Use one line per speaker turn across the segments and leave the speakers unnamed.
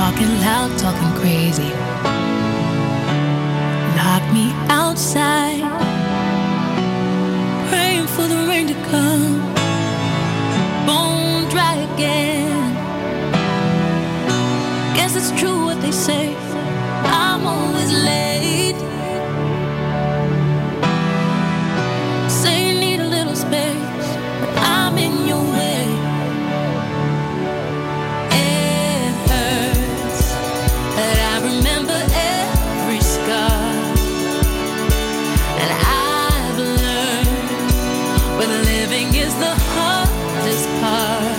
talking loud, talking crazy. Lock me outside, praying for the rain to come. Bone dry again. Guess it's true what they say, I'm always late. Say you need a little space, but I'm in your way. It hurts, but I remember every scar. And I've learned when living is the hardest part.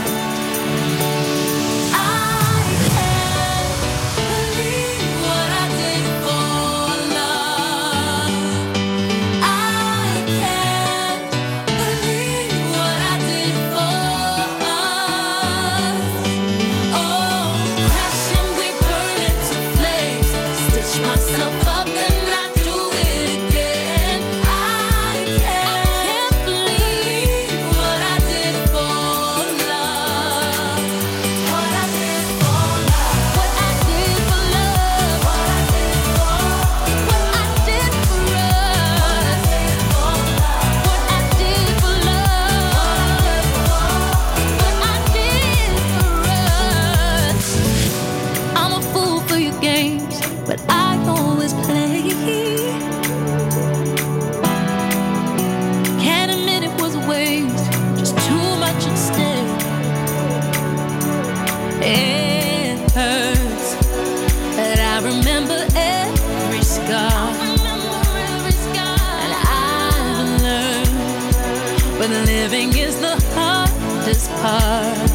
Living is the hardest part.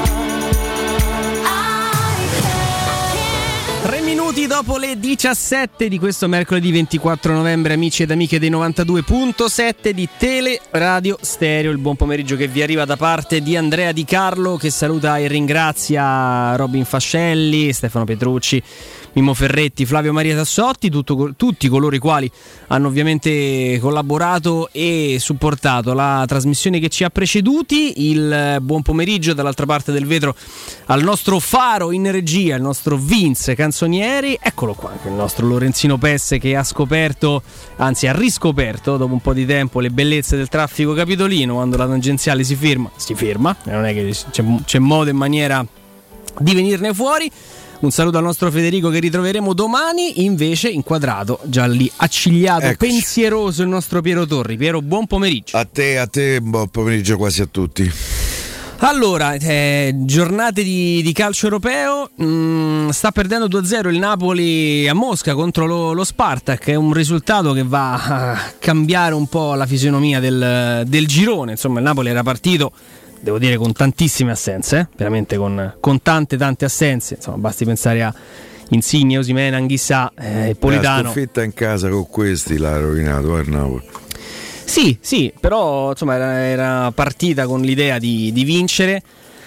3 minuti dopo le 17 di questo mercoledì 24 novembre, amici ed amiche dei 92.7 di Teleradio Stereo. Il buon pomeriggio che vi arriva da parte di Andrea Di Carlo, che saluta e ringrazia Robin Fascelli, Stefano Petrucci, Mimmo Ferretti, Flavio Maria Tassotti, tutti coloro i quali hanno ovviamente collaborato e supportato la trasmissione che ci ha preceduti. Il buon pomeriggio dall'altra parte del vetro al nostro faro in regia, il nostro Vince Canzonieri. Eccolo qua, anche il nostro Lorenzino Pesse, che ha scoperto, anzi ha riscoperto dopo un po' di tempo, le bellezze del traffico capitolino. Quando la tangenziale si ferma, non è che c'è modo e maniera di venirne fuori. Un saluto al nostro Federico, che ritroveremo domani, invece inquadrato, già lì accigliato, eccoci, pensieroso, il nostro Piero Torri. Piero, buon pomeriggio.
A te, buon pomeriggio quasi a tutti.
Allora, giornate di calcio europeo, sta perdendo 2-0 il Napoli a Mosca contro lo Spartak. È un risultato che va a cambiare un po' la fisionomia del girone. Insomma, il Napoli era partito, devo dire, con tantissime assenze, veramente con tante assenze. Insomma, basti pensare a Insigne, Osimhen, Anghissà, Politano.
La sconfitta in casa con questi l'ha rovinato il Napoli.
Sì, però insomma era partita con l'idea di vincere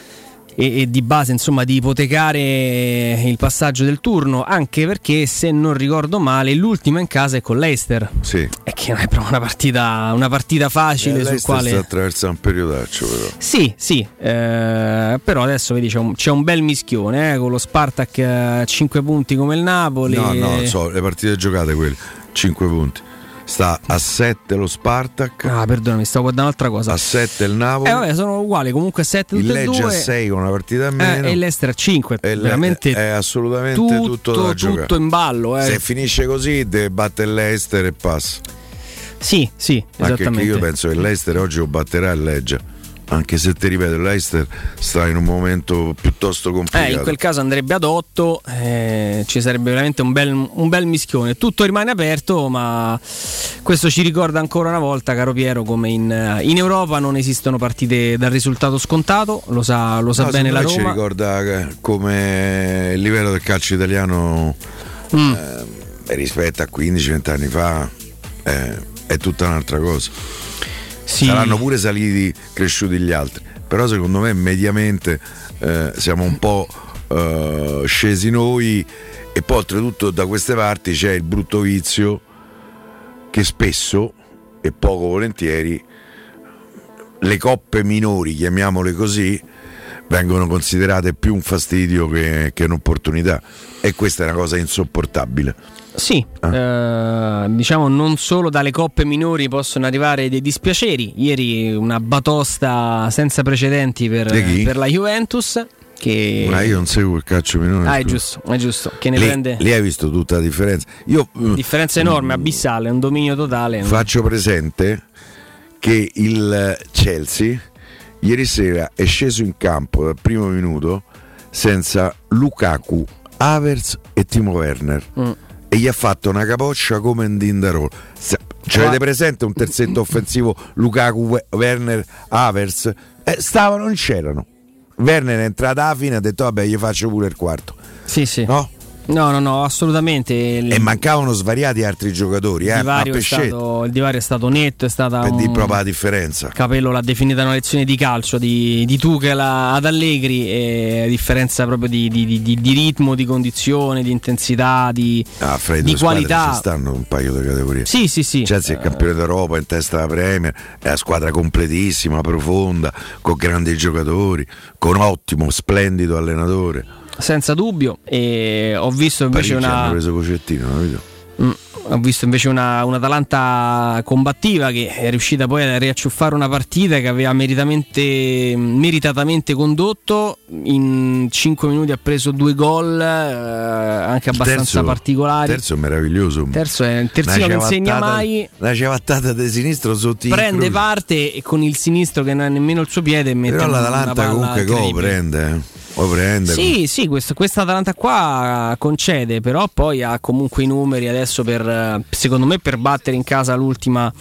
e di base, insomma, di ipotecare il passaggio del turno, anche perché, se non ricordo male, l'ultima in casa è con l'Leicester.
Sì.
E che non è proprio una partita facile, sul quale
sta attraversando un periodaccio, però.
Sì, però adesso vedi c'è un bel mischione, con lo Spartak a 5 punti come il Napoli.
No, so, le partite giocate quelle, 5 punti. Sta a 7 lo Spartak.
Ah, perdonami, stavo guardando un'altra cosa.
A 7 il Napoli.
Vabbè, sono uguali, comunque 7 tutte e due.
Il Lecce a 6 con una partita a meno.
E l'Ester a 5. Veramente
è assolutamente tutto da giocare.
Tutto in ballo.
Se finisce così, deve battere l'Ester e passa.
Sì, esattamente.
Anche io penso che l'Ester oggi lo batterà il Lecce. Anche se, ti ripeto, l'Leicester sta in un momento piuttosto complicato.
In quel caso andrebbe ad 8, ci sarebbe veramente un bel mischione. Tutto rimane aperto, ma questo ci ricorda ancora una volta, caro Piero, come in Europa non esistono partite dal risultato scontato. Lo sa bene la Roma.
Ci ricorda come il livello del calcio italiano rispetto a 15-20 anni fa è tutta un'altra cosa. Sì. Saranno pure saliti, cresciuti gli altri, però secondo me mediamente siamo un po' scesi noi. E poi oltretutto da queste parti c'è il brutto vizio che spesso e poco volentieri le coppe minori, chiamiamole così, vengono considerate più un fastidio che un'opportunità, e questa è una cosa insopportabile.
Sì, diciamo non solo dalle coppe minori possono arrivare dei dispiaceri. Ieri una batosta senza precedenti per la Juventus.
Ma io non seguo il calcio minore.
È giusto. Che ne prende.
Lì hai visto tutta la differenza.
Differenza enorme, abissale, un dominio totale.
Faccio presente che il Chelsea ieri sera è sceso in campo dal primo minuto senza Lukaku, Havertz e Timo Werner e gli ha fatto una capoccia come in Dindarò. Avete presente un terzetto offensivo Lukaku, Werner, Havertz? Stavano, non c'erano. Werner è entrato alla fine e ha detto vabbè, gli faccio pure il quarto.
Sì. No, assolutamente.
E mancavano svariati altri giocatori.
Il divario è stato netto, è stata
per dire proprio la differenza.
Capello l'ha definita una lezione di calcio di Tuchel ad Allegri, e differenza proprio di ritmo, di condizione, di intensità, di qualità.
Ci stanno un paio di categorie.
Sì.
Chelsea è campione d'Europa, in testa alla Premier, è una squadra completissima, profonda, con grandi giocatori, con ottimo, splendido allenatore.
Senza dubbio. E ho visto invece
hanno preso Pochettino,
ho visto invece un'Atalanta combattiva che è riuscita poi a riacciuffare una partita che aveva meritatamente condotto. In 5 minuti ha preso 2 gol, anche abbastanza particolari.
Terzo è meraviglioso.
Terzo è il terzino che non segna mai.
La ciabattata del sinistro sotto
prende parte e con il sinistro che non ha nemmeno il suo piede mette.
Però l'Atalanta comunque prende. Sì,
questa Atalanta qua concede, però poi ha comunque i numeri adesso secondo me per battere in casa all'ultima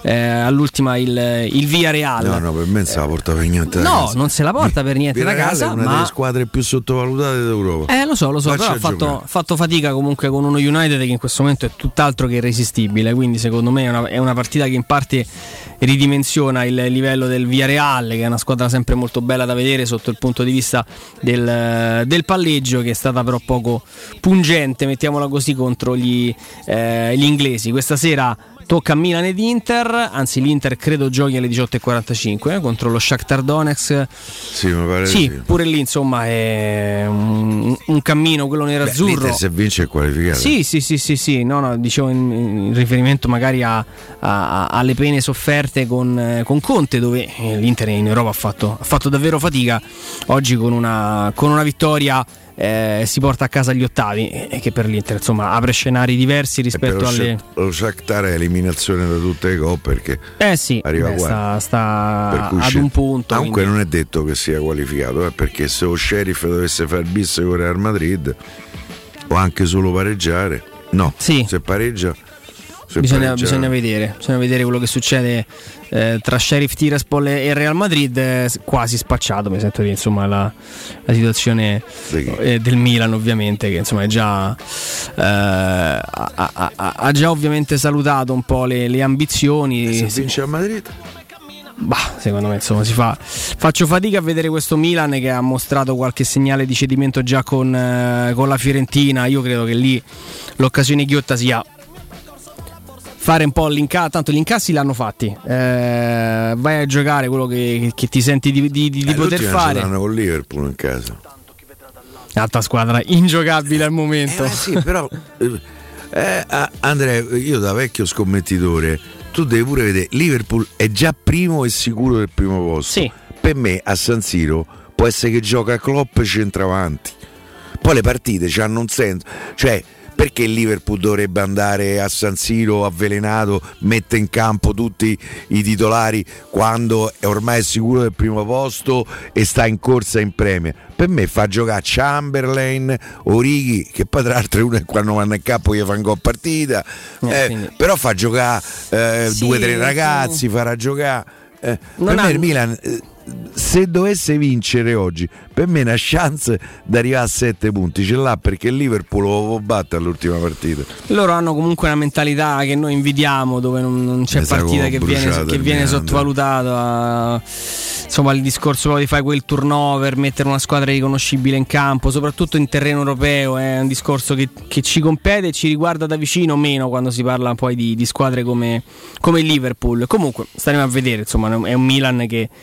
il Villarreal.
No, per me non se la porta per niente da casa.
Non se la porta per niente da casa.
È una delle squadre più sottovalutate d'Europa.
Lo so, però ha fatto fatica comunque con uno United che in questo momento è tutt'altro che irresistibile, quindi secondo me è una partita che in parte ridimensiona il livello del Villarreal, che è una squadra sempre molto bella da vedere sotto il punto di vista del palleggio, che è stata però poco pungente, mettiamola così, contro gli inglesi. Questa sera tocca a Milan ed Inter, anzi l'Inter credo giochi alle 18:45 contro lo Shakhtar Donetsk.
Sì, mi pare sì.
Pure lì insomma è un cammino quello nerazzurro.
L'Inter se vince è qualificato.
Sì. No, dicevo in riferimento magari alle pene sofferte con Conte, dove l'Inter in Europa ha fatto davvero fatica. Oggi con una vittoria si porta a casa gli ottavi, e che per l'Inter insomma apre scenari diversi rispetto
lo Shakhtar è eliminazione da tutte le coppe, perché arriva qua
sta ad un punto.
Comunque
quindi
non è detto che sia qualificato, perché se lo Sheriff dovesse fare il bis con Real Madrid o anche solo pareggiare, se pareggia
bisogna vedere quello che succede tra Sheriff Tiraspol e Real Madrid. Quasi spacciato mi sento dire, insomma, la situazione del Milan, ovviamente, che insomma è già ha già ovviamente salutato un po' le ambizioni.
Se vince a Madrid,
secondo me insomma faccio fatica a vedere questo Milan, che ha mostrato qualche segnale di cedimento già con la Fiorentina. Io credo che lì l'occasione ghiotta sia fare un po' tanto gli incassi l'hanno fatti, vai a giocare quello che ti senti di poter fare.
L'hanno con Liverpool in casa,
altra squadra ingiocabile al momento.
Sì, però Andrea, io da vecchio scommettitore, tu devi pure vedere, Liverpool è già primo e sicuro del primo posto.
Sì.
Per me a San Siro può essere che gioca Klopp centravanti, poi le partite hanno un senso, cioè perché il Liverpool dovrebbe andare a San Siro avvelenato, mette in campo tutti i titolari quando è ormai sicuro del primo posto e sta in corsa in Premier? Per me fa giocare Chamberlain, Origi, che poi tra l'altro uno è quando vanno in campo gli fa un gol partita, però fa giocare 2 o 3 ragazzi, farà giocare per me il Milan, se dovesse vincere oggi, per me una chance di arrivare a 7 punti ce l'ha, perché il Liverpool lo può battere all'ultima partita.
Loro hanno comunque una mentalità che noi invidiamo, dove non c'è partita che viene sottovalutata. Insomma, il discorso proprio di fare quel turnover, mettere una squadra riconoscibile in campo, soprattutto in terreno europeo, è un discorso che ci compete e ci riguarda da vicino, meno quando si parla poi di squadre come il Liverpool. Comunque staremo a vedere, insomma, è un Milan che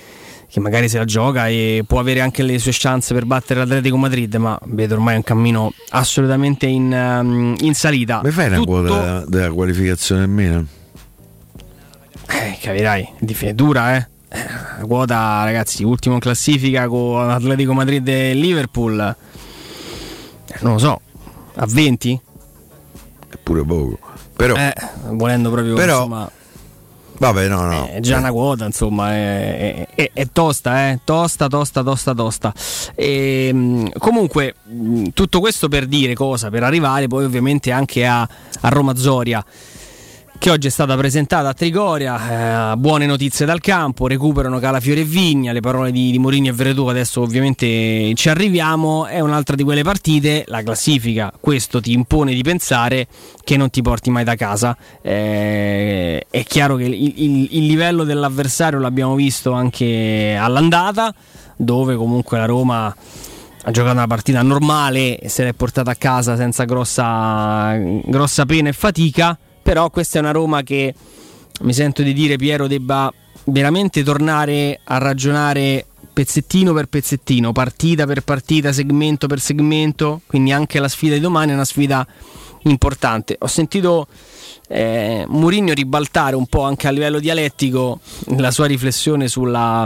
che magari se la gioca e può avere anche le sue chance per battere l'Atletico Madrid, ma vedo ormai un cammino assolutamente in salita.
Mi fai una quota della qualificazione in meno?
Capirai, è dura, la quota, ragazzi, ultimo in classifica con Atletico Madrid e Liverpool, non lo so, a 20?
È pure poco, però
volendo proprio, insomma,
vabbè, no.
È già una quota, insomma, è tosta, tosta. Comunque, tutto questo per dire cosa? Per arrivare poi ovviamente anche a Roma-Zoria, che oggi è stata presentata a Trigoria. Buone notizie dal campo, recuperano Calafiori e Vigna, le parole di Mourinho e Veretù, adesso ovviamente ci arriviamo. È un'altra di quelle partite, la classifica, questo ti impone di pensare che non ti porti mai da casa. È chiaro che il livello dell'avversario l'abbiamo visto anche all'andata, dove comunque la Roma ha giocato una partita normale e se l'è portata a casa senza grossa pena e fatica. Però questa è una Roma che, mi sento di dire, Piero, debba veramente tornare a ragionare pezzettino per pezzettino, partita per partita, segmento per segmento. Quindi anche la sfida di domani è una sfida importante. Ho sentito Mourinho ribaltare un po' anche a livello dialettico la sua riflessione sulla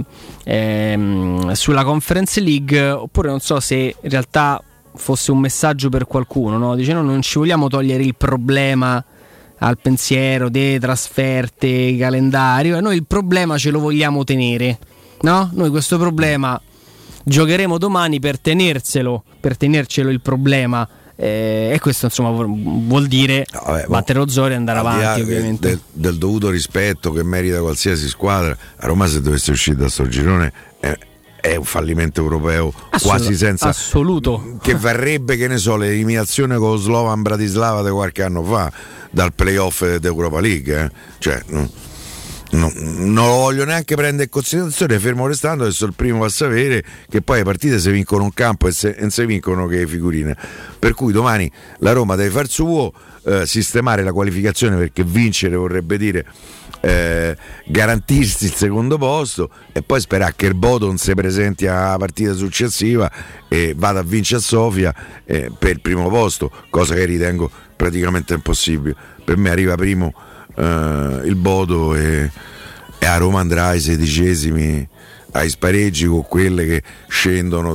Conference League, oppure non so se in realtà fosse un messaggio per qualcuno, no? Dice: no, non ci vogliamo togliere il problema al pensiero delle trasferte, calendario, e noi il problema ce lo vogliamo tenere, no? Noi questo problema giocheremo domani per tenercelo il problema, e questo insomma vuol dire battere lo Zoria e andare avanti, ovviamente.
Del dovuto rispetto che merita qualsiasi squadra, a Roma, se dovesse uscire da sto girone è un fallimento europeo quasi senza
assoluto,
che varrebbe, che ne so, l'eliminazione con Slovan Bratislava di qualche anno fa dal playoff d'Europa League, cioè non lo voglio neanche prendere in considerazione, fermo restando che sono il primo a sapere che poi le partite si vincono un campo e si vincono che figurine, per cui domani la Roma deve far suo, sistemare la qualificazione, perché vincere vorrebbe dire garantirsi il secondo posto, e poi sperare che il Bodo non si presenti alla partita successiva e vada a vincere a Sofia per il primo posto, cosa che ritengo praticamente impossibile. Per me arriva primo il Bodo e a Roma andrà ai 16esimi, ai spareggi con quelle che scendono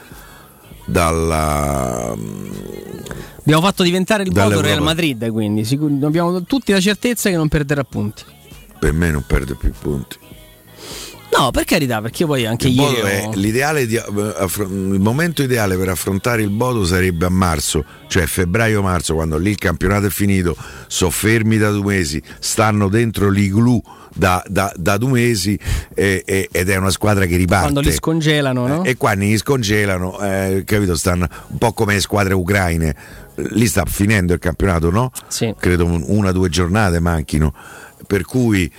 dalla.
Abbiamo fatto diventare il Bodo Real Madrid, quindi abbiamo tutti la certezza che non perderà punti.
Per me non perde più punti.
No, per carità, perché poi anche ieri
il momento ideale per affrontare il Bodo sarebbe a marzo, cioè febbraio-marzo, quando lì il campionato è finito, sono fermi da 2 mesi, stanno dentro l'igloo da 2 mesi ed è una squadra che riparte.
Quando li scongelano, no?
E quando li scongelano, capito, stanno un po' come le squadre ucraine. Lì sta finendo il campionato, no?
Sì.
Credo 1 o 2 giornate manchino. Per cui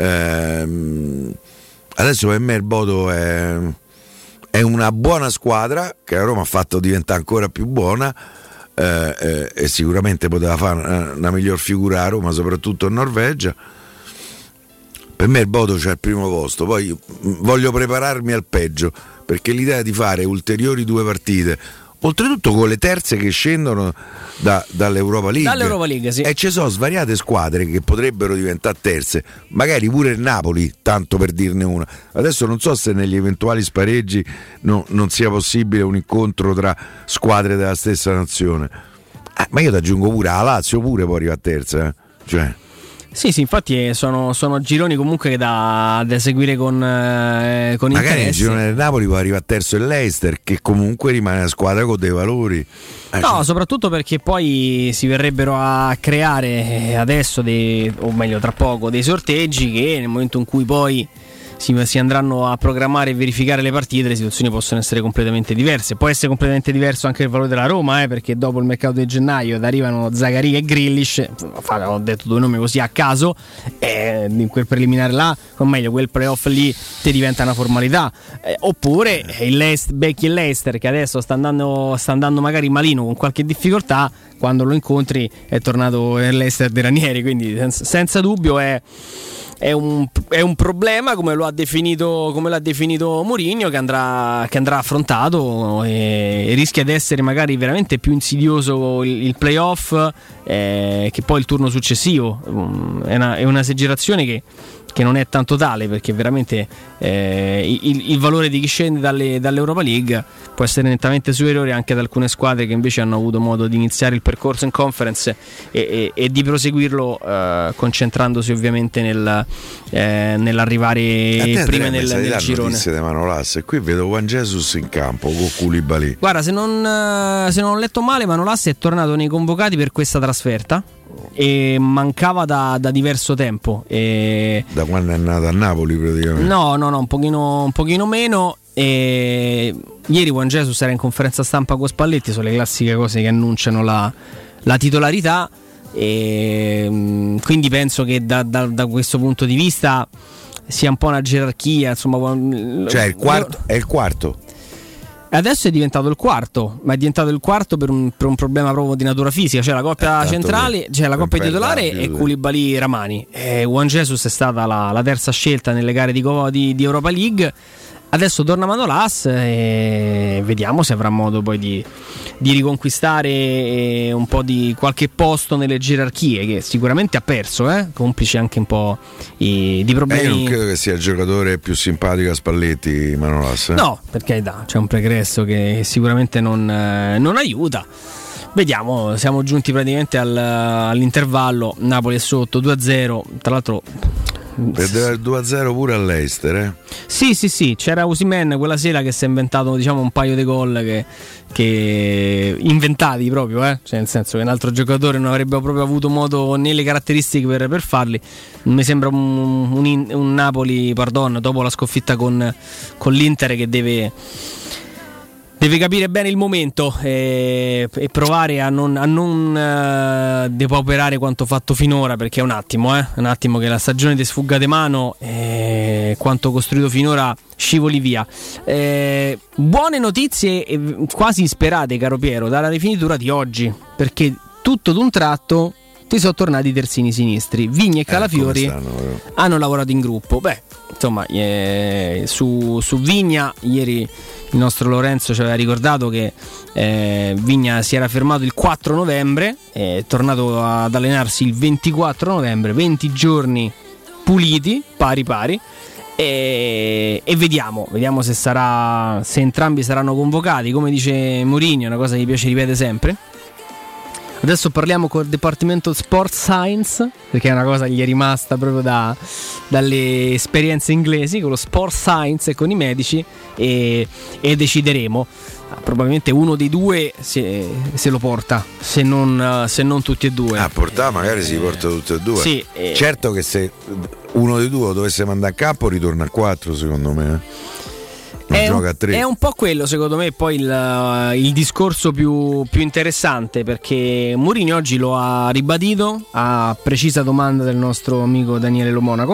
adesso per me il Bodo è una buona squadra che la Roma ha fatto diventare ancora più buona, e sicuramente poteva fare una miglior figura a Roma, soprattutto in Norvegia. Per me il Bodo c'è il primo posto, poi voglio prepararmi al peggio, perché l'idea di fare ulteriori 2 partite, oltretutto con le terze che scendono dall'Europa League,
sì.
E ci sono svariate squadre che potrebbero diventare terze, magari pure il Napoli, tanto per dirne una. Adesso non so se negli eventuali spareggi non sia possibile un incontro tra squadre della stessa nazione, ma io ti aggiungo pure la Lazio, pure può arrivare a terza, cioè.
Sì, infatti sono gironi comunque da seguire con
magari
interesse.
Magari il girone del Napoli può arrivare a terzo il Leicester, che comunque rimane una squadra con dei valori.
No, soprattutto perché poi si verrebbero a creare adesso o meglio tra poco, dei sorteggi che nel momento in cui poi si andranno a programmare e verificare le partite, le situazioni possono essere completamente diverse. Può essere completamente diverso anche il valore della Roma, perché dopo il mercato di gennaio arrivano Zaccaria e Grealish, ho detto 2 nomi così a caso, in quel preliminare là, o meglio quel playoff lì ti diventa una formalità, oppure becchi il Leicester, che adesso sta andando magari malino con qualche difficoltà, quando lo incontri è tornato il Leicester dei Ranieri, quindi senza dubbio è è un problema, come l'ha definito Mourinho, che andrà affrontato, e rischia di essere magari veramente più insidioso il playoff che poi il turno successivo. È un'esagerazione che non è tanto tale, perché veramente il valore di chi scende dall'Europa League può essere nettamente superiore anche ad alcune squadre che invece hanno avuto modo di iniziare il percorso in Conference e di proseguirlo, concentrandosi ovviamente nell'arrivare prima nel girone.
Di Manolas, e qui vedo Juan Jesus in campo con Koulibaly.
Guarda, se non ho letto male, Manolas è tornato nei convocati per questa trasferta e mancava da diverso tempo,
da quando è nato a Napoli praticamente.
No, un pochino meno. E ieri Juan Jesus era in conferenza stampa con Spalletti, sono le classiche cose che annunciano la titolarità, e quindi penso che da questo punto di vista sia un po' una gerarchia, insomma.
Cioè è il quarto.
Adesso è diventato il quarto, ma è diventato il quarto per un problema proprio di natura fisica. C'è la coppia centrale, c'è la coppia titolare e Koulibaly Ramani. Juan Jesus è stata la terza scelta nelle gare di Europa League. Adesso torna Manolas e vediamo se avrà modo poi di riconquistare un po' di qualche posto nelle gerarchie, che sicuramente ha perso, complice anche un po' di problemi.
Io non credo che sia il giocatore più simpatico a Spalletti, Manolas.
No, perché c'è un pregresso che sicuramente non aiuta. Vediamo, siamo giunti praticamente all'intervallo. Napoli è sotto 2-0, tra l'altro
perdeva il 2-0 pure all'Leicester,
Sì, c'era Osimhen quella sera che si è inventato, diciamo, un paio di gol che inventati proprio, cioè, nel senso che un altro giocatore non avrebbe proprio avuto modo né le caratteristiche per farli. Mi sembra un Napoli, dopo la sconfitta con l'Inter, che deve capire bene il momento e provare a non depauperare quanto fatto finora, perché è un attimo che la stagione ti sfugga di mano e quanto costruito finora scivoli via. Buone notizie quasi sperate, caro Piero, dalla rifinitura di oggi, perché tutto d'un tratto ti sono tornati i terzini sinistri. Vigna e Calafiori hanno lavorato in gruppo. Insomma, su Vigna ieri il nostro Lorenzo ci aveva ricordato che Vigna si era fermato il 4 novembre, è tornato ad allenarsi il 24 novembre, 20 giorni puliti, pari, e vediamo se entrambi saranno convocati. Come dice Mourinho, è una cosa che mi piace ripetere sempre. Adesso parliamo col Dipartimento Sport Science, perché è una cosa che gli è rimasta proprio dalle esperienze inglesi, con lo Sport Science e con i medici, e decideremo. Probabilmente uno dei due se lo porta, se non tutti e due.
Portare magari si porta tutti e due.
Sì,
certo che se uno dei due lo dovesse mandare a campo ritorna a 4, secondo me. Gioca a 3. È
un po' quello, secondo me, poi il discorso più interessante, perché Mourinho oggi lo ha ribadito a precisa domanda del nostro amico Daniele Lo Monaco.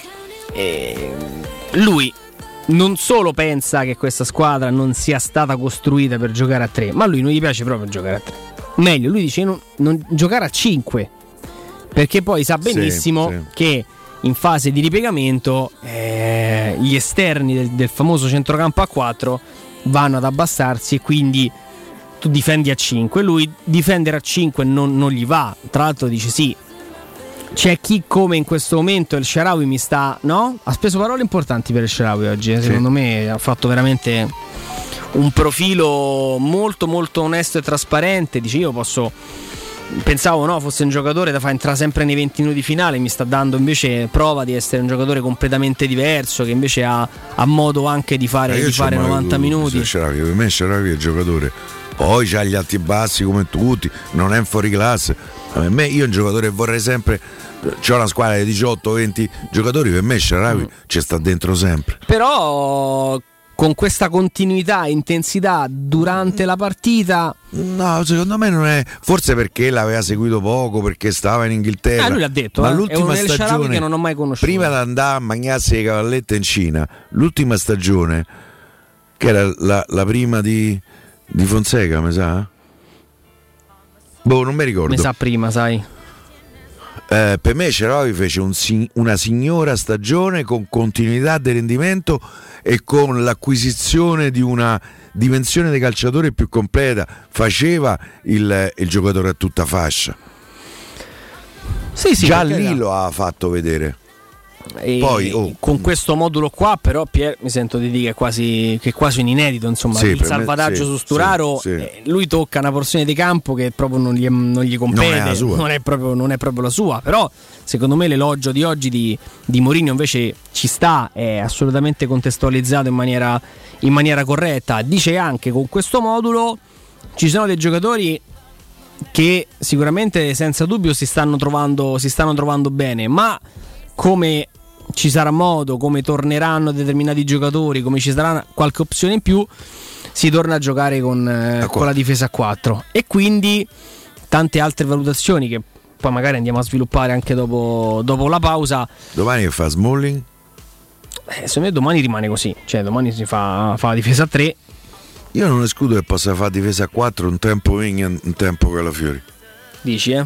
E lui non solo pensa che questa squadra non sia stata costruita per giocare a 3, ma a lui non gli piace proprio giocare a 3. Meglio, lui dice non giocare a 5, perché poi sa benissimo che in fase di ripiegamento gli esterni del famoso centrocampo a 4 vanno ad abbassarsi, e quindi tu difendi a 5. Lui difendere a 5 non gli va. Tra l'altro dice c'è chi, come in questo momento El Shaarawy, ha speso parole importanti per El Shaarawy oggi, secondo me ha fatto veramente un profilo molto molto onesto e trasparente. Dice: io pensavo fosse un giocatore da far entrare sempre nei 20 minuti finali, mi sta dando invece prova di essere un giocatore completamente diverso, che invece ha modo anche di fare 90 minuti.
Per me Shaarawy è il giocatore, poi c'ha gli alti e bassi come tutti, non è fuori classe. Per me, io un giocatore vorrei sempre, c'ho una squadra di 18-20 giocatori, per me Shaarawy ci sta dentro sempre.
Però con questa continuità e intensità durante la partita,
no, secondo me non è, forse perché l'aveva seguito poco, perché stava in Inghilterra.
Lui l'ha detto,
ma l'ultima
è
stagione
che non ho mai conosciuto.
Prima di andare a mangiarsi le cavallette in Cina, l'ultima stagione, che era la prima di Fonseca, mi sa? Non mi ricordo.
Mi sa prima, sai.
Per me Cerovi fece una signora stagione con continuità di rendimento e con l'acquisizione di una dimensione di calciatore più completa. Faceva il giocatore a tutta fascia.
Sì,
già lì lo ha fatto vedere.
E poi con questo modulo qua, però, Pier, mi sento di dire che è quasi un inedito. Insomma, il salvataggio su Sturaro, lui tocca una porzione di campo che proprio non gli compete, non è proprio la sua. Però, secondo me, l'elogio di oggi di Mourinho invece ci sta, è assolutamente contestualizzato in maniera corretta. Dice anche con questo modulo ci sono dei giocatori che sicuramente senza dubbio si stanno trovando bene, ma come ci sarà modo, come torneranno determinati giocatori, come ci sarà qualche opzione in più, si torna a giocare con la difesa a 4 e quindi tante altre valutazioni che poi magari andiamo a sviluppare anche dopo la pausa.
Domani che fa Smalling?
Secondo me domani rimane così, cioè domani si fa la difesa a 3.
Io non escludo che possa fare difesa a 4 un tempo Vigna, un tempo Calafiori.
Dici,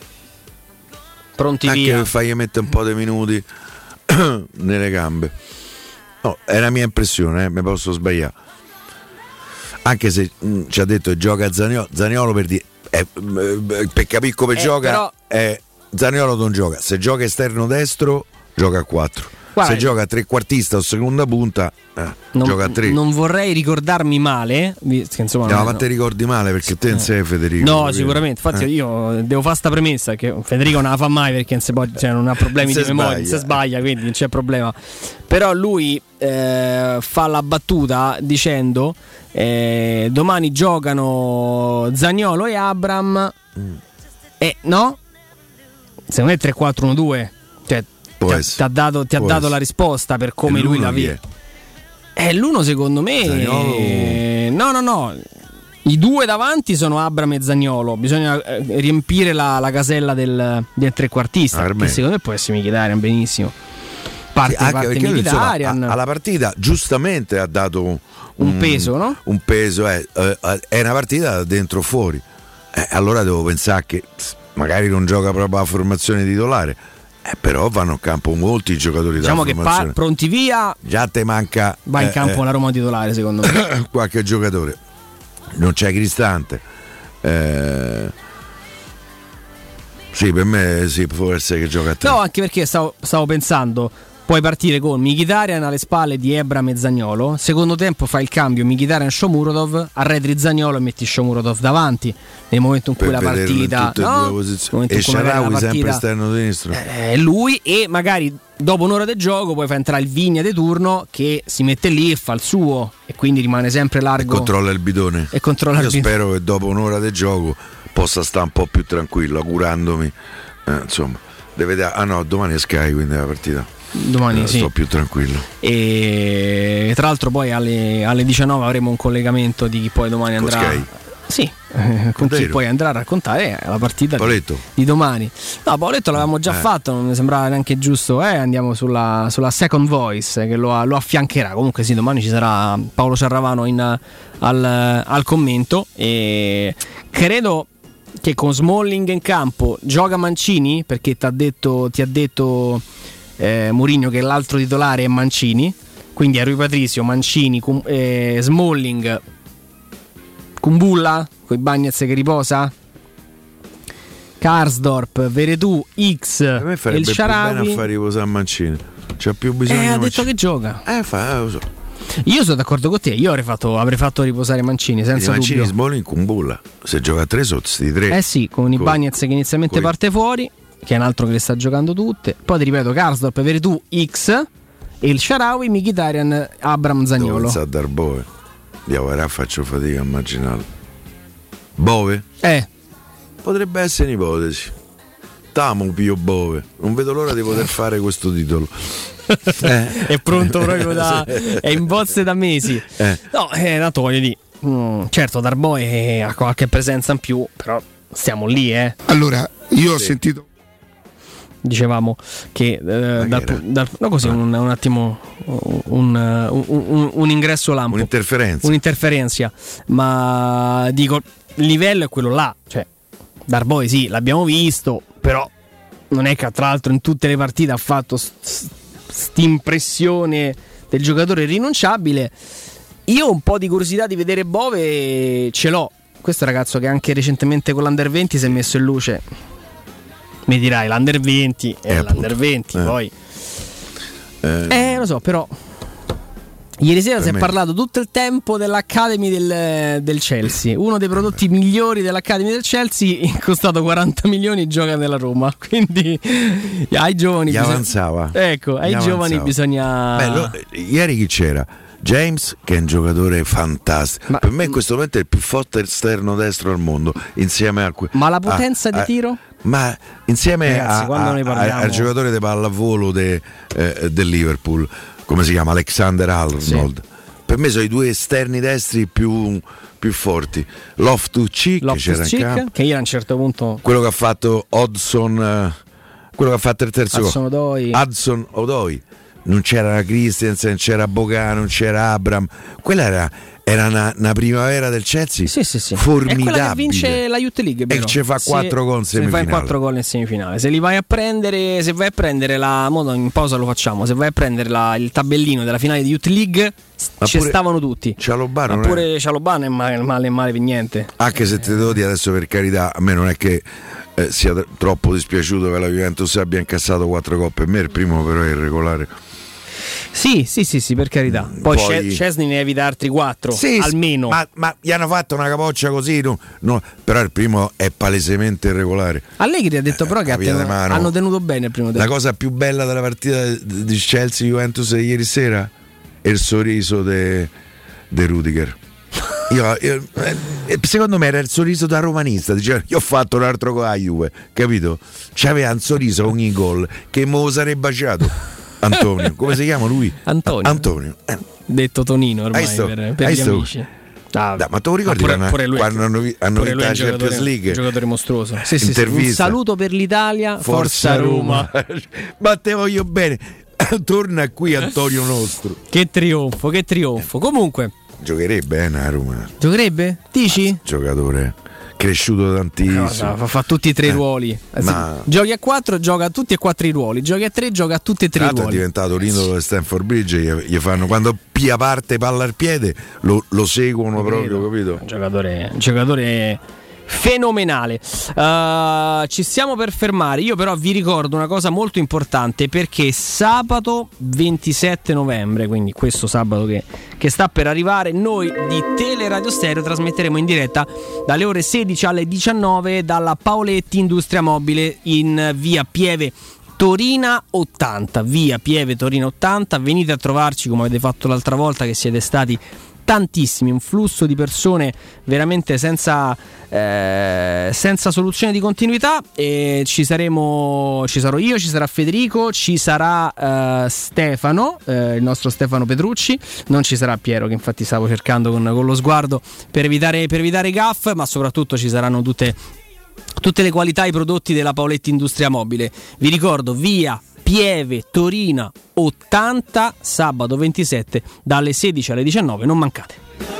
pronti
anche
via.
per fargli mettere un po' di minuti nelle gambe. No, è la mia impressione, mi posso sbagliare. Anche se ci ha detto che gioca Zaniolo per dire per capire come gioca, però... Zaniolo non gioca. Se gioca esterno destro, gioca a 4. Guarda, se gioca trequartista o seconda punta, gioca a 3.
Non vorrei ricordarmi male, insomma,
no, ma te ricordi male perché te non sei Federico.
No, sicuramente. Infatti, io devo fare sta premessa che Federico non la fa mai perché non ha problemi di memoria, non si sbaglia, quindi non c'è problema. Però lui fa la battuta dicendo domani giocano Zaniolo e Abram. No? Secondo me 3-4-1-2. Cioè, ti ha dato la risposta per come lui la vede. L'uno secondo me no. I due davanti sono Abram e Zaniolo. Bisogna riempire la casella del trequartista, che secondo me può essere Mkhitaryan benissimo. Parte Mkhitaryan.
Alla partita giustamente ha dato
un peso, no?
Un peso, è una partita dentro o fuori. Allora devo pensare che magari non gioca proprio la formazione titolare. Però vanno a campo molti giocatori,
diciamo che pronti via.
Già te manca.
Va in campo la Roma titolare, secondo me.
Qualche giocatore. Non c'è Cristante. Sì, per me sì, può essere che gioca a 3.
No, anche perché stavo pensando, puoi partire con Mkhitaryan alle spalle di Ebram e Zaniolo. Secondo tempo fai il cambio Mkhitaryan e Shomurodov, arretri Zaniolo e metti Shomurodov davanti nel momento in cui la partita
e Shaarawy sempre esterno sinistro.
Lui, e magari dopo un'ora di gioco puoi far entrare il Vigna di turno che si mette lì e fa il suo e quindi rimane sempre largo
e controlla il bidone. Io spero che dopo un'ora di gioco possa stare un po' più tranquillo, augurandomi insomma domani è Sky, quindi la partita
domani
sto più tranquillo.
E tra l'altro poi alle 19 avremo un collegamento di chi poi domani andrà
Sky.
Sì, con chi poi andrà a raccontare la partita di domani. No, Paoletto l'avevamo già fatto, non mi sembrava neanche giusto. Andiamo sulla Second Voice che lo affiancherà. Comunque sì, domani ci sarà Paolo Ciarravano al commento. E credo che con Smalling in campo gioca Mancini, perché ti ha detto Mourinho che l'altro titolare è Mancini. Quindi a Rui Patricio, Mancini, Smalling, Kumbulla con i Bagnez che riposa, Karsdorp, Veretù, X
a me farebbe
il Shaarawy.
Più bene a fare riposare Mancini, c'ha più bisogno
ha detto che gioca,
lo so.
Io sono d'accordo con te, io avrei fatto riposare Mancini senza
Mancini,
dubbio.
Smalling, Kumbulla, se gioca a 3 sotto sti 3
sì, con i Bagnez che inizialmente parte fuori, che è un altro che le sta giocando tutte, poi ti ripeto Karsdorp, Veretù, X e il Shaarawy, Mkhitaryan, Abram, Zaniolo.
Devo dar Bove. Faccio fatica a immaginarlo. Bove? Potrebbe essere un'ipotesi. Tamo Pio Bove. Non vedo l'ora di poter fare questo titolo.
È pronto proprio è in bozze da mesi. No, tanto voglio dire. Certo, Darboe ha qualche presenza in più, però stiamo lì,
Allora, io ho sentito.
Dicevamo che no, così un attimo un ingresso lampo, un'interferenza, ma dico il livello è quello là, cioè Darboe sì, l'abbiamo visto, però non è che tra l'altro in tutte le partite ha fatto st'impressione del giocatore irrinunciabile. Io un po' di curiosità di vedere Bove ce l'ho. Questo ragazzo che anche recentemente con l'Under 20 si è messo in luce. Mi dirai l'Under 20 è l'Under 20 poi lo so, però ieri sera si è parlato tutto il tempo dell'Academy del Chelsea. Uno dei prodotti migliori dell'Academy del Chelsea, costato 40 milioni, gioca nella Roma. Quindi ai giovani
avanzava.
Ecco, ai giovani bisogna.
Ieri chi c'era? James, che è un giocatore fantastico. Per me in questo momento è il più forte esterno destro al mondo, insieme a
ma la potenza di tiro?
Ma insieme
ragazzi,
al giocatore di pallavolo del Liverpool, come si chiama? Alexander Arnold. Sì. Per me sono i due esterni destri più forti. Loftus-Cheek, c'era in campo,
che io a un certo punto,
quello che ha fatto Hodgson, quello che ha fatto il terzo gol, Hudson Odoi. Non c'era Christensen, c'era Boga, non c'era Abram. Quella era una primavera del Chelsea,
sì.
formidabile.
È quella che vince la Youth League,
e ci fa 4 gol in semifinale.
Se fai 4 gol in semifinale, se li vai a prendere, se vai a prendere in pausa lo facciamo, se vai a prendere il tabellino della finale di Youth League, ci stavano tutti.
Cialobano,
ma pure Cialobano è male per niente.
Anche se te devo dire adesso, per carità, a me non è che sia troppo dispiaciuto che la Juventus abbia incassato 4 gol. Per me il primo però è irregolare.
Sì, per carità. Poi Szczesny ne evita altri 4 almeno.
Ma gli hanno fatto una capoccia così, no, però il primo è palesemente irregolare.
Allegri ha detto però che hanno tenuto bene il primo tempo.
La cosa più bella della partita di Chelsea-Juventus di ieri sera è il sorriso di Rudiger. Secondo me era il sorriso da romanista, diceva io ho fatto un altro gol a Juve, capito? C'aveva un sorriso ogni gol che mo sarebbe baciato. Antonio, come si chiama lui? Antonio.
Detto Tonino ormai per gli amici.
Ma te lo ricordi quando hanno vinto la Champions League?
Un giocatore mostruoso. Sì. Un saluto per l'Italia, Forza Roma.
Ma te voglio bene. Torna qui Antonio nostro.
Che trionfo. Comunque
giocherebbe a Roma.
Giocherebbe? Dici?
Giocatore cresciuto tantissimo.
Fa tutti e 3 i ruoli. Giochi a 4, gioca a tutti e 4 i ruoli. Giochi a 3, gioca a tutti e 3 i ruoli.
È diventato l'idolo di Stamford Bridge. Gli fanno, quando pia parte palla al piede, lo seguono proprio, capito?
Giocatore fenomenale. Ci stiamo per fermare. Io però vi ricordo una cosa molto importante, perché sabato 27 novembre, quindi questo sabato che sta per arrivare, noi di Teleradio Stereo trasmetteremo in diretta dalle ore 16 alle 19 dalla Paoletti Industria Mobile in via Pieve Torina 80. Via Pieve Torina 80. Venite a trovarci come avete fatto l'altra volta, che siete stati tantissimi, un flusso di persone veramente senza soluzione di continuità. E ci sarò io, ci sarà Federico, ci sarà Stefano, il nostro Stefano Petrucci, non ci sarà Piero, che infatti stavo cercando con lo sguardo per evitare gaff, ma soprattutto ci saranno tutte le qualità, i prodotti della Paoletti Industria Mobile. Vi ricordo, via Pieve Torina 80, sabato 27 dalle 16 alle 19, non mancate.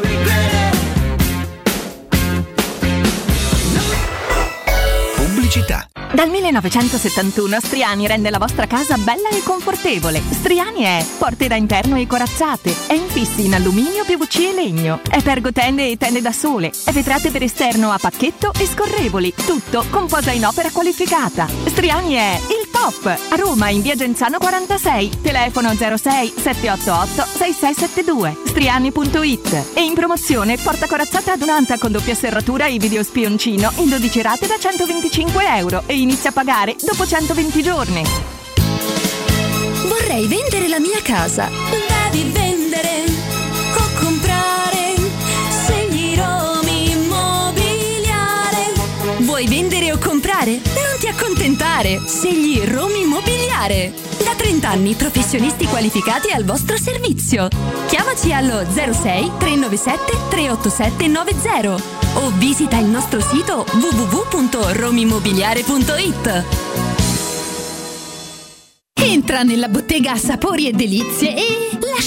Pubblicità. Dal 1971 Striani rende la vostra casa bella e confortevole. Striani è porte da interno e corazzate, è infissi in alluminio, PVC e legno, è pergotende e tende da sole, è vetrate per esterno a pacchetto e scorrevoli, tutto con posa in opera qualificata. Striani è il top. A Roma in via Genzano 46, telefono 06 788 6672, striani.it. E in promozione porta corazzata adunata con doppia serratura e video spioncino in 12 rate da 125 euro e inizia a pagare dopo 120 giorni.
Vorrei vendere la mia casa. Devi vendere o comprare. Scegli Romi Immobiliare. Vuoi vendere o comprare? Non ti accontentare. Scegli Romi Immobiliare. Da 30 anni professionisti qualificati al vostro servizio. Chiamaci allo 06 397 387 90 o visita il nostro sito www.romimmobiliare.it. Entra nella bottega Sapori e Delizie e lascia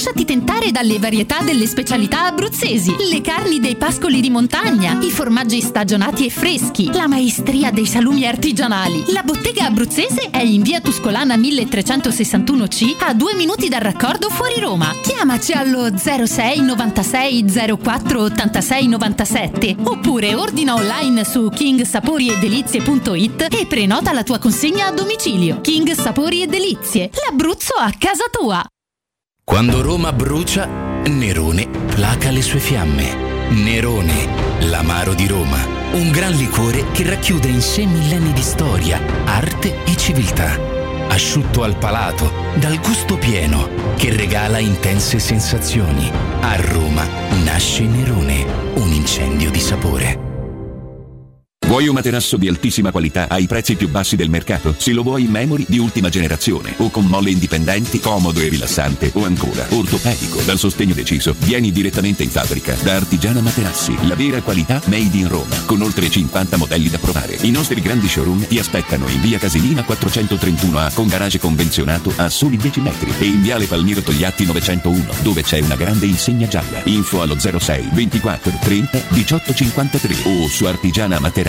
Lasciati tentare dalle varietà delle specialità abruzzesi, le carni dei pascoli di montagna, i formaggi stagionati e freschi, la maestria dei salumi artigianali. La bottega abruzzese è in via Tuscolana 1361C, a 2 minuti dal raccordo fuori Roma. Chiamaci allo 06 96 04 86 97 oppure ordina online su kingsaporiedelizie.it e prenota la tua consegna a domicilio. King Sapori e Delizie, l'Abruzzo a casa tua.
Quando Roma brucia, Nerone placa le sue fiamme. Nerone, l'amaro di Roma, un gran liquore che racchiude in sé millenni di storia, arte e civiltà. Asciutto al palato, dal gusto pieno, che regala intense sensazioni. A Roma nasce Nerone, un incendio di sapore.
Vuoi un materasso di altissima qualità ai prezzi più bassi del mercato? Se lo vuoi in memory di ultima generazione o con molle indipendenti, comodo e rilassante, o ancora ortopedico dal sostegno deciso, vieni direttamente in fabbrica da Artigiana Materassi, la vera qualità made in Roma, con oltre 50 modelli da provare. I nostri grandi showroom ti aspettano in via Casilina 431A con garage convenzionato a soli 10 metri e in viale Palmiro Togliatti 901 dove c'è una grande insegna gialla. Info allo 06 24 30 18 53 o su artigianamaterassi.com.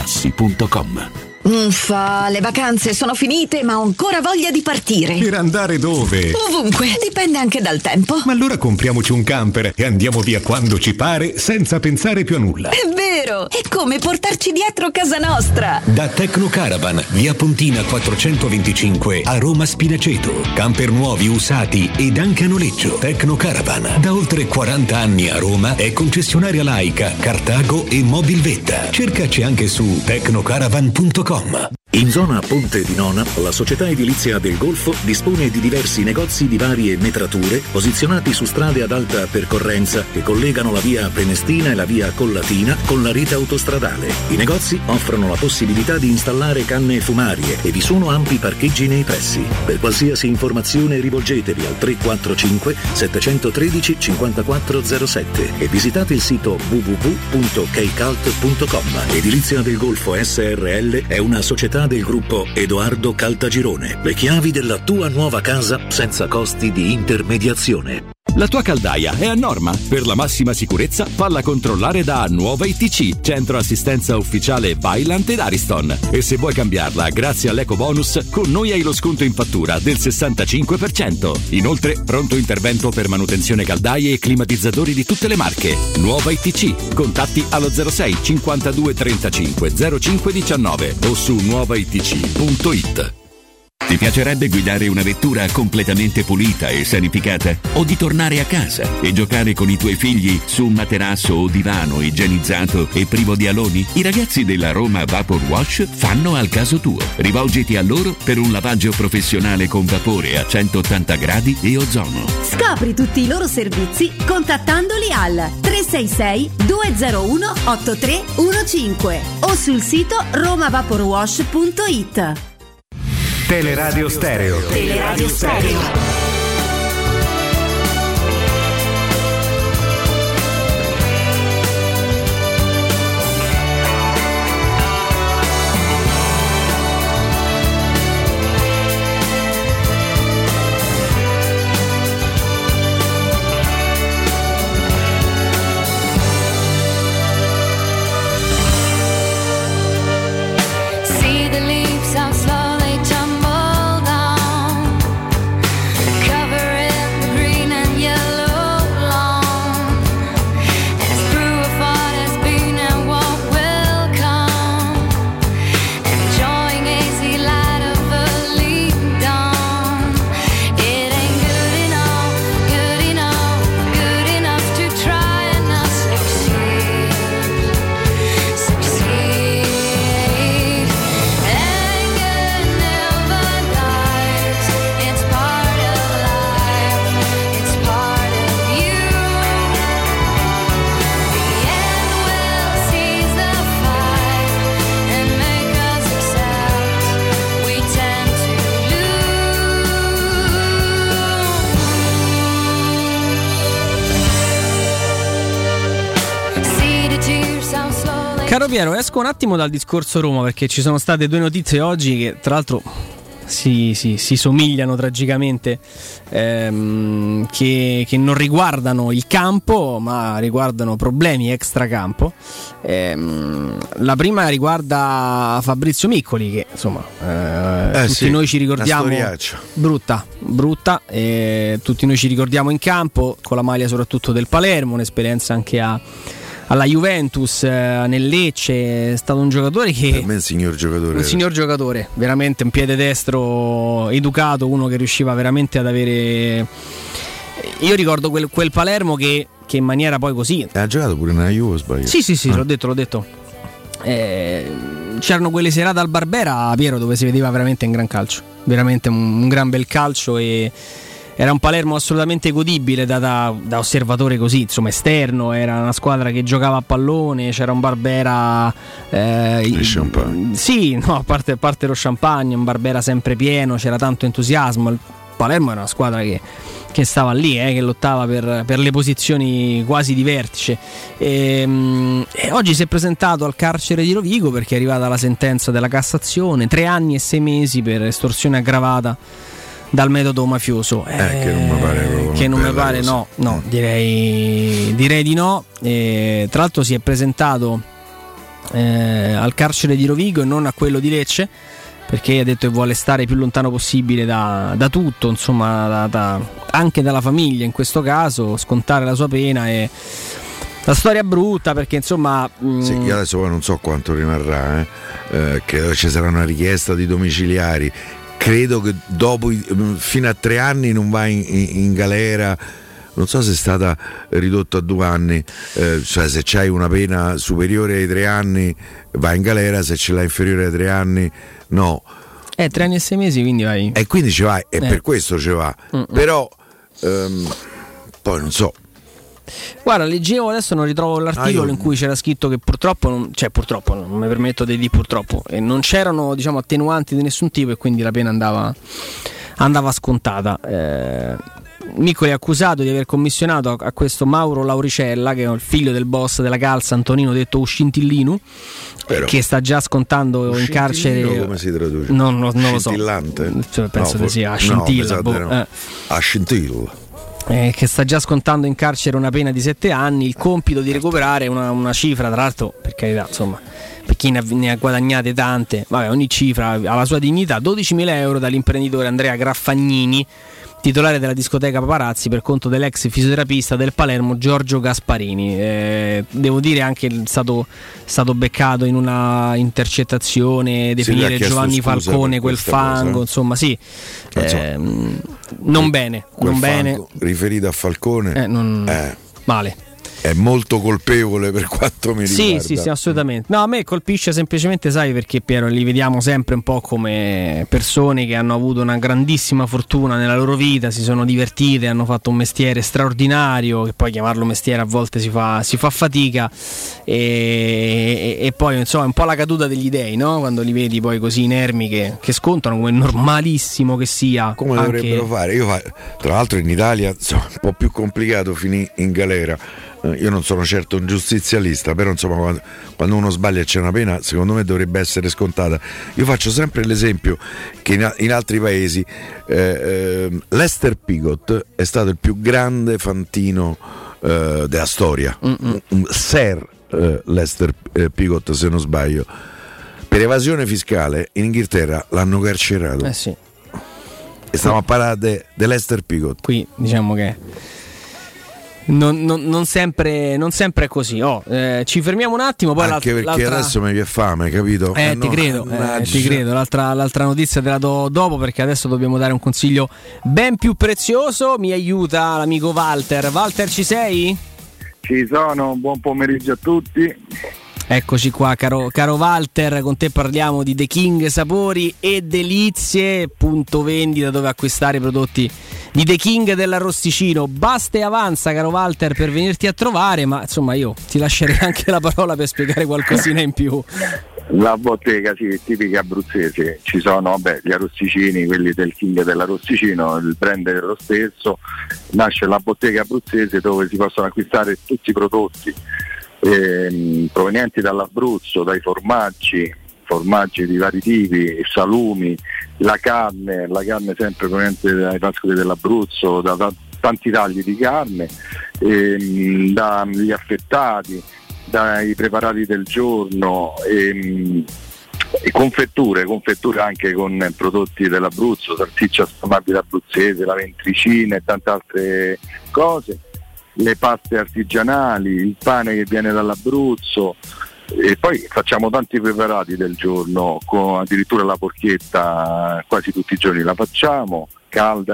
Uffa, le vacanze sono finite ma ho ancora voglia di partire.
Per andare dove?
Ovunque, dipende anche dal tempo.
Ma allora compriamoci un camper e andiamo via quando ci pare senza pensare più a nulla.
È vero, è come portarci dietro casa nostra.
Da Tecnocaravan, via Pontina 425 a Roma Spinaceto. Camper nuovi, usati ed anche a noleggio. Tecnocaravan, da oltre 40 anni a Roma, è concessionaria Laica, Cartago e Mobilvetta. Cercaci anche su tecnocaravan.com.
In zona Ponte di Nona, la società edilizia del Golfo dispone di diversi negozi di varie metrature posizionati su strade ad alta percorrenza che collegano la via Prenestina e la via Collatina con la rete autostradale. I negozi offrono la possibilità di installare canne fumarie e vi sono ampi parcheggi nei pressi. Per qualsiasi informazione rivolgetevi al 345 713 5407 e visitate il sito www.keicalt.com. Edilizia del Golfo SRL è una società del gruppo Edoardo Caltagirone. Le chiavi della tua nuova casa senza costi di intermediazione.
La tua caldaia è a norma? Per la massima sicurezza falla controllare da Nuova ITC, centro assistenza ufficiale Vaillant ed Ariston. E se vuoi cambiarla grazie all'eco bonus, con noi hai lo sconto in fattura del 65%. Inoltre, pronto intervento per manutenzione caldaie e climatizzatori di tutte le marche. Nuova ITC, contatti allo 06 52 35 05 19 o su nuovaitc.it. Ti piacerebbe guidare una vettura completamente pulita e sanificata? O di tornare a casa e giocare con i tuoi figli su un materasso o divano igienizzato e privo di aloni? I ragazzi della Roma Vapor Wash fanno al caso tuo. Rivolgiti a loro per un lavaggio professionale con vapore a 180 gradi e ozono.
Scopri tutti i loro servizi contattandoli al 366 201 8315 o sul sito romavaporwash.it.
Teleradio Stereo.
Teleradio Stereo.
Caro Piero, esco un attimo dal discorso Roma perché ci sono state due notizie oggi che tra l'altro si somigliano tragicamente, che non riguardano il campo ma riguardano problemi extracampo. La prima riguarda Fabrizio Miccoli, che insomma tutti noi ci ricordiamo brutta, tutti noi ci ricordiamo in campo con la maglia soprattutto del Palermo, un'esperienza anche alla Juventus, nel Lecce. È stato un giocatore che
per me è un signor giocatore,
veramente un piede destro educato, uno che riusciva veramente ad avere. Io ricordo quel Palermo che in maniera poi così
ha giocato pure nella Juve, sbaglio.
Sì, l'ho detto. C'erano quelle serate al Barbera, Piero, dove si vedeva veramente un gran calcio, veramente un gran bel calcio, e era un Palermo assolutamente godibile da osservatore così, insomma, esterno. Era una squadra che giocava a pallone, c'era un Barbera a parte lo champagne, un Barbera sempre pieno, c'era tanto entusiasmo. Il Palermo era una squadra che stava lì, che lottava per le posizioni quasi di vertice, e oggi si è presentato al carcere di Rovigo perché è arrivata la sentenza della Cassazione, 3 anni e 6 mesi per estorsione aggravata dal metodo mafioso,
che non mi pare
no, direi di no. Tra l'altro si è presentato al carcere di Rovigo e non a quello di Lecce, perché ha detto che vuole stare il più lontano possibile da tutto, insomma, anche dalla famiglia in questo caso, scontare la sua pena. E la storia è brutta perché insomma
sì, io adesso poi non so quanto rimarrà, che ci sarà una richiesta di domiciliari. Credo che dopo fino a 3 anni non va in galera. Non so se è stata ridotta a 2 anni, cioè se c'hai una pena superiore ai 3 anni vai in galera, se ce l'hai inferiore ai 3 anni no.
3 anni e 6 mesi, quindi vai.
E quindi ci vai, e per questo ci va. Però poi non so.
Guarda, leggevo adesso, non ritrovo l'articolo in cui c'era scritto che purtroppo non mi permetto di dire purtroppo, e non c'erano, diciamo, attenuanti di nessun tipo, e quindi la pena andava scontata. Miccoli è accusato di aver commissionato a questo Mauro Lauricella, che è il figlio del boss della Calza, Antonino detto Uscintillinu, che sta già scontando in carcere.
Come si traduce?
Non lo so.
Cioè,
penso che sia a scintilla.
A scintilla.
Che sta già scontando in carcere una pena di 7 anni, il compito di recuperare una cifra, tra l'altro, per carità, insomma, per chi ne ha guadagnate tante, vabbè, ogni cifra ha la sua dignità, 12.000 euro dall'imprenditore Andrea Graffagnini, titolare della discoteca Paparazzi, per conto dell'ex fisioterapista del Palermo Giorgio Gasparini. Devo dire anche è stato beccato in una intercettazione, definire Giovanni Falcone quel fango, insomma sì, non bene,
riferito a Falcone,
male.
È molto colpevole per quanto mi riguarda.
Sì, assolutamente. No, a me colpisce semplicemente, sai perché, Piero, li vediamo sempre un po' come persone che hanno avuto una grandissima fortuna nella loro vita, si sono divertite, hanno fatto un mestiere straordinario, che poi chiamarlo mestiere a volte si fa fatica, e poi insomma è un po' la caduta degli dei, no? Quando li vedi poi così inermi che scontano, come normalissimo che sia.
Come anche dovrebbero fare. Tra l'altro in Italia insomma, un po' più complicato finire in galera. Io non sono certo un giustizialista, però insomma quando uno sbaglia e c'è una pena, secondo me dovrebbe essere scontata. Io faccio sempre l'esempio che in altri paesi Lester Pigot è stato il più grande fantino della storia, Sir Lester Pigot, se non sbaglio, per evasione fiscale in Inghilterra l'hanno carcerato.
Sì.
E stiamo a parlare di Lester Pigot.
Qui diciamo che non sempre è così. Ci fermiamo un attimo, poi
anche perché adesso mi viene fame, capito?
Ti credo. L'altra notizia te la do dopo, perché adesso dobbiamo dare un consiglio ben più prezioso. Mi aiuta l'amico Walter. Walter, ci sei?
Ci sono, buon pomeriggio a tutti.
Eccoci qua, caro Walter, con te parliamo di The King Sapori e Delizie, punto vendita dove acquistare i prodotti di The King dell'Arrosticino. Basta e avanza, caro Walter, per venirti a trovare, ma insomma io ti lascerei anche la parola per spiegare qualcosina in più.
La bottega, sì, tipica abruzzese. Ci sono gli arrosticini, quelli del King dell'Arrosticino, il brand è lo stesso. Nasce la bottega abruzzese dove si possono acquistare tutti i prodotti provenienti dall'Abruzzo, dai formaggi di vari tipi, salumi, la carne sempre proveniente dai pascoli dell'Abruzzo, da tanti tagli di carne, dagli affettati, dai preparati del giorno, e confetture anche con prodotti dell'Abruzzo, salsiccia spumabile abruzzese, la ventricina e tante altre cose, le paste artigianali, il pane che viene dall'Abruzzo, e poi facciamo tanti preparati del giorno, addirittura la porchetta quasi tutti i giorni la facciamo, calda,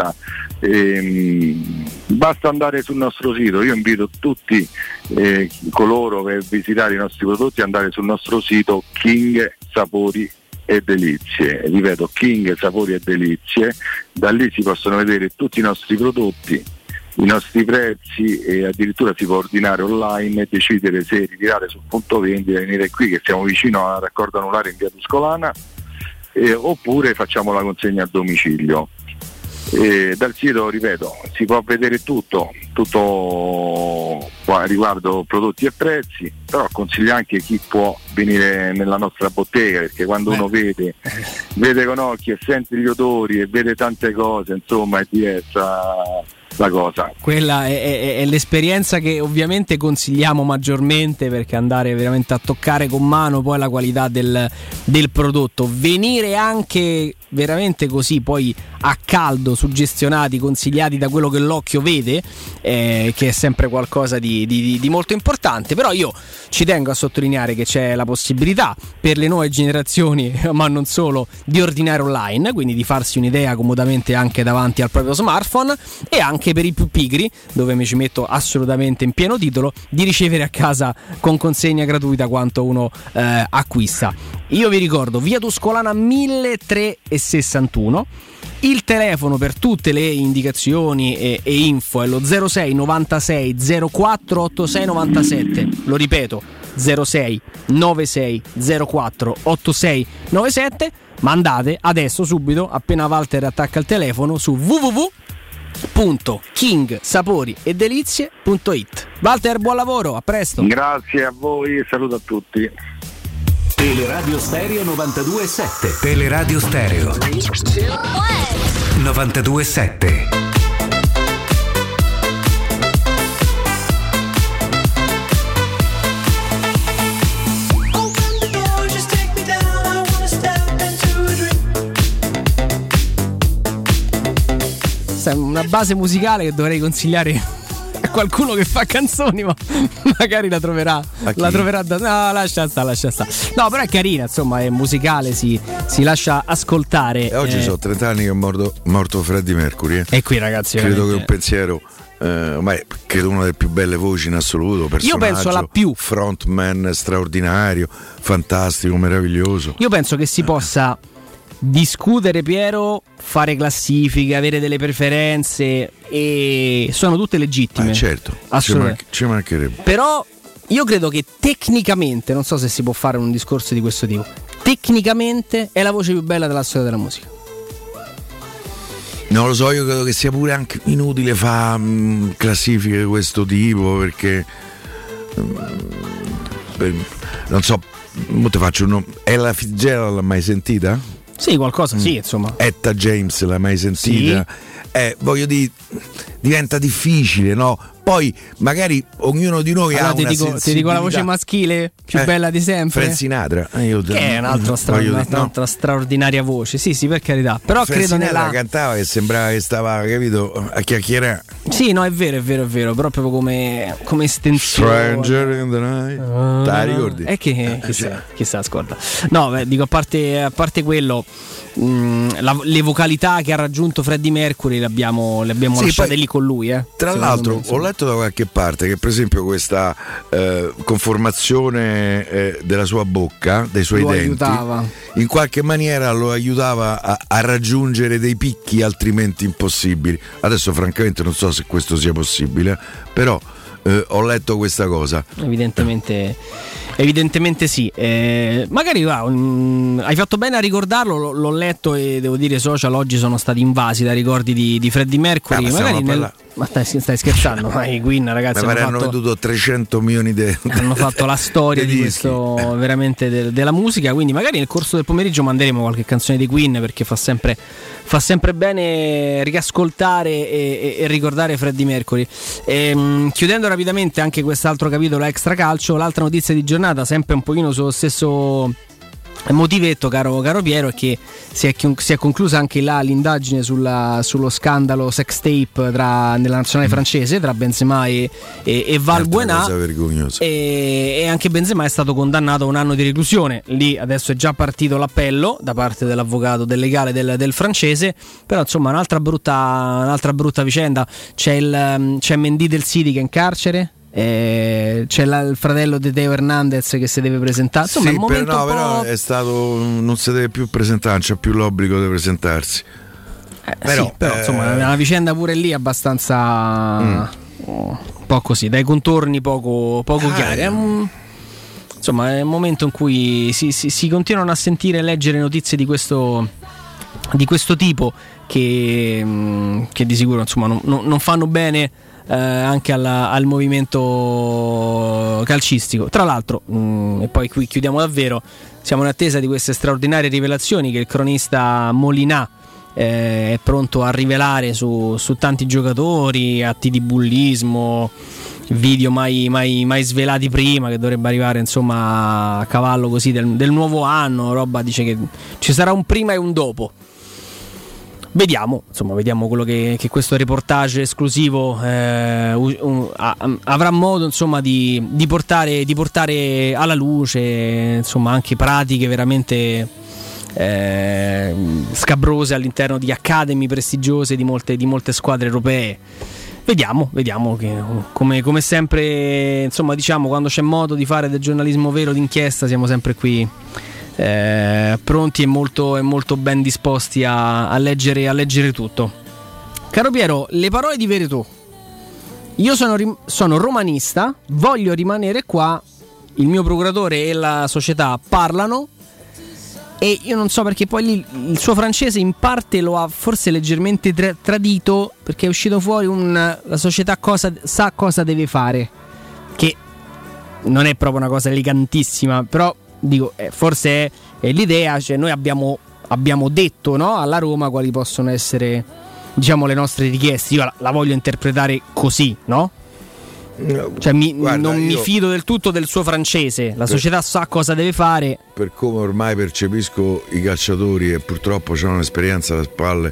basta andare sul nostro sito. Io invito tutti coloro per visitare i nostri prodotti ad andare sul nostro sito King Sapori e Delizie, ripeto, King Sapori e Delizie. Da lì si possono vedere tutti i nostri prodotti, i nostri prezzi, e addirittura si può ordinare online e decidere se ritirare sul punto vendita, venire qui che siamo vicino a Raccordo Anulare in via Tuscolana, oppure facciamo la consegna a domicilio. Dal sito, ripeto, si può vedere tutto riguardo prodotti e prezzi, però consiglio anche chi può venire nella nostra bottega, perché quando uno vede con occhi e sente gli odori e vede tante cose, insomma, è diversa la cosa.
Quella è l'esperienza che ovviamente consigliamo maggiormente, perché andare veramente a toccare con mano poi la qualità del prodotto, venire anche veramente così poi a caldo, suggestionati, consigliati da quello che l'occhio vede, che è sempre qualcosa di molto importante. Però io ci tengo a sottolineare che c'è la possibilità per le nuove generazioni, ma non solo, di ordinare online, quindi di farsi un'idea comodamente anche davanti al proprio smartphone, e anche per i più pigri, dove mi ci metto assolutamente in pieno titolo, di ricevere a casa con consegna gratuita quanto uno acquista. Io vi ricordo via Tuscolana 1361. Il telefono per tutte le indicazioni e info è lo 06 96 04 86 97. Lo ripeto, 06 96 04 86 97. Mandate adesso, subito, appena Walter attacca il telefono, su www.kingsaporiedelizie.it. Walter, buon lavoro, a presto.
Grazie a voi e saluto a tutti.
Teleradio Stereo 92.7. Teleradio Stereo 92.7.
Una base musicale che dovrei consigliare a qualcuno che fa canzoni, ma magari la troverà. No, lascia stare. No, però è carina, insomma, è musicale, si lascia ascoltare.
E oggi sono 30 anni che è morto Freddie Mercury.
E qui, ragazzi,
credo che un pensiero, ormai credo una delle più belle voci in assoluto.
Io penso la più
frontman straordinario, fantastico, meraviglioso.
Io penso che si possa discutere, Piero, fare classifiche, avere delle preferenze, e sono tutte legittime.
Certo, ci mancherebbe.
Però io credo che tecnicamente, non so se si può fare un discorso di questo tipo, tecnicamente è la voce più bella della storia della musica.
Non lo so, io credo che sia pure anche inutile fare classifiche di questo tipo, perché non so, te faccio un nome. Ella Fitzgerald l'ha mai sentita?
Sì, qualcosa, sì, insomma.
Etta James l'hai mai sentita? Sì. Voglio dire, diventa difficile, no? Poi magari ognuno di noi ha una sensibilità.
Ti dico la voce maschile più bella di sempre,
Frank Sinatra,
che è un'altra straordinaria voce. Sì, per carità. Però
Frank
credo
Sinatra cantava che sembrava che stava, capito, a chiacchierare.
Sì, no, è vero, però proprio come estensione.
Stranger in the Night. Te la ricordi?
È che chissà, scorda. No, dico, a parte quello, le vocalità che ha raggiunto Freddie Mercury le abbiamo lasciate lì con lui.
Tra l'altro, ho letto da qualche parte che, per esempio, questa conformazione della sua bocca, dei suoi denti, aiutava. In qualche maniera lo aiutava a raggiungere dei picchi altrimenti impossibili. Adesso, francamente, non so se questo sia possibile, però ho letto questa cosa.
Evidentemente sì. Magari hai fatto bene a ricordarlo, l'ho letto, e devo dire i social oggi sono stati invasi da ricordi di Freddie Mercury. Magari Ma stai scherzando? Ma i Queen, ragazzi,
hanno venduto 300 milioni
hanno fatto la storia di questo veramente della musica, quindi magari nel corso del pomeriggio manderemo qualche canzone dei Queen, perché fa sempre bene riascoltare e ricordare Freddie Mercury. Chiudendo rapidamente anche quest'altro capitolo extra calcio, l'altra notizia di giornata, sempre un pochino sullo stesso motivetto, caro Piero, è che si è conclusa anche là l'indagine sullo scandalo sex tape nella nazionale francese tra Benzema e Valbuena, e anche Benzema è stato condannato a 1 anno di reclusione. Lì adesso è già partito l'appello da parte dell'avvocato del legale del francese, però insomma un'altra brutta vicenda. C'è Mendy del City che è in carcere. C'è il fratello di Teo Hernandez che si deve presentare. Insomma,
sì, però è stato, non si deve più presentare, non c'è più l'obbligo di presentarsi.
Però insomma, è una vicenda pure lì abbastanza un po' così, dai contorni poco chiari. Insomma, è un momento in cui si continuano a sentire e leggere notizie di questo tipo che di sicuro insomma non fanno bene anche al movimento calcistico. Tra l'altro, e poi qui chiudiamo davvero, siamo in attesa di queste straordinarie rivelazioni che il cronista Molinà è pronto a rivelare su tanti giocatori, atti di bullismo, video mai svelati prima, che dovrebbe arrivare insomma a cavallo così del nuovo anno. Roba, dice che ci sarà un prima e un dopo. Vediamo quello che questo reportage esclusivo avrà modo insomma di portare alla luce, insomma, anche pratiche veramente scabrose all'interno di academy prestigiose di molte squadre europee. Vediamo che come sempre, insomma, diciamo, quando c'è modo di fare del giornalismo vero d'inchiesta siamo sempre qui pronti e molto ben disposti a leggere tutto. Caro Piero, le parole di Veretù: io sono romanista, voglio rimanere qua, il mio procuratore e la società parlano, e io non so perché poi lì il suo francese in parte lo ha forse leggermente tradito, perché è uscito fuori la società sa cosa deve fare, che non è proprio una cosa elegantissima, però dico, forse è l'idea, cioè noi abbiamo detto, no, alla Roma quali possono essere, diciamo, le nostre richieste. Io la voglio interpretare così, no? Cioè mi fido del tutto del suo francese, la società sa cosa deve fare.
Per come ormai percepisco i calciatori, e purtroppo c'hanno un'esperienza alle spalle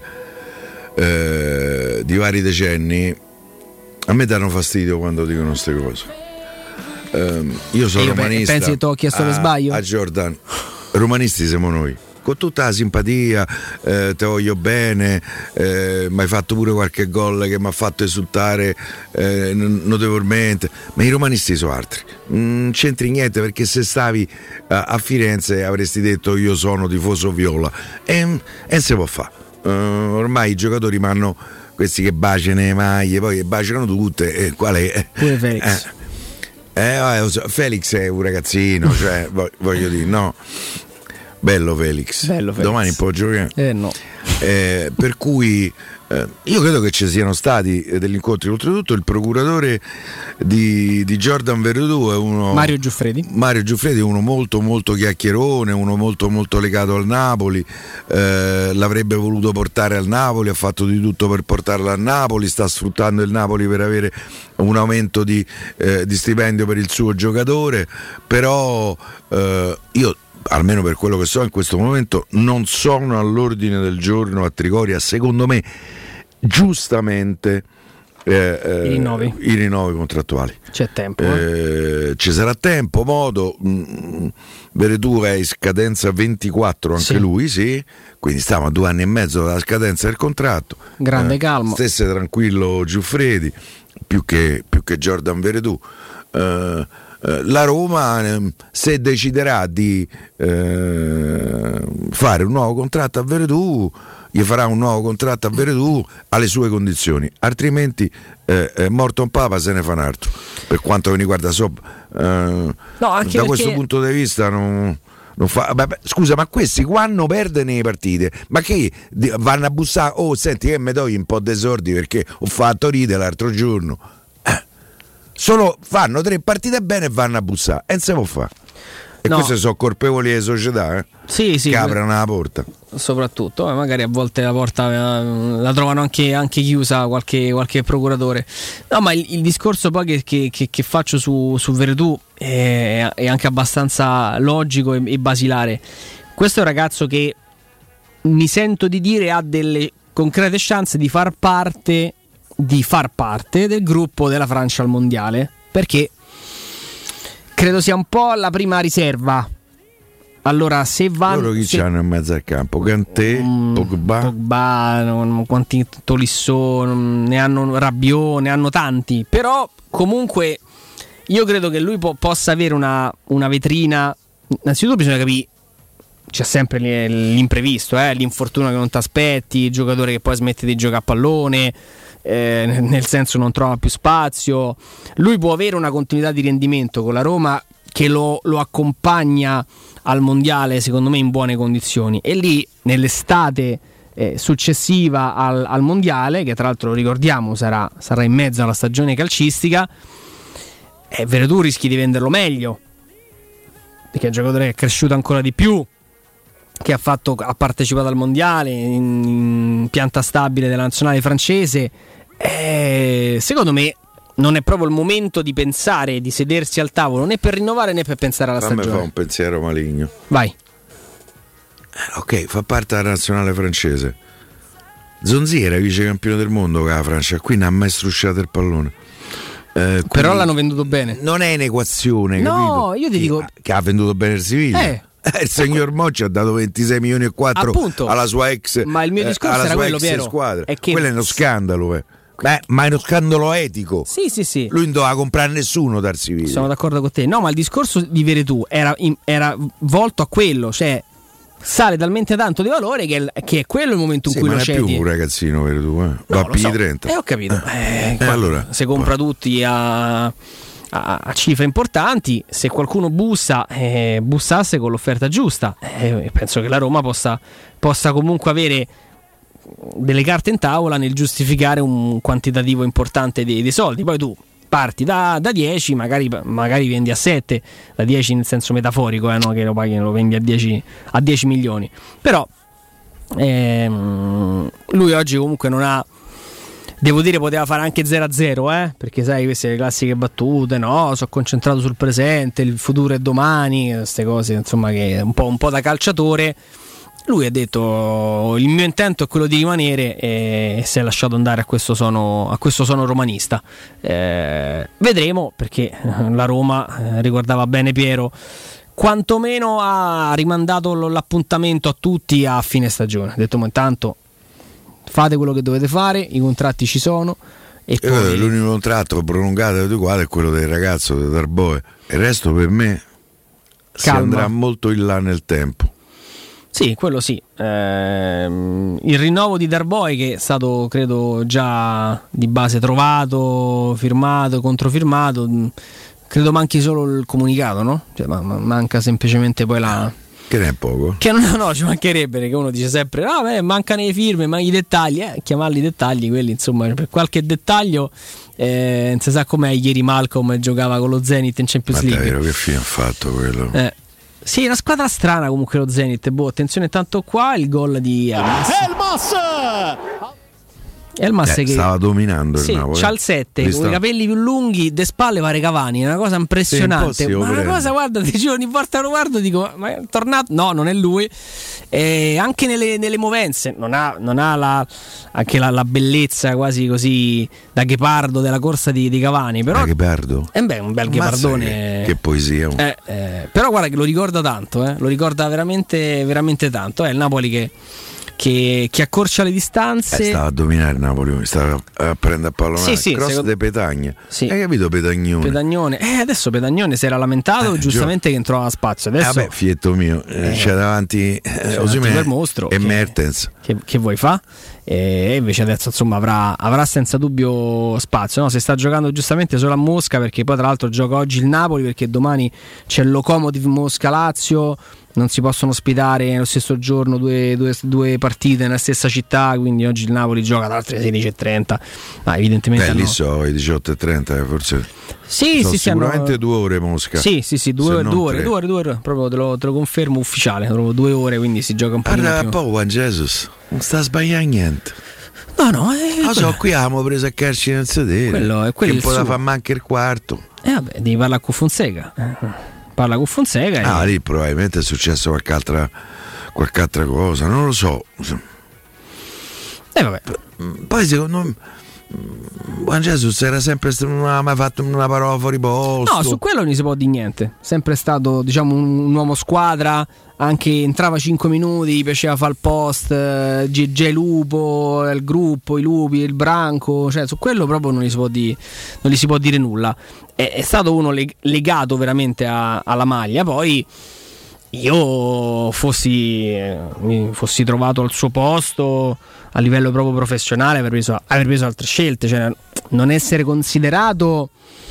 di vari decenni, a me danno fastidio quando dicono queste cose. Io sono romanista.
Pensi che ti ho chiesto per sbaglio?
A Jordan, romanisti siamo noi, con tutta la simpatia, te voglio bene, mi hai fatto pure qualche gol che mi ha fatto esultare notevolmente, ma i romanisti sono altri, non c'entri niente, perché se stavi a Firenze avresti detto io sono tifoso viola, e se può fare. Ormai i giocatori m'hanno questi che baciano le maglie, poi baciano tutte, qual è?
Pure Felix.
Felix è un ragazzino, cioè voglio dire, no, bello Felix. Domani può giocare,
no.
Per cui io credo che ci siano stati degli incontri. Oltretutto il procuratore di Jordan Veretù è uno, Mario Giuffredi è uno molto molto chiacchierone, uno molto molto legato al Napoli, l'avrebbe voluto portare al Napoli, ha fatto di tutto per portarlo al Napoli, sta sfruttando il Napoli per avere un aumento di stipendio per il suo giocatore, però io, almeno per quello che so in questo momento, non sono all'ordine del giorno a Trigoria, secondo me giustamente, i rinnovi contrattuali.
C'è tempo,
ci sarà tempo, modo. Veretù è in scadenza 24 anche sì. Lui sì, quindi stiamo a 2 anni e mezzo dalla scadenza del contratto.
Grande calmo.
Stesse tranquillo Giuffredi, più che Jordan Veretù. La Roma, se deciderà di fare un nuovo contratto a Veretù, gli farà un nuovo contratto a Veretù alle sue condizioni, altrimenti morto un papa se ne fa un altro. Per quanto mi riguarda,
no, anche
da questo punto di vista non non fa, vabbè, scusa, ma questi quando perdono le partite, ma che vanno a bussare? Oh, senti, che mi togli un po' di soldi perché ho fatto ride l'altro giorno. Solo fanno 3 partite bene e vanno a bussare, e non si può fare. E queste sono colpevoli le società,
Sì,
che aprono la porta.
Soprattutto, magari a volte la porta la trovano anche chiusa qualche procuratore. No, ma il discorso poi che faccio su Veretù è anche abbastanza logico e basilare. Questo è un ragazzo che mi sento di dire ha delle concrete chance di far parte del gruppo della Francia al mondiale, perché credo sia un po' la prima riserva. Allora, se vanno.
Loro chi c'hanno in mezzo al campo? Kanté, Pogba,
quanti Tolisso, ne hanno Rabiot, ne hanno tanti. Però, comunque, io credo che lui possa avere una vetrina. Innanzitutto bisogna capire. C'è sempre l'imprevisto, l'infortunio che non ti aspetti, il giocatore che poi smette di giocare a pallone, nel senso non trova più spazio. Lui può avere una continuità di rendimento con la Roma che lo accompagna al mondiale, secondo me in buone condizioni, e lì nell'estate successiva al mondiale, che tra l'altro ricordiamo sarà in mezzo alla stagione calcistica, Veretù rischi di venderlo meglio, perché è un giocatore che è cresciuto ancora di più, che ha partecipato al mondiale in pianta stabile della nazionale francese. Secondo me non è proprio il momento di pensare, di sedersi al tavolo né per rinnovare né per pensare alla stagione.
Fa un pensiero maligno.
Vai.
Ok, fa parte della nazionale francese. Zonzi era vice campione del mondo con la Francia, qui non ha mai strusciato il pallone.
Però l'hanno venduto bene.
Non è un'equazione,
no,
capito?
Io ti dico
che ha venduto bene il Siviglia. Il signor Mocci ha dato 26 milioni e 4 alla sua ex,
ma il mio discorso era quello, Piero,
squadra.
è che
quello è uno scandalo. Ma è uno scandalo etico.
Sì.
Lui non doveva comprare nessuno dal Siviglia.
Sono d'accordo con te. No, ma il discorso di Veretù era volto a quello, cioè sale talmente tanto di valore che è quello il momento in cui lo cedi.
Ma non è più un ragazzino Veretù, va a più di 30.
Ho capito.
Allora,
se compra tutti a cifre importanti, se qualcuno bussasse con l'offerta giusta, penso che la Roma possa comunque avere delle carte in tavola nel giustificare un quantitativo importante dei soldi. Poi tu parti da 10, magari vendi a 7, da 10 nel senso metaforico, no? Che lo paghi, lo vendi a 10 milioni. Però lui oggi comunque non ha, devo dire, poteva fare anche 0-0, perché sai, queste le classiche battute, no, sono concentrato sul presente, il futuro è domani, queste cose insomma che un po' da calciatore. Lui ha detto: il mio intento è quello di rimanere, e si è lasciato andare a questo sono romanista. Vedremo, perché la Roma, ricordava bene Piero, quantomeno ha rimandato l'appuntamento a tutti a fine stagione. Ha detto: ma intanto fate quello che dovete fare, i contratti ci sono. E poi
l'unico contratto prolungato di quale è quello del ragazzo di Darboe. Il resto per me si andrà molto in là nel tempo.
Sì, quello sì. Il rinnovo di Darboe, che è stato credo già di base trovato, firmato, controfirmato, credo manchi solo il comunicato, no? Cioè, manca semplicemente poi la...
Che ne è poco?
Che no, ci mancherebbe, perché uno dice sempre: mancano le firme, ma i dettagli, chiamarli dettagli, quelli insomma, per qualche dettaglio non si sa com'è. Ieri Malcolm giocava con lo Zenit in Champions League.
Ma davvero, che fine ha fatto quello?
Sì, una squadra strana comunque lo Zenit. Attenzione tanto qua, il gol di Elmas che
stava dominando il Napoli.
C'ha il 7 con i capelli più lunghi, de spalle pare Cavani, è una cosa impressionante. Ma una cosa, guarda, ti giuro, ogni volta lo guardo dico: ma è tornato? No, non è lui. Anche nelle movenze non ha anche la bellezza quasi così da ghepardo della corsa di Cavani, però
ghepardo?
Un bel ghepardone.
Che poesia.
Però guarda che lo ricorda tanto, lo ricorda veramente, veramente tanto. È il Napoli che accorcia le distanze.
Stava a dominare il Napoli, stava a prendere a pallone. Cross de Petagna.
Sì.
Hai capito Petagnone?
Adesso Petagnone si era lamentato giustamente che non trovava spazio. Adesso
fietto mio, c'è davanti
Osimhen mostro
e Mertens.
Che vuoi fa? E invece adesso insomma avrà senza dubbio spazio, no? Si sta giocando giustamente solo a Mosca, perché poi tra l'altro gioca oggi il Napoli, perché domani c'è il Lokomotiv Mosca-Lazio, non si possono ospitare nello stesso giorno due partite nella stessa città, quindi oggi il Napoli gioca tra le 16:30, ma evidentemente
lì so i 18:30 forse.
Sì,
sicuramente
hanno
2 ore Mosca.
Sì, 2 ore, proprio te lo confermo ufficiale, 2 ore, quindi si gioca un po'
più. Poi Juan Jesus non sta sbagliando niente.
No,
qui abbiamo preso a calci nel sedere.
Quello
che un po' da fa manca il quarto.
Vabbè, devi parlare con Fonseca. Parla con Fonseca.
Lì probabilmente è successo qualche altra cosa, non lo so.
Vabbè.
Poi secondo me Juan Jesus era sempre non ha mai fatto una parola fuori posto.
No, su quello non si può dire niente. Sempre stato, diciamo, un uomo squadra. Anche entrava 5 minuti, gli piaceva fare il post, GG Lupo, il gruppo, i lupi, il branco, cioè su quello proprio non gli si può dire nulla. È stato uno legato veramente alla maglia. Poi io mi fossi trovato al suo posto a livello proprio professionale, aver preso altre scelte, cioè non essere considerato.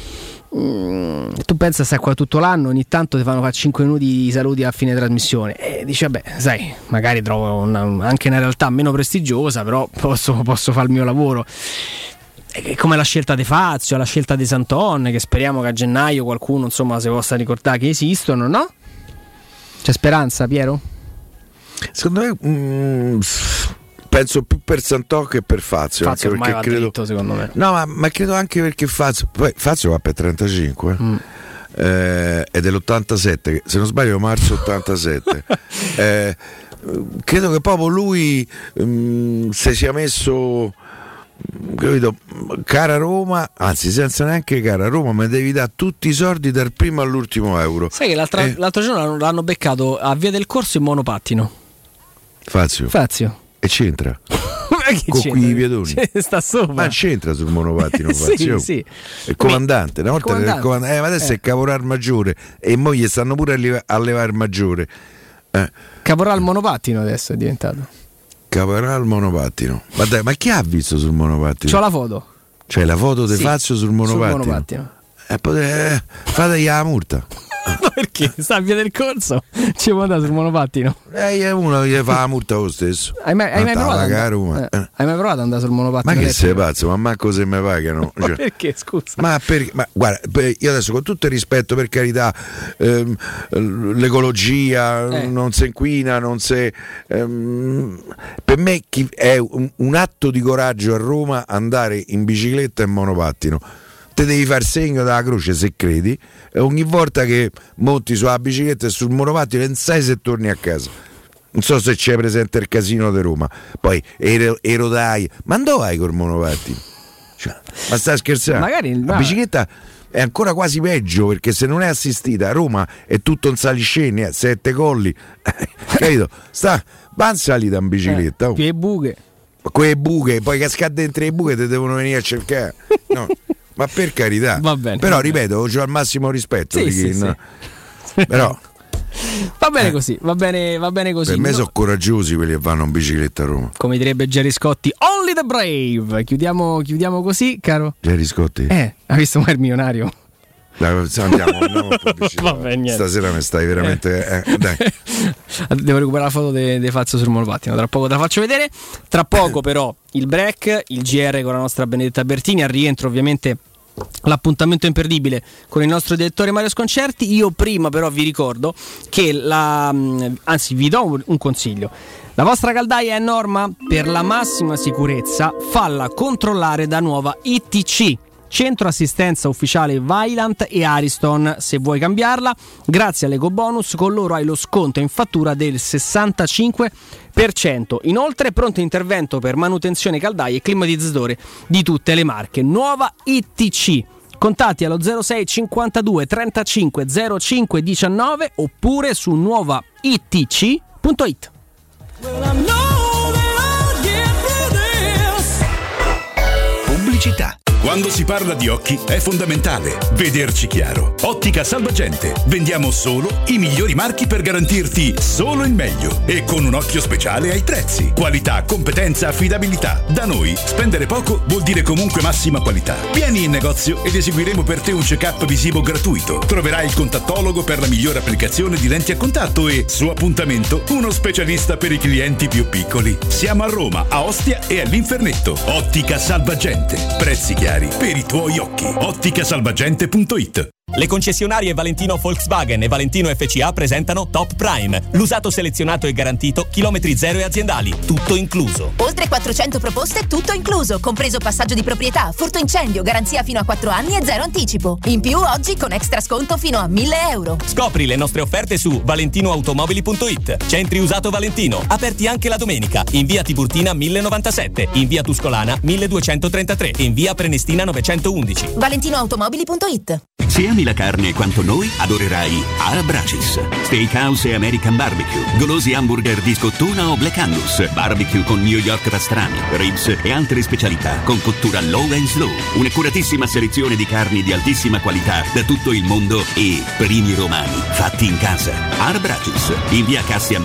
Tu pensa, stai qua tutto l'anno, ogni tanto ti fanno fare 5 minuti di saluti a fine trasmissione e dici vabbè, sai, magari trovo anche una realtà meno prestigiosa, però posso fare il mio lavoro. È come la scelta di Fazio, la scelta di Santon, che speriamo che a gennaio qualcuno insomma si possa ricordare che esistono, no? C'è speranza, Piero?
Secondo me penso più per Santon che per Fazio
ormai
perché
credo dritto, secondo me.
No, ma credo anche perché Fazio va per 35 è dell'87, se non sbaglio marzo 87. Credo che proprio lui se sia messo, capito, cara Roma, anzi senza neanche cara Roma, mi devi dare tutti i soldi dal primo all'ultimo euro.
Sai che l'altro giorno l'hanno beccato a Via del Corso in monopattino Fazio.
E c'entra con quei piedoni,
sta sopra,
ma c'entra sul monopattino. Fazio.
Sì.
Il comandante, una volta il comandante, ma adesso è caporal maggiore e mo gli stanno pure a levare il maggiore.
Caporal monopattino adesso è diventato
caporal monopattino. Ma dai, ma chi ha visto sul monopattino?
C'ho la foto.
C'è la foto di Fazio sul monopattino. Fategli la multa.
Perché sta a Via del Corso ci può andare sul monopattino?
Uno gli fa la multa lo stesso.
Hai mai provato ad andare sul monopattino?
Ma che sei pazzo? Ma manco se mi pagano.
Ma perché, scusa?
Ma guarda, io adesso con tutto il rispetto, per carità, l'ecologia non si inquina, non si per me è un atto di coraggio a Roma andare in bicicletta e in monopattino. Te devi far segno della croce se credi, e ogni volta che monti sulla bicicletta e sul monopattino non sai se torni a casa. Non so se c'è presente il casino di Roma, poi erodai, ma dove vai col monopattino? Cioè, ma stai scherzando?
Magari
la bicicletta è ancora quasi peggio, perché se non è assistita a Roma è tutto un saliscendi, 7 colli, capito? Va in salita in bicicletta,
che buche,
quelle buche, poi cascate dentro le buche te devono venire a cercare, no? Ma per carità,
va bene,
però ripeto, ho al massimo rispetto di chi,
sì.
Però
va bene così, va bene così.
Per me sono coraggiosi quelli che vanno in bicicletta a Roma.
Come direbbe Gerry Scotti, only the brave. Chiudiamo così, caro
Gerry Scotti.
Ha visto un milionario?
Andiamo un po'.
Vabbè,
stasera mi stai veramente dai.
Devo recuperare la foto di Fazio sul monopattino, tra poco te la faccio vedere. Tra poco però il break, il GR con la nostra Benedetta Bertini, al rientro ovviamente l'appuntamento imperdibile con il nostro direttore Mario Sconcerti. Io prima però vi ricordo che anzi vi do un consiglio: la vostra caldaia è norma? Per la massima sicurezza falla controllare da Nuova ITC, centro assistenza ufficiale Vaillant e Ariston. Se vuoi cambiarla, grazie all'EcoBonus, con loro hai lo sconto in fattura del 65%. Inoltre pronto intervento per manutenzione caldaie e climatizzatori di tutte le marche. Nuova ITC. Contatti allo 06 52 35 05 19 oppure su nuovaitc.it.
Pubblicità.
Quando si parla di occhi è fondamentale vederci chiaro. Ottica Salvagente. Vendiamo solo i migliori marchi per garantirti solo il meglio e con un occhio speciale ai prezzi. Qualità, competenza, affidabilità. Da noi spendere poco vuol dire comunque massima qualità. Vieni in negozio ed eseguiremo per te un check-up visivo gratuito. Troverai il contattologo per la migliore applicazione di lenti a contatto e, su appuntamento, uno specialista per i clienti più piccoli. Siamo a Roma, a Ostia e all'Infernetto. Ottica Salvagente. Prezzi chiari per i tuoi occhi. Otticasalvagente.it.
Le concessionarie Valentino Volkswagen e Valentino FCA presentano Top Prime, l'usato selezionato e garantito, chilometri zero e aziendali, tutto incluso.
Oltre 400 proposte, tutto incluso, compreso passaggio di proprietà, furto incendio, garanzia fino a 4 anni e zero anticipo. In più oggi con extra sconto fino a 1.000 euro.
Scopri le nostre offerte su valentinoautomobili.it. Centri usato Valentino, aperti anche la domenica, in via Tiburtina 1097, in via Tuscolana 1233, in via Prenestina 911.
valentinoautomobili.it.
Se ami la carne quanto noi, adorerai Arabracis. Steakhouse e American Barbecue, golosi hamburger di scottuna o Black Angus, barbecue con New York pastrami, ribs e altre specialità con cottura low and slow. Un'accuratissima selezione di carni di altissima qualità da tutto il mondo e primi romani fatti in casa. Arabracis, in via Cassia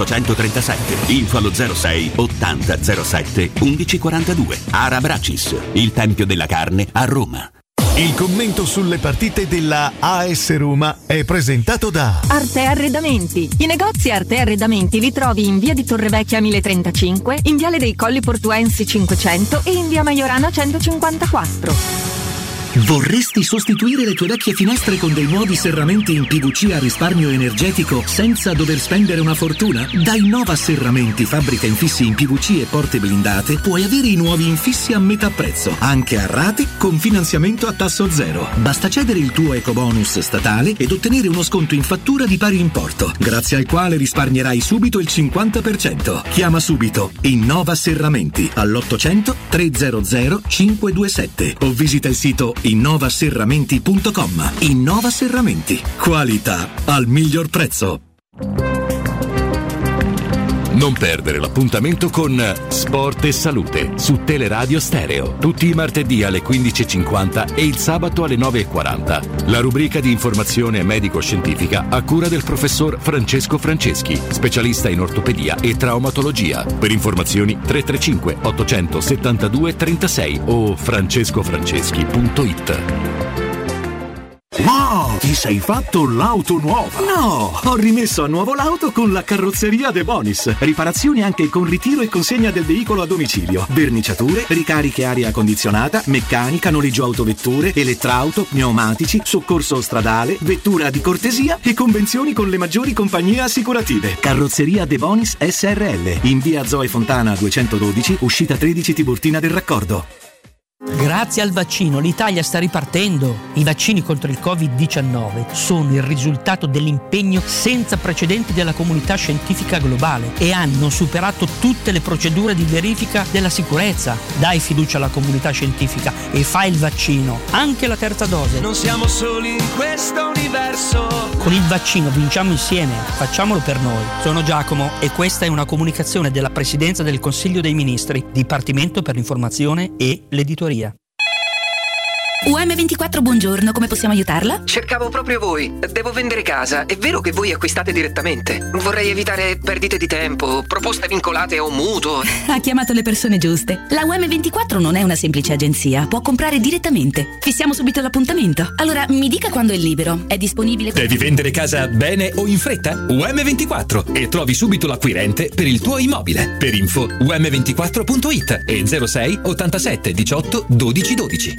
1837, info allo 06 80 07 1142. Arabracis, il tempio della carne a Roma.
Il commento sulle partite della AS Roma è presentato da
Arte Arredamenti. I negozi Arte Arredamenti li trovi in via di Torrevecchia 1035, in viale dei Colli Portuensi 500 e in via Maiorana 154.
Vorresti sostituire le tue vecchie finestre con dei nuovi serramenti in PVC a risparmio energetico senza dover spendere una fortuna? Da Innova Serramenti, fabbrica infissi in PVC e porte blindate, puoi avere i nuovi infissi a metà prezzo, anche a rate con finanziamento a tasso zero. Basta cedere il tuo ecobonus statale ed ottenere uno sconto in fattura di pari importo, grazie al quale risparmierai subito il 50%. Chiama subito Innova Serramenti all'800 300 527 o visita il sito innovaserramenti.com. Innova Serramenti. Qualità al miglior prezzo.
Non perdere l'appuntamento con Sport e Salute su Teleradio Stereo. Tutti i martedì alle 15.50 e il sabato alle 9.40. La rubrica di informazione medico-scientifica a cura del professor Francesco Franceschi, specialista in ortopedia e traumatologia. Per informazioni 335 872 36 o francescofranceschi.it.
Wow, ti sei fatto l'auto nuova? No, ho rimesso a nuovo l'auto con la carrozzeria De Bonis. Riparazioni anche con ritiro e consegna del veicolo a domicilio. Verniciature, ricariche aria condizionata, meccanica, noleggio autovetture, elettrauto, pneumatici, soccorso stradale, vettura di cortesia e convenzioni con le maggiori compagnie assicurative. Carrozzeria De Bonis SRL, in via Zoe Fontana 212, uscita 13 Tiburtina del Raccordo.
Grazie al vaccino l'Italia sta ripartendo. I vaccini contro il Covid-19 sono il risultato dell'impegno senza precedenti della comunità scientifica globale e hanno superato tutte le procedure di verifica della sicurezza. Dai fiducia alla comunità scientifica e fai il vaccino, anche la terza dose.
Non siamo soli in questo universo.
Con il vaccino vinciamo insieme, facciamolo per noi. Sono Giacomo e questa è una comunicazione della Presidenza del Consiglio dei Ministri, Dipartimento per l'Informazione e l'Editoria.
UM24, buongiorno, come possiamo aiutarla?
Cercavo proprio voi. Devo vendere casa. È vero che voi acquistate direttamente? Vorrei evitare perdite di tempo, proposte vincolate o mutuo.
Ha chiamato le persone giuste. La UM24 non è una semplice agenzia, può comprare direttamente. Fissiamo subito l'appuntamento. Allora, mi dica quando è libero. È disponibile?
Devi vendere casa bene o in fretta? UM24 e trovi subito l'acquirente per il tuo immobile. Per info um24.it e 06 87 18 12 12.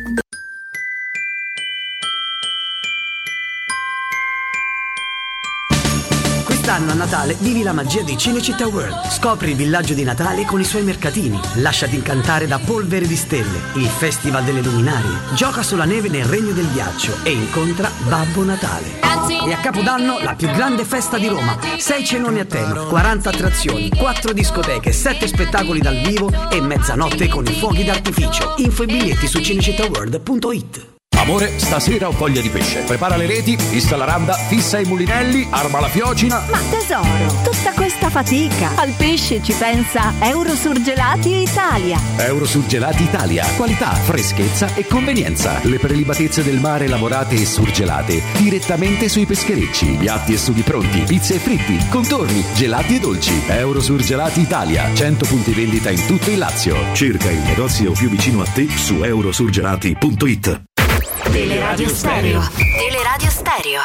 Quest'anno a Natale vivi la magia di Cinecittà World. Scopri il villaggio di Natale con i suoi mercatini. Lasciati incantare da Polvere di Stelle, il festival delle luminarie. Gioca sulla neve nel regno del ghiaccio e incontra Babbo Natale. E a Capodanno la più grande festa di Roma. 6 cenoni a tema, 40 attrazioni, 4 discoteche, 7 spettacoli dal vivo e mezzanotte con i fuochi d'artificio. Info e biglietti su cinecittàworld.it.
Amore, stasera ho voglia di pesce. Prepara le reti, fissa la randa, fissa i mulinelli, arma la fiocina.
Ma tesoro, tutta questa Basta fatica. Al pesce ci pensa Eurosurgelati Italia.
Eurosurgelati Italia. Qualità, freschezza e convenienza. Le prelibatezze del mare lavorate e surgelate direttamente sui pescherecci. Piatti e sughi pronti, pizze e fritti, contorni, gelati e dolci. Eurosurgelati Italia. 100 punti vendita in tutto il Lazio.
Cerca il negozio più vicino a te su eurosurgelati.it.
Teleradio Stereo. Teleradio Stereo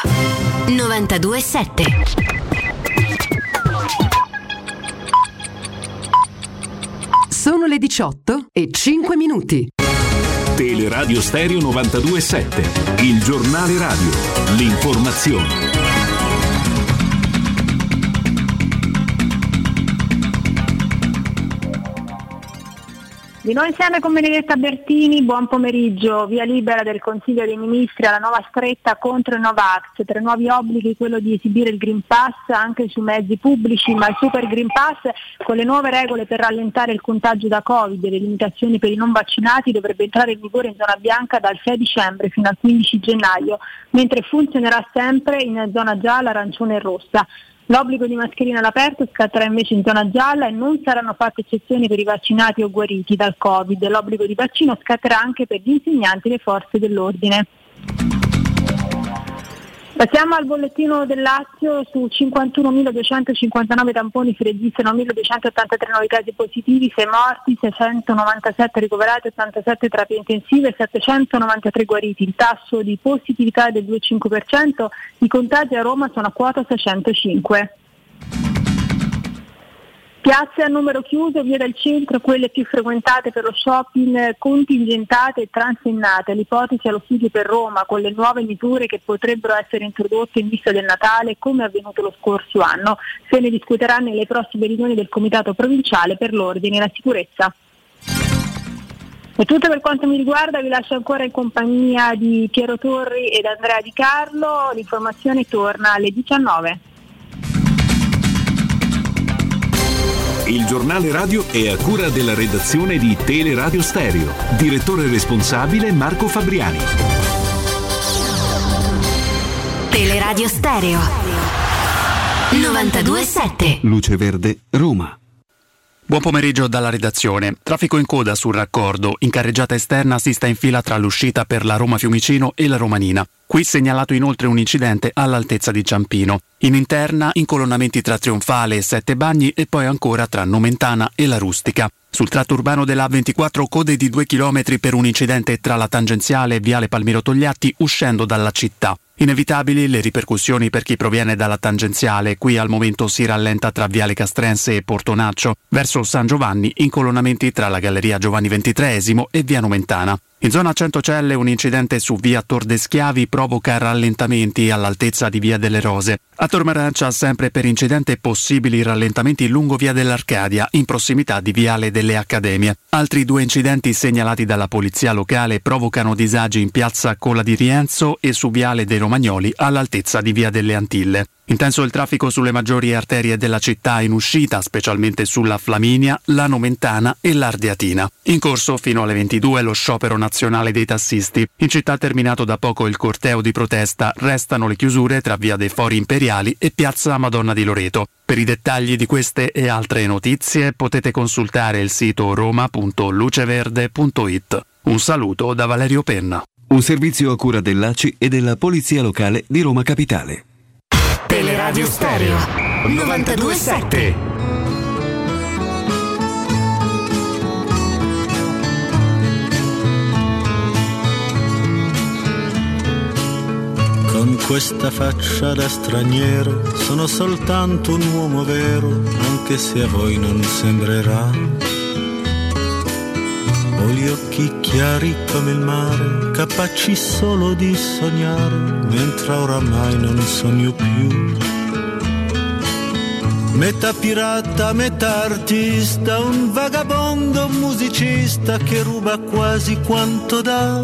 92.7.
Sono le 18:05.
Teleradio Stereo 92.7, il giornale radio, l'informazione.
Di noi insieme con Benedetta Bertini, buon pomeriggio. Via libera del Consiglio dei Ministri alla nuova stretta contro i Novax. Tra i nuovi obblighi quello di esibire il Green Pass anche sui mezzi pubblici, ma il Super Green Pass con le nuove regole per rallentare il contagio da Covid e le limitazioni per i non vaccinati dovrebbe entrare in vigore in zona bianca dal 6 dicembre fino al 15 gennaio, mentre funzionerà sempre in zona gialla, arancione e rossa. L'obbligo di mascherina all'aperto scatterà invece in zona gialla e non saranno fatte eccezioni per i vaccinati o guariti dal Covid. L'obbligo di vaccino scatterà anche per gli insegnanti e le forze dell'ordine. Passiamo al bollettino del Lazio. Su 51.259 tamponi si registrano 1.283 nuovi casi positivi, 6 morti, 697 ricoverati, 87 terapie intensive e 793 guariti. Il tasso di positività è del 2,5%, i contagi a Roma sono a quota 605. Piazze a numero chiuso, vie del centro, quelle più frequentate per lo shopping, contingentate e transennate. L'ipotesi allo studio per Roma con le nuove misure che potrebbero essere introdotte in vista del Natale, come è avvenuto lo scorso anno. Se ne discuterà nelle prossime riunioni del Comitato Provinciale per l'Ordine e la Sicurezza. È tutto per quanto mi riguarda, vi lascio ancora in compagnia di Piero Torri ed Andrea Di Carlo. L'informazione torna alle 19.
Il giornale radio è a cura della redazione di Teleradio Stereo. Direttore responsabile Marco Fabriani.
Teleradio Stereo 92.7.
Luce Verde, Roma.
Buon pomeriggio dalla redazione. Traffico in coda sul raccordo. In carreggiata esterna si sta in fila tra l'uscita per la Roma Fiumicino e la Romanina. Qui segnalato inoltre un incidente all'altezza di Ciampino. In interna incolonnamenti tra Trionfale e Sette Bagni e poi ancora tra Nomentana e la Rustica. Sul tratto urbano della A24 code di 2 km per un incidente tra la tangenziale e Viale Palmiro Togliatti uscendo dalla città. Inevitabili le ripercussioni per chi proviene dalla tangenziale. Qui al momento si rallenta tra Viale Castrense e Portonaccio. Verso San Giovanni incolonnamenti tra la Galleria Giovanni XXIII e Via Nomentana. In zona Centocelle un incidente su via Tor de Schiavi provoca rallentamenti all'altezza di via delle Rose. A Tormarancia sempre per incidente possibili rallentamenti lungo via dell'Arcadia in prossimità di viale delle Accademie. Altri 2 incidenti segnalati dalla polizia locale provocano disagi in piazza Cola di Rienzo e su viale dei Romagnoli all'altezza di via delle Antille. Intenso il traffico sulle maggiori arterie della città in uscita, specialmente sulla Flaminia, la Nomentana e l'Ardeatina. In corso fino alle 22 lo sciopero nazionale dei tassisti. In città terminato da poco il corteo di protesta, restano le chiusure tra via dei Fori Imperiali e piazza Madonna di Loreto. Per i dettagli di queste e altre notizie potete consultare il sito roma.luceverde.it. Un saluto da Valerio Penna.
Un servizio a cura dell'ACI e della Polizia Locale di Roma Capitale.
Teleradio Stereo 92.7.
Con questa faccia da straniero sono soltanto un uomo vero, anche se a voi non sembrerà. Ho gli occhi chiari come il mare, capaci solo di sognare, mentre oramai non sogno più. Metà pirata, metà artista, un vagabondo musicista che ruba quasi quanto dà.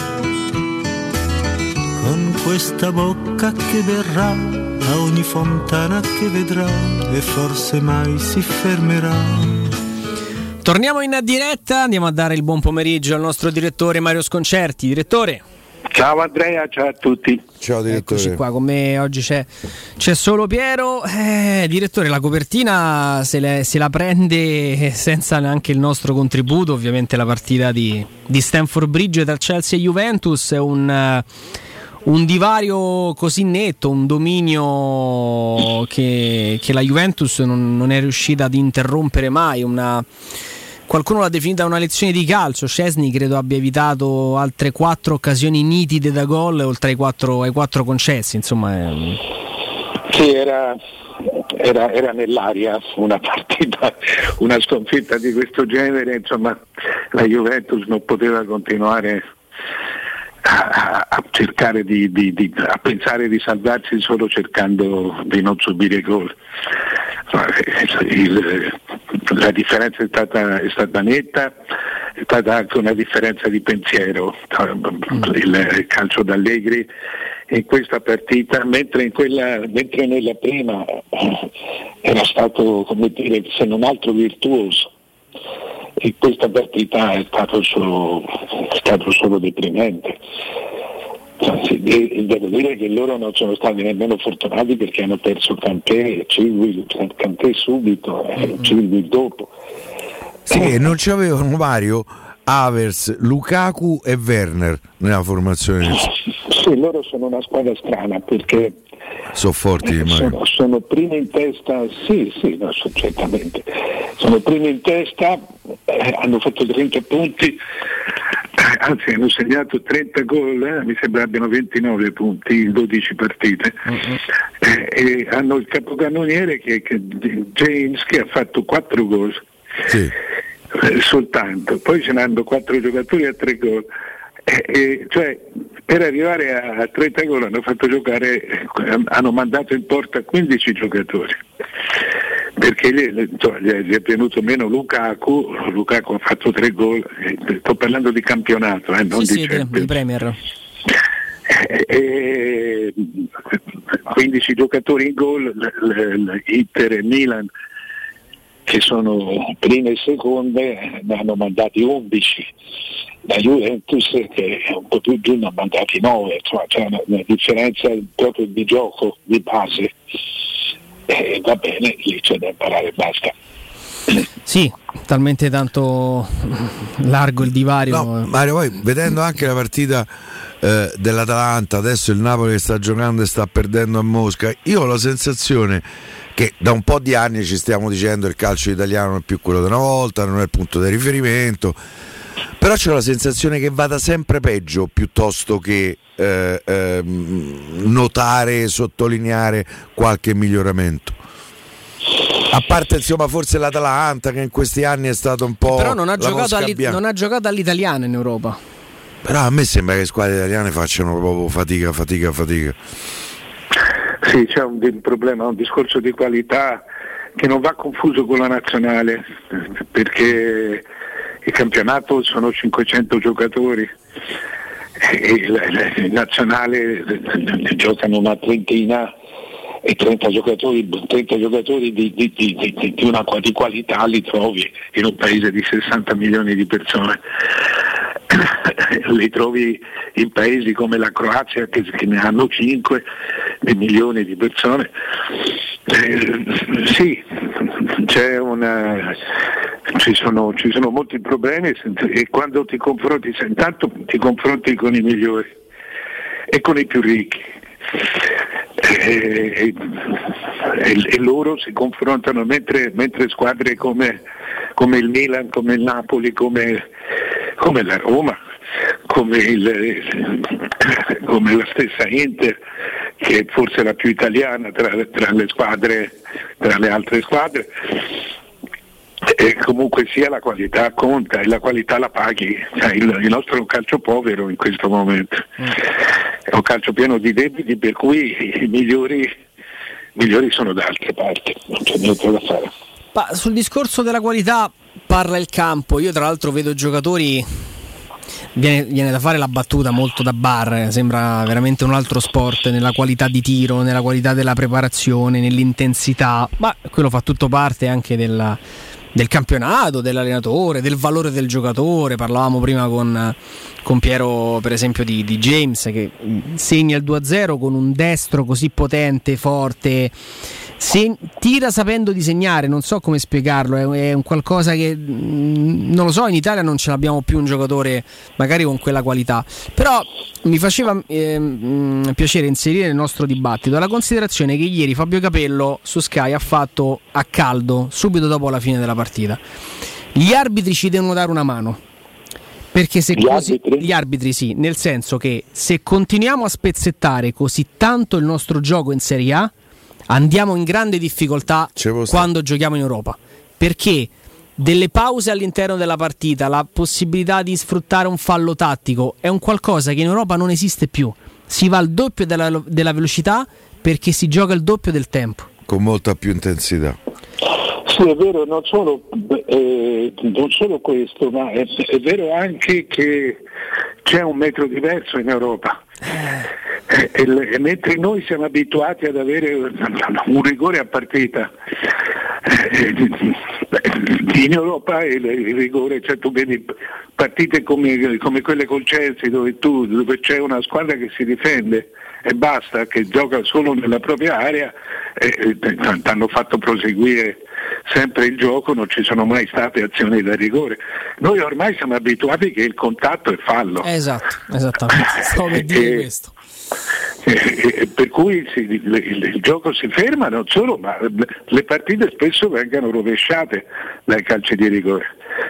Con questa bocca che verrà a ogni fontana che vedrà e forse mai si fermerà.
Torniamo in diretta, andiamo a dare il buon pomeriggio al nostro direttore Mario Sconcerti. Direttore.
Ciao Andrea, ciao a tutti.
Ciao direttore.
Eccoci qua, con me oggi c'è solo Piero. Direttore, la copertina se la prende senza neanche il nostro contributo. Ovviamente la partita di Stamford Bridge tra Chelsea e Juventus è un divario così netto, un dominio che la Juventus non è riuscita ad interrompere mai. Qualcuno l'ha definita una lezione di calcio. Szczęsny credo abbia evitato altre 4 occasioni nitide da gol, oltre ai 4 concessi. Insomma,
Sì, era nell'aria una partita, una sconfitta di questo genere. Insomma, la Juventus non poteva continuare a cercare a pensare di salvarsi solo cercando di non subire gol. La differenza è stata netta, è stata anche una differenza di pensiero. Il calcio d'Allegri in questa partita, mentre nella prima era stato, come dire, se non altro virtuoso, in questa partita è stato solo deprimente. Devo dire che loro non sono stati nemmeno fortunati perché hanno perso Kanté subito, Chilwell dopo.
Sì, non c'avevano Mario, Havertz, Lukaku e Werner nella formazione.
Sì, loro sono una squadra strana perché
sono forti,
sono primi in testa, sì, no, certamente. Sono primi in testa, hanno fatto 30 punti, anzi hanno segnato 30 gol, mi sembra abbiano 29 punti in 12 partite. E hanno il capocannoniere che James, che ha fatto 4 gol. Sì. Soltanto, poi ce n'hanno 4 giocatori a 3 gol. Cioè, per arrivare a 30 gol hanno mandato in porta 15 giocatori, perché gli è venuto meno Lukaku ha fatto 3 gol, sto parlando di campionato, non di
Premier.
15 giocatori in gol, Inter e Milan, che sono prime e seconde, ne hanno mandati 11. La Juventus, che è un po' più giù, ne ha mandati 9, cioè c'è una differenza proprio di gioco, di base. E va bene, lì c'è da imparare, basta.
Sì, talmente tanto largo il divario.
No, Mario, poi vedendo anche la partita dell'Atalanta, adesso il Napoli che sta giocando e sta perdendo a Mosca, io ho la sensazione che da un po' di anni ci stiamo dicendo il calcio italiano non è più quello di una volta, non è il punto di riferimento, però c'ho la sensazione che vada sempre peggio piuttosto che notare, sottolineare qualche miglioramento. A parte insomma forse l'Atalanta che in questi anni è stato un po',
però non ha giocato all'italiana in Europa.
Però a me sembra che le squadre italiane facciano proprio fatica.
Sì, c'è un problema, un discorso di qualità che non va confuso con la nazionale, perché il campionato sono 500 giocatori e il nazionale giocano una trentina e 30 giocatori di una di qualità li trovi in un paese di 60 milioni di persone. Li trovi in paesi come la Croazia che ne hanno 5 milioni di persone. Sì, ci sono molti problemi e quando ti confronti, intanto ti confronti con i migliori e con i più ricchi. E loro si confrontano mentre squadre come il Milan, come il Napoli, come la Roma, come la stessa Inter, che è forse la più italiana tra le altre squadre, e comunque sia la qualità conta e la qualità la paghi. Il nostro è un calcio povero in questo momento, è un calcio pieno di debiti, per cui i migliori sono da altre parti, non c'è niente da fare.
Ma sul discorso della qualità parla il campo. Io tra l'altro vedo giocatori, viene da fare la battuta molto da bar, sembra veramente un altro sport nella qualità di tiro, nella qualità della preparazione, nell'intensità, ma quello fa tutto parte anche del campionato, dell'allenatore, del valore del giocatore. Parlavamo prima con Piero, per esempio, di James, che segna il 2-0 con un destro così potente, forte, tira sapendo disegnare, non so come spiegarlo, è un qualcosa che non lo so, in Italia non ce l'abbiamo più un giocatore magari con quella qualità, però mi faceva piacere inserire nel nostro dibattito la considerazione che ieri Fabio Capello su Sky ha fatto a caldo subito dopo la fine della partita. Gli arbitri ci devono dare una mano, perché se gli arbitri sì, nel senso che se continuiamo a spezzettare così tanto il nostro gioco in Serie A andiamo in grande difficoltà quando giochiamo in Europa, perché delle pause all'interno della partita, la possibilità di sfruttare un fallo tattico è un qualcosa che in Europa non esiste più. Si va al doppio della velocità perché si gioca il doppio del tempo,
con molta più intensità.
Sì, è vero, non solo questo, ma è vero anche che c'è un metro diverso in Europa. Mentre noi siamo abituati ad avere un rigore a partita, in Europa il rigore, cioè tu vedi partite come quelle col Chelsea dove c'è una squadra che si difende e basta, che gioca solo nella propria area, hanno fatto proseguire sempre il gioco, non ci sono mai state azioni da rigore. Noi ormai siamo abituati che il contatto è fallo.
Esattamente, stavo per dire questo.
Per cui il gioco si ferma, non solo, ma le partite spesso vengono rovesciate dai calci di rigore.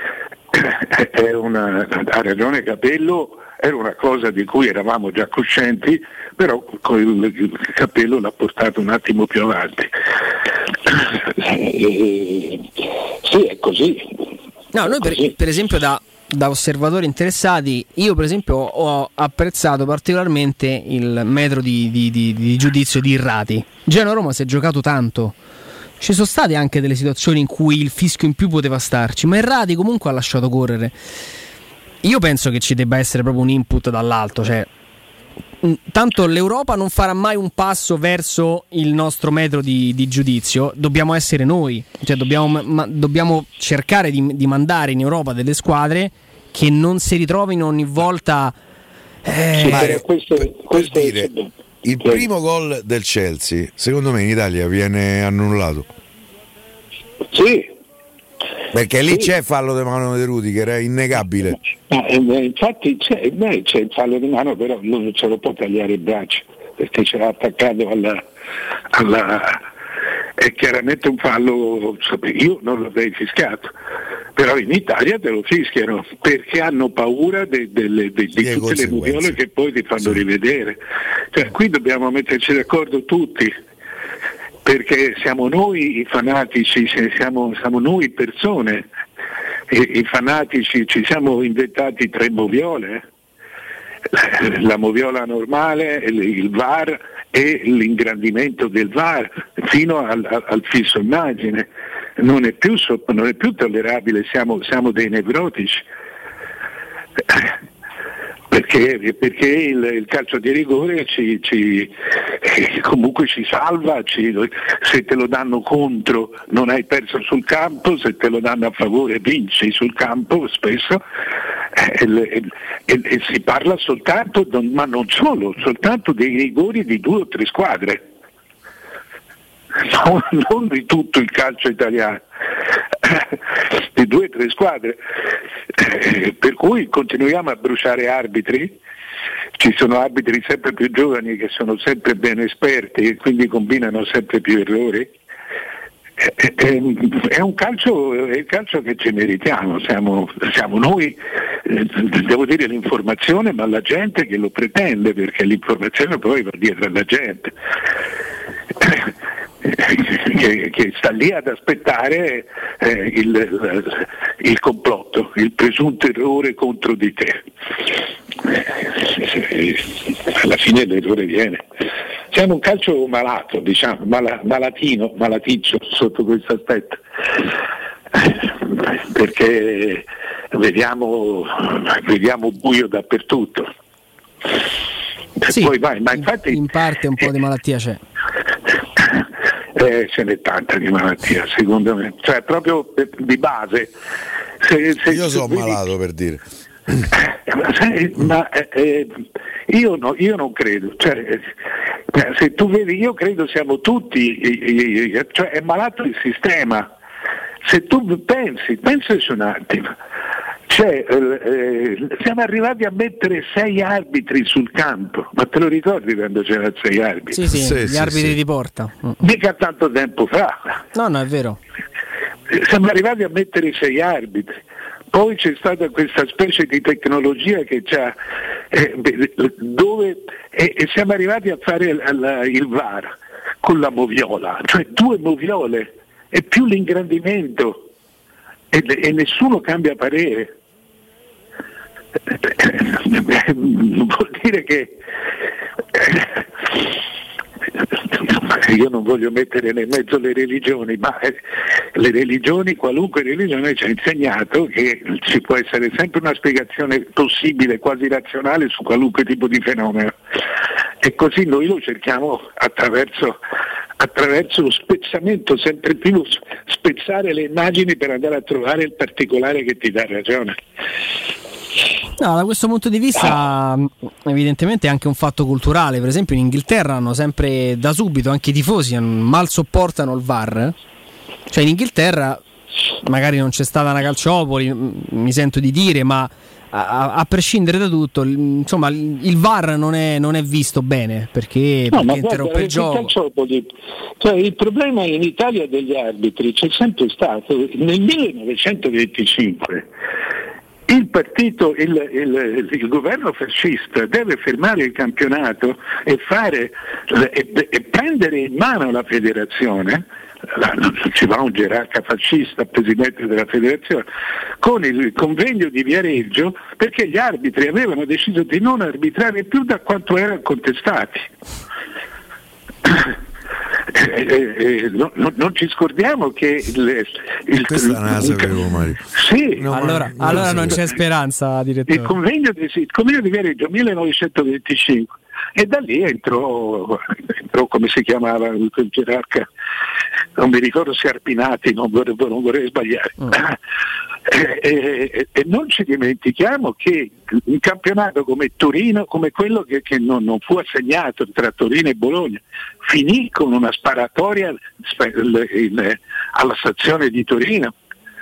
Ha ragione Capello, era una cosa di cui eravamo già coscienti, però il Capello l'ha portato un attimo più avanti. Sì, è così.
No, noi per esempio da osservatori interessati, io per esempio ho apprezzato particolarmente il metro di giudizio di Irrati. Genoa-Roma si è giocato tanto, ci sono state anche delle situazioni in cui il fischio in più poteva starci, ma Irrati comunque ha lasciato correre. Io penso che ci debba essere proprio un input dall'alto, cioè tanto l'Europa non farà mai un passo verso il nostro metro di giudizio, dobbiamo essere noi, cioè dobbiamo cercare di mandare in Europa delle squadre che non si ritrovino ogni volta.
Il primo gol del Chelsea secondo me in Italia viene annullato.
Sì,
perché lì c'è fallo di mano di Rudiger, è innegabile.
Infatti c'è il fallo di mano, però lui non ce lo può tagliare il braccio perché ce l'ha attaccato è chiaramente un fallo. Io non l'avrei fischiato, però in Italia te lo fischiano perché hanno paura di tutte le nuviole che poi ti fanno rivedere. Cioè, qui dobbiamo metterci d'accordo tutti, perché siamo noi i fanatici, siamo noi persone, i fanatici ci siamo inventati 3 moviole, la moviola normale, il VAR e l'ingrandimento del VAR fino al fisso immagine. Non è più tollerabile, siamo dei nevrotici. Perché il calcio di rigore comunque ci salva, se te lo danno contro non hai perso sul campo, se te lo danno a favore vinci sul campo spesso, e si parla soltanto, ma non solo, soltanto dei rigori di 2 o 3 squadre, non di tutto il calcio italiano, di 2 o 3 squadre, per cui continuiamo a bruciare arbitri. Ci sono arbitri sempre più giovani che sono sempre ben esperti e quindi combinano sempre più errori. È un calcio, è il calcio che ci meritiamo, siamo noi, devo dire l'informazione, ma la gente che lo pretende, perché l'informazione poi va dietro alla gente che sta lì ad aspettare il complotto, il presunto errore contro di te. Alla fine l'errore viene. Siamo un calcio malato, diciamo, malaticcio sotto questo aspetto, perché vediamo buio dappertutto.
Sì,
poi vai, ma infatti
in parte un po' di malattia c'è.
Ce n'è tanta di malattia, secondo me, cioè proprio di base.
Io sono malato, per dire.
Io non credo, cioè, se tu vedi, io credo siamo tutti, cioè è malato il sistema. Se tu pensaci un attimo, cioè, siamo arrivati a mettere 6 arbitri sul campo, ma te lo ricordi quando c'erano 6 arbitri?
Sì, gli arbitri di porta.
Mica tanto tempo fa.
No, è vero.
Siamo arrivati a mettere 6 arbitri. Poi c'è stata questa specie di tecnologia che c'ha, dove siamo arrivati a fare il VAR con la moviola, cioè 2 moviole e più l'ingrandimento e nessuno cambia parere. Vuol dire che io non voglio mettere nel mezzo le religioni, ma le religioni, qualunque religione ci ha insegnato che ci può essere sempre una spiegazione possibile, quasi razionale, su qualunque tipo di fenomeno, e così noi lo cerchiamo attraverso lo spezzamento, sempre più spezzare le immagini per andare a trovare il particolare che ti dà ragione.
No, da questo punto di vista evidentemente è anche un fatto culturale. Per esempio in Inghilterra hanno sempre, da subito, anche i tifosi mal sopportano il VAR. Cioè in Inghilterra magari non c'è stata una calciopoli, mi sento di dire, ma a prescindere da tutto, insomma, il VAR non è visto bene perché interrompe il gioco.
Cioè, il problema in Italia degli arbitri c'è sempre stato. Nel 1925 il partito, il governo fascista deve fermare il campionato e prendere in mano la federazione. Ci va un gerarca fascista, presidente della federazione, con il convegno di Viareggio, perché gli arbitri avevano deciso di non arbitrare più da quanto erano contestati. Non ci scordiamo che
questa non la sapevo, Mario.
Sì,
allora non c'è speranza, direttore.
Il convegno di Viareggio 1925, e da lì entrò come si chiamava quel gerarca, non mi ricordo se Arpinati, non vorrei sbagliare. E non ci dimentichiamo che un campionato come Torino, come quello che non fu assegnato tra Torino e Bologna, finì con una sparatoria alla stazione di Torino.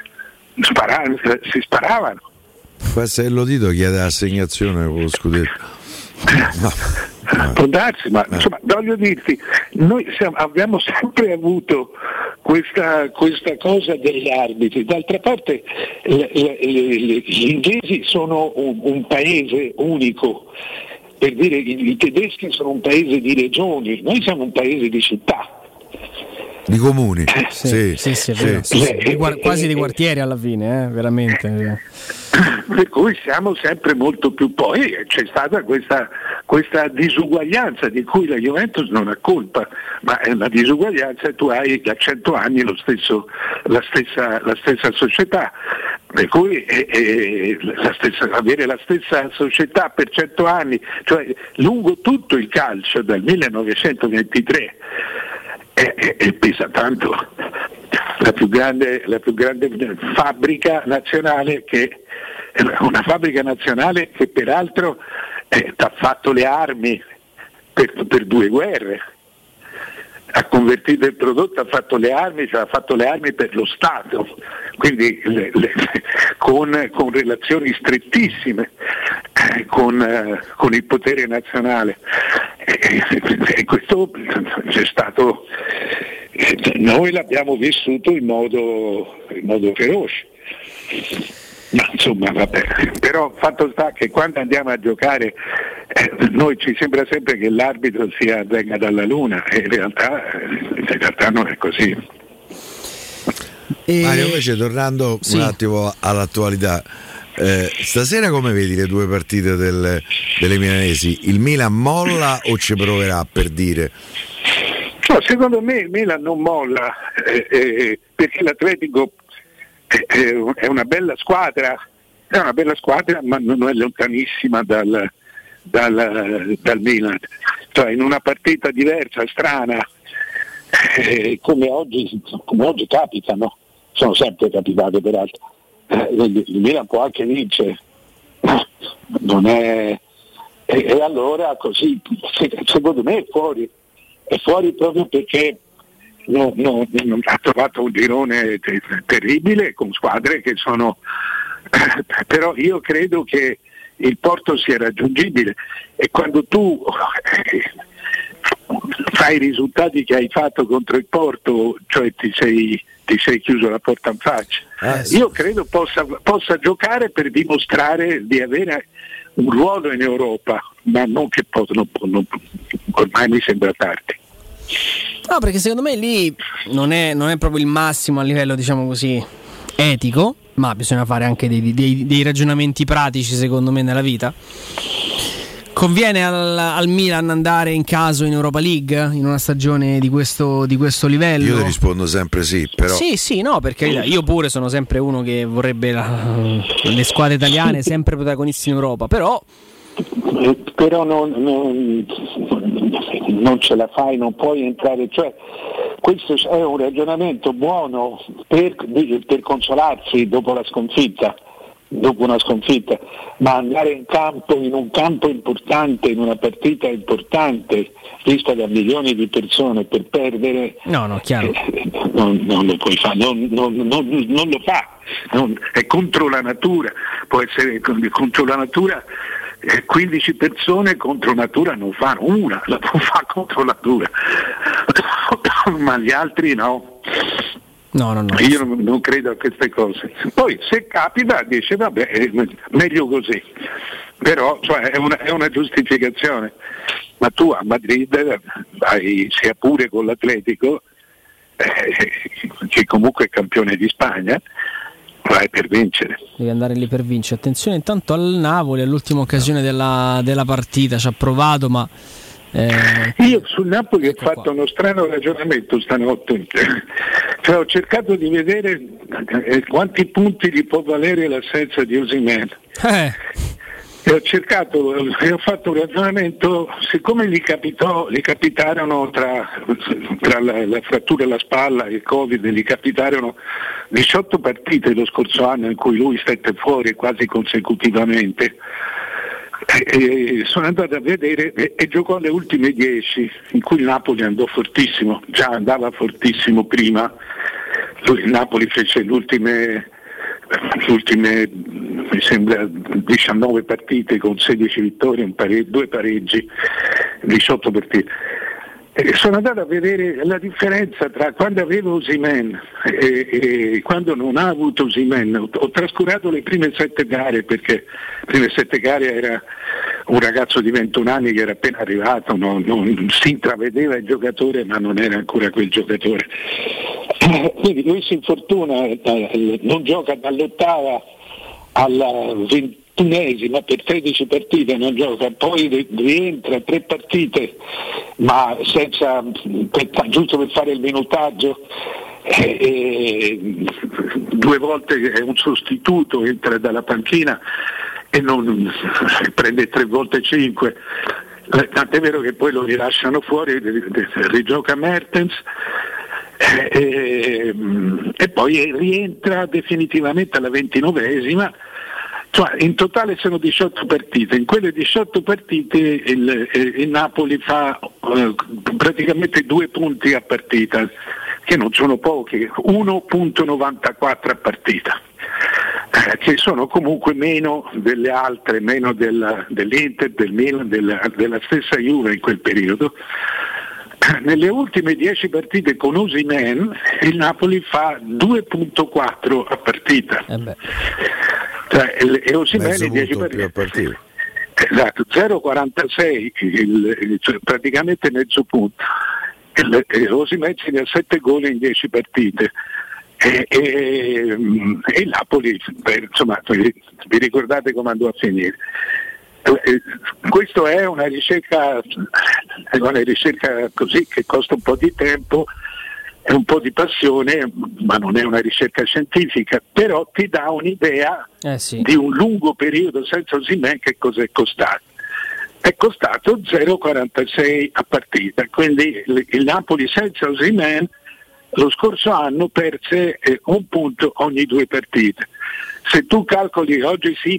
Si sparavano.
Castello Dito chiede l'assegnazione con lo scudetto.
Può darsi, ma insomma, voglio dirti, noi abbiamo sempre avuto questa cosa degli arbitri. D'altra parte gli inglesi sono un paese unico, per dire, i tedeschi sono un paese di regioni, noi siamo un paese di città.
Di comuni,
sì, quasi di quartieri alla fine, veramente.
Per cui siamo sempre molto più. Poi c'è stata questa disuguaglianza di cui la Juventus non ha colpa, ma è una disuguaglianza. Tu hai da 100 anni la stessa società, per cui avere la stessa società per 100 anni, cioè lungo tutto il calcio dal 1923. E pesa tanto. La più grande fabbrica nazionale, che è una fabbrica nazionale che peraltro ha fatto le armi per 2 guerre, ha convertito il prodotto, ha fatto le armi per lo Stato, quindi con relazioni strettissime con il potere nazionale, e questo c'è stato, noi l'abbiamo vissuto in modo feroce. Ma insomma, vabbè. Però fatto sta che quando andiamo a giocare noi ci sembra sempre che l'arbitro venga dalla luna, e in realtà non è così.
Mario, invece tornando un attimo all'attualità, stasera come vedi le 2 partite delle milanesi? Il Milan molla o ci proverà, per dire?
No, secondo me il Milan non molla, perché l'Atletico è una bella squadra, ma non è lontanissima dal Milan, cioè in una partita diversa, strana, come oggi capitano, sono sempre capitate peraltro. Il Milan può anche vincere, non è, e allora così secondo me è fuori proprio perché ha trovato un girone terribile con squadre che sono però io credo che il Porto sia raggiungibile, e quando tu fai i risultati che hai fatto contro il Porto, cioè ti sei chiuso la porta in faccia. Io credo possa giocare per dimostrare di avere un ruolo in Europa, ma non che ormai mi sembra tardi.
No, perché secondo me lì non è proprio il massimo a livello, diciamo così, etico, ma bisogna fare anche dei ragionamenti pratici, secondo me, nella vita. Conviene al Milan andare in caso in Europa League in una stagione di questo livello?
Io ti rispondo sempre sì, però
sì, no, perché io pure sono sempre uno che vorrebbe le squadre italiane sempre protagonisti in Europa, però
non ce la fai, non puoi entrare, cioè questo è un ragionamento buono per consolarsi dopo una sconfitta, ma andare in un campo importante, in una partita importante vista da milioni di persone, per perdere
chiaro.
Non lo puoi fare, non lo fa, è contro la natura, può essere contro la natura. 15 persone contro natura non fanno una, la può fare contro natura, ma gli altri no.
No.
Io non credo a queste cose. Poi se capita dice vabbè, meglio così, però cioè, è una giustificazione. Ma tu a Madrid vai, sia pure con l'Atletico, che comunque è campione di Spagna, vai per vincere.
Devi andare lì per vincere. Attenzione intanto al Napoli, all'ultima occasione della partita ci ha provato, ma
io sul Napoli ho fatto uno strano ragionamento stanotte, cioè ho cercato di vedere quanti punti gli può valere l'assenza di Osimhen. E ho fatto un ragionamento, siccome gli capitarono tra la frattura alla spalla e il Covid, gli capitarono 18 partite lo scorso anno in cui lui stette fuori quasi consecutivamente. Sono andato a vedere e giocò le ultime 10 in cui il Napoli andò fortissimo, già andava fortissimo prima. Il Napoli fece le ultime mi sembra 19 partite con 16 vittorie, 2 pareggi, 18 partite. Sono andato a vedere la differenza tra quando avevo Osimhen e quando non ha avuto Osimhen. Ho trascurato le prime 7 gare, perché le prime 7 gare era un ragazzo di 21 anni che era appena arrivato, non si intravedeva il giocatore, ma non era ancora quel giocatore. Quindi lui si infortuna, non gioca dall'8ª alla 21esima per 13 partite, non gioca, poi rientra 3 partite, ma giusto per fare il minutaggio, 2 volte è un sostituto, entra dalla panchina e non prende 3 volte 5. Tant'è vero che poi lo rilasciano fuori, rigioca Mertens. E poi rientra definitivamente alla 29esima, cioè in totale sono 18 partite. In quelle 18 partite il Napoli fa praticamente 2 punti a partita, che non sono pochi, 1,94 a partita, che sono comunque meno delle altre, meno dell'Inter, del Milan, della stessa Juve in quel periodo. Nelle ultime 10 partite con Osimhen il Napoli fa 2,4 a partita. E Osimhen in 10 partite. Esatto, 0,46, cioè praticamente mezzo punto. Osimhen segna 7 gol in 10 partite. E il Napoli, insomma, vi ricordate come andò a finire? Questa è una ricerca così che costa un po' di tempo e un po' di passione, ma non è una ricerca scientifica, però ti dà un'idea di un lungo periodo senza Osimhen che cosa è costato. è costato 0,46 a partita, quindi il Napoli senza Osimhen lo scorso anno perse un punto ogni 2 partite. Se tu calcoli, oggi si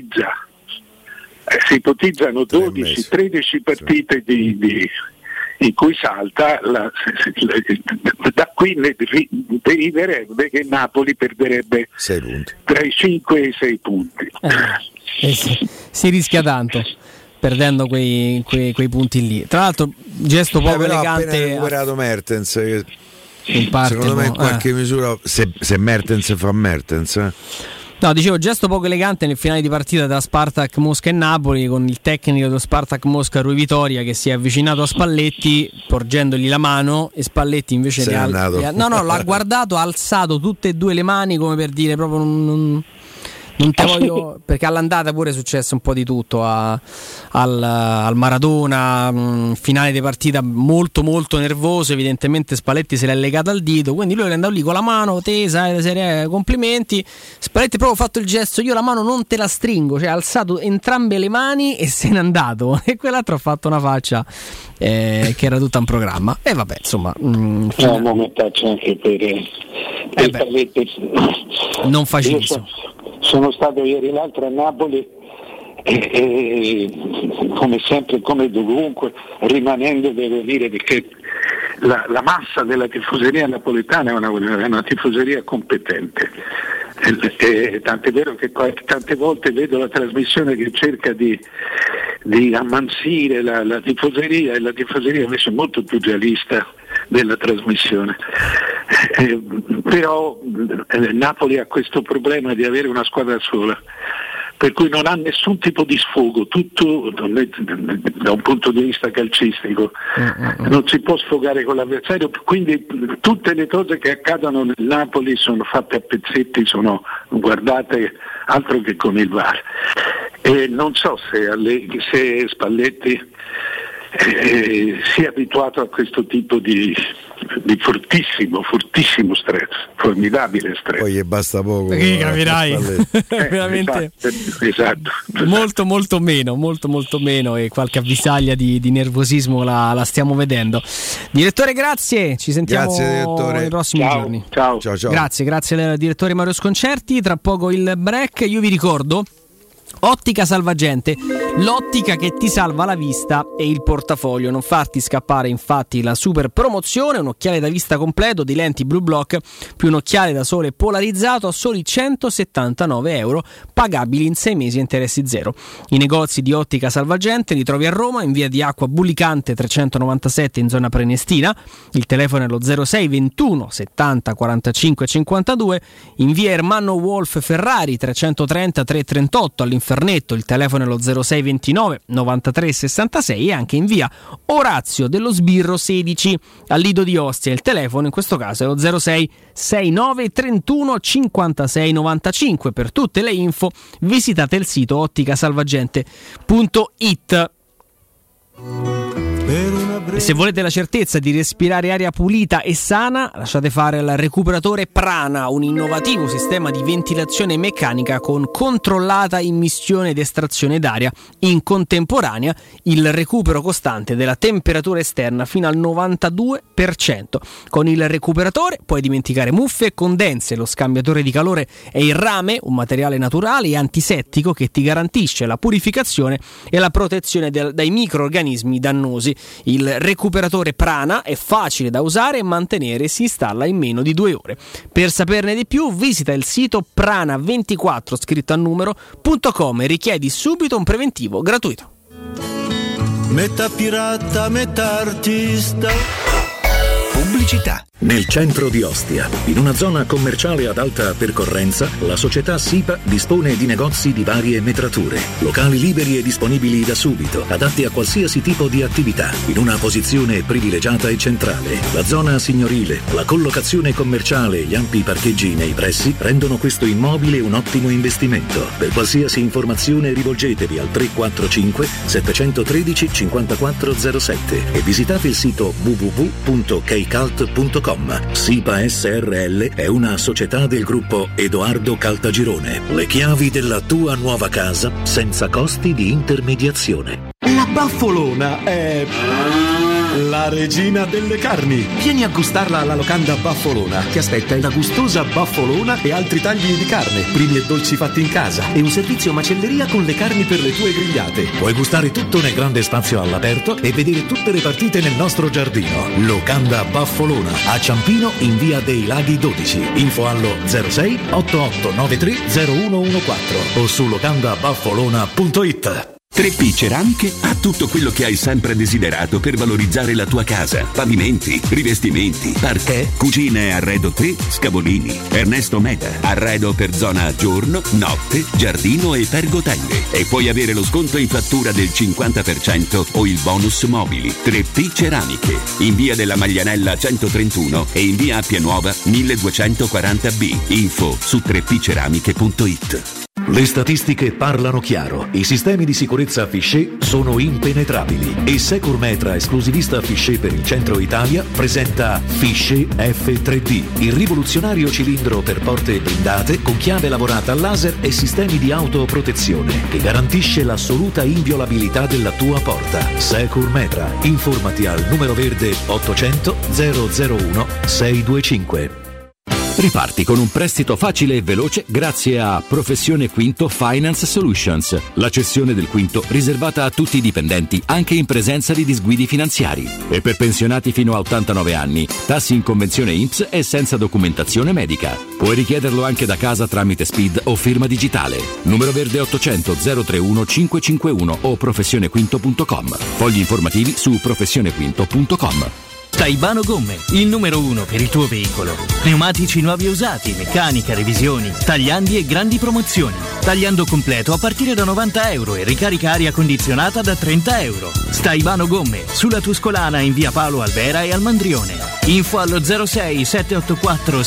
ipotizzano 12-13 partite in cui salta, da qui deriverebbe che Napoli perderebbe
6 punti.
Tra i 5 e i 6 punti.
Si rischia tanto perdendo quei punti lì. Tra l'altro gesto poco
però
elegante,
appena recuperato Mertens,
in parte,
secondo me in qualche misura, se Mertens fa Mertens,
No, dicevo, gesto poco elegante nel finale di partita tra Spartak Mosca e Napoli, con il tecnico dello Spartak Mosca, Rui Vitoria, che si è avvicinato a Spalletti porgendogli la mano, e Spalletti invece l'ha guardato, ha alzato tutte e due le mani come per dire proprio non te voglio, perché all'andata pure è successo un po' di tutto al Maradona, finale di partita molto molto nervoso, evidentemente Spalletti se l'è legato al dito, quindi lui è andato lì con la mano tesa, complimenti, Spalletti proprio fatto il gesto, io la mano non te la stringo, cioè ha alzato entrambe le mani e se n'è andato, e quell'altro ha fatto una faccia che era tutta un programma, e vabbè, insomma
un momentaccio anche per Spalletti,
non facilissimo.
Sono stato ieri l'altro a Napoli e come sempre, come dovunque, rimanendo, devo dire, perché la massa della tifoseria napoletana è una tifoseria competente. Tant'è vero che tante volte vedo la trasmissione che cerca di ammansire la tifoseria, e la tifoseria invece è molto più realista della trasmissione. Però Napoli ha questo problema di avere una squadra sola, per cui non ha nessun tipo di sfogo, tutto da un punto di vista calcistico, non si può sfogare con l'avversario, quindi tutte le cose che accadono nel Napoli sono fatte a pezzetti, sono guardate altro che con il VAR, e non so se Spalletti si è abituato a questo tipo di fortissimo stress, formidabile stress.
Poi basta poco.
Perché capirai, veramente
esatto.
Molto meno, e qualche avvisaglia di nervosismo la stiamo vedendo. Direttore, grazie, ci sentiamo nei prossimi giorni.
Ciao.
Grazie al direttore Mario Sconcerti. Tra poco il break. Io vi ricordo Ottica Salvagente, l'ottica che ti salva la vista e il portafoglio. Non farti scappare infatti la super promozione, un occhiale da vista completo di lenti Blue Block più un occhiale da sole polarizzato a soli €179, pagabili in 6 mesi a interessi zero. I negozi di Ottica Salvagente li trovi a Roma in via di Acqua Bullicante 397 in zona Prenestina, il telefono è lo 06 21 70 45 52, in via Ermanno Wolf Ferrari 330 338 all'Infernetto, il telefono è lo 06 29 93 66, e anche in via Orazio dello Sbirro 16 al Lido di Ostia, il telefono in questo caso è lo 06 69 31 56 95. Per tutte le info visitate il sito otticasalvagente.it. E se volete la certezza di respirare aria pulita e sana, lasciate fare al recuperatore Prana, un innovativo sistema di ventilazione meccanica con controllata immissione ed estrazione d'aria in contemporanea, il recupero costante della temperatura esterna fino al 92%. Con il recuperatore puoi dimenticare muffe e condense, lo scambiatore di calore è il rame, un materiale naturale e antisettico che ti garantisce la purificazione e la protezione dai microorganismi dannosi. Il recuperatore Prana è facile da usare e mantenere, si installa in meno di 2 ore. Per saperne di più visita il sito prana24 scritto a numero.com e richiedi subito un preventivo gratuito.
Metà pirata, metà artista.
Pubblicità. Nel centro di Ostia, in una zona commerciale ad alta percorrenza, la società SIPA dispone di negozi di varie metrature, locali liberi e disponibili da subito, adatti a qualsiasi tipo di attività, in una posizione privilegiata e centrale. La zona signorile, la collocazione commerciale e gli ampi parcheggi nei pressi rendono questo immobile un ottimo investimento. Per qualsiasi informazione rivolgetevi al 345 713 5407 e visitate il sito www.kcalt.com. SIPA SRL è una società del gruppo Edoardo Caltagirone. Le chiavi della tua nuova casa senza costi di intermediazione.
La Baffolona è la regina delle carni. Vieni a gustarla alla locanda Baffolona. Ti aspetta una gustosa baffolona e altri tagli di carne, primi e dolci fatti in casa e un servizio macelleria con le carni per le tue grigliate. Puoi gustare tutto nel grande spazio all'aperto e vedere tutte le partite nel nostro giardino. Locanda Baffolona a Ciampino in via dei Laghi 12. Info allo 06 8893 0114 o su locandabaffolona.it.
3P Ceramiche ha tutto quello che hai sempre desiderato per valorizzare la tua casa. Pavimenti, rivestimenti, parquet, cucine e arredo 3, Scavolini. Ernesto Meda, arredo per zona giorno, notte, giardino e pergotelle. E puoi avere lo sconto in fattura del 50% o il bonus mobili. 3P Ceramiche, in via della Maglianella 131 e in via Appia Nuova 1240B. Info su 3pceramiche.it.
Le statistiche parlano chiaro. I sistemi di sicurezza Fichet sono impenetrabili e Securmetra, esclusivista Fichet per il centro Italia, presenta Fichet F3D, il rivoluzionario cilindro per porte blindate con chiave lavorata a laser e sistemi di autoprotezione che garantisce l'assoluta inviolabilità della tua porta. Securmetra. Informati al numero verde 800 001 625.
Riparti con un prestito facile e veloce grazie a Professione Quinto Finance Solutions, la cessione del quinto riservata a tutti i dipendenti anche in presenza di disguidi finanziari. E per pensionati fino a 89 anni, tassi in convenzione INPS e senza documentazione medica. Puoi richiederlo anche da casa tramite SPID o firma digitale. Numero verde 800 031 551 o professionequinto.com. Fogli informativi su professionequinto.com.
Staibano Gomme, il numero 1 per il tuo veicolo. Pneumatici nuovi e usati, meccanica, revisioni, tagliandi e grandi promozioni. Tagliando completo a partire da €90 e ricarica aria condizionata da €30. Staibano Gomme, sulla Tuscolana in via Paolo Albera e al Mandrione. Info allo 06 784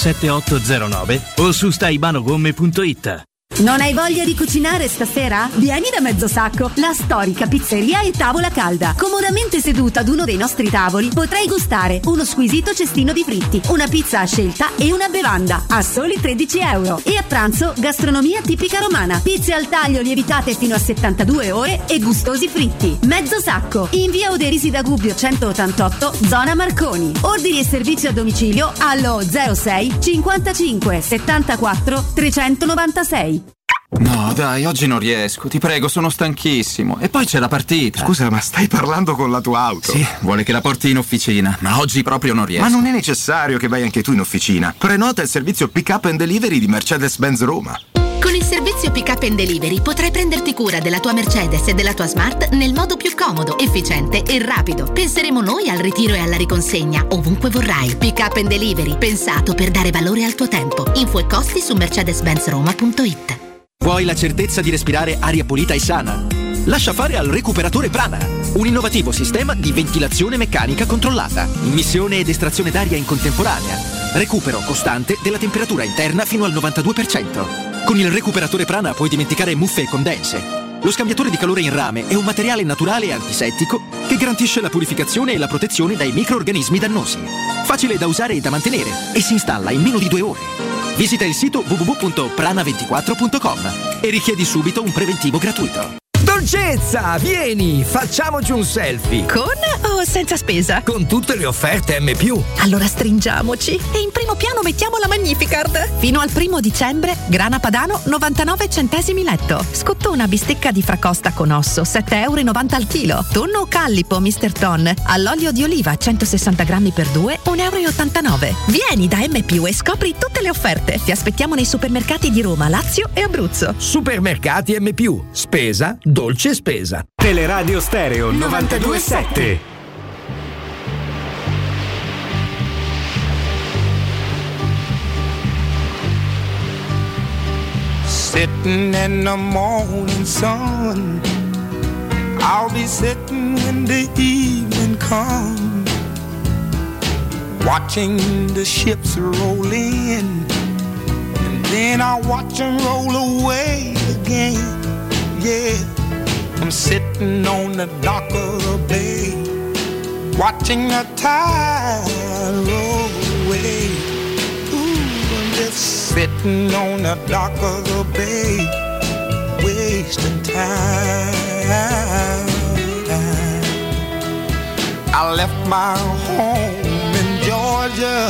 7809 o su staibanogomme.it.
Non hai voglia di cucinare stasera? Vieni da Mezzosacco, la storica pizzeria e tavola calda. Comodamente seduta ad uno dei nostri tavoli potrai gustare uno squisito cestino di fritti, una pizza a scelta e una bevanda a soli €13. E a pranzo gastronomia tipica romana, pizze al taglio lievitate fino a 72 ore e gustosi fritti. Mezzosacco, in via Oderisi da Gubbio 188, zona Marconi. Ordini e servizi a domicilio allo 06 55 74 396.
No, dai, oggi non riesco, ti prego, sono stanchissimo. E poi c'è la partita.
Scusa, ma stai parlando con la tua auto?
Sì, vuole che la porti in officina, ma oggi proprio non riesco.
Ma non è necessario che vai anche tu in officina. Prenota il servizio Pick Up and Delivery di Mercedes-Benz Roma.
Con il servizio Pick Up and Delivery potrai prenderti cura della tua Mercedes e della tua Smart nel modo più comodo, efficiente e rapido. Penseremo noi al ritiro e alla riconsegna ovunque vorrai. Pick Up and Delivery, pensato per dare valore al tuo tempo. Info e costi su mercedes-benzroma.it.
Vuoi la certezza di respirare aria pulita e sana? Lascia fare al Recuperatore Prana, un innovativo sistema di ventilazione meccanica controllata, immissione ed estrazione d'aria in contemporanea, recupero costante della temperatura interna fino al 92%. Con il Recuperatore Prana puoi dimenticare muffe e condense. Lo scambiatore di calore in rame è un materiale naturale e antisettico che garantisce la purificazione e la protezione dai microrganismi dannosi. Facile da usare e da mantenere e si installa in meno di 2 ore. Visita il sito www.prana24.com e richiedi subito un preventivo gratuito.
Dolcezza, vieni, facciamoci un selfie.
Con o senza spesa?
Con tutte le offerte M+.
Allora stringiamoci e in primo piano mettiamo la Magnificard. Fino al 1 dicembre, grana padano 99 centesimi letto. Scottona bistecca di fracosta con osso, €7,90 al chilo. Tonno callipo Mr. Ton all'olio di oliva 160 grammi per 2, €1,89. Vieni da M+ e scopri tutte le offerte. Ti aspettiamo nei supermercati di Roma, Lazio e Abruzzo.
Supermercati M+, spesa, dolce spesa.
Teleradio Stereo 92.7.
Sitting in the morning sun, I'll be sitting when the evening comes, watching the ships roll in, and then I'll watch them roll away again. Yeah, I'm sitting on the dock of the bay, watching the tide roll away. Ooh, I'm just sitting on the dock of the bay, wasting time. left my home in Georgia,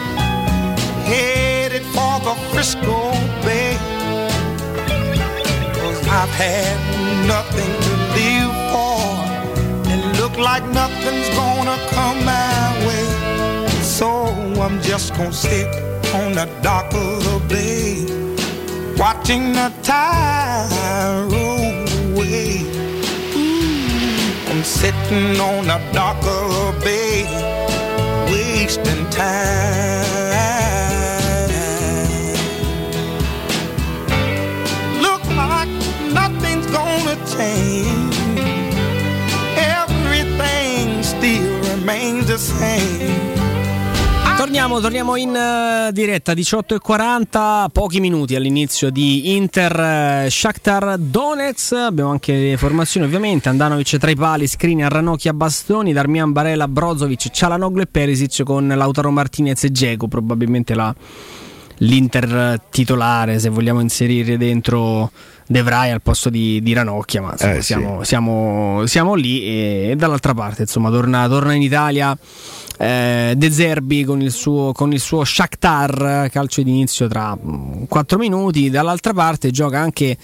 headed for the Frisco Bay. 'Cause I've had nothing to live for, and look like nothing's gonna come my way. So I'm just gonna sit on the dock of the bay, watching the tide roll away. I'm sitting on the dock of the bay, wasting time. Look like nothing's gonna change, everything still remains the same.
Torniamo in diretta, 18:40, pochi minuti all'inizio di Inter Shakhtar Donetsk. Abbiamo anche le formazioni ovviamente: Andanovic tra i pali, Skriniar, Ranocchia, Bastoni, Darmian, Barella, Brozovic, Çalhanoğlu e Perisic, con Lautaro Martinez e Dzeko, probabilmente l'Inter titolare, se vogliamo inserire dentro De Vrij al posto di Ranocchia, ma insomma, siamo lì. E dall'altra parte insomma torna in Italia De Zerbi con il suo Shakhtar, calcio di inizio tra 4 minuti. Dall'altra parte gioca anche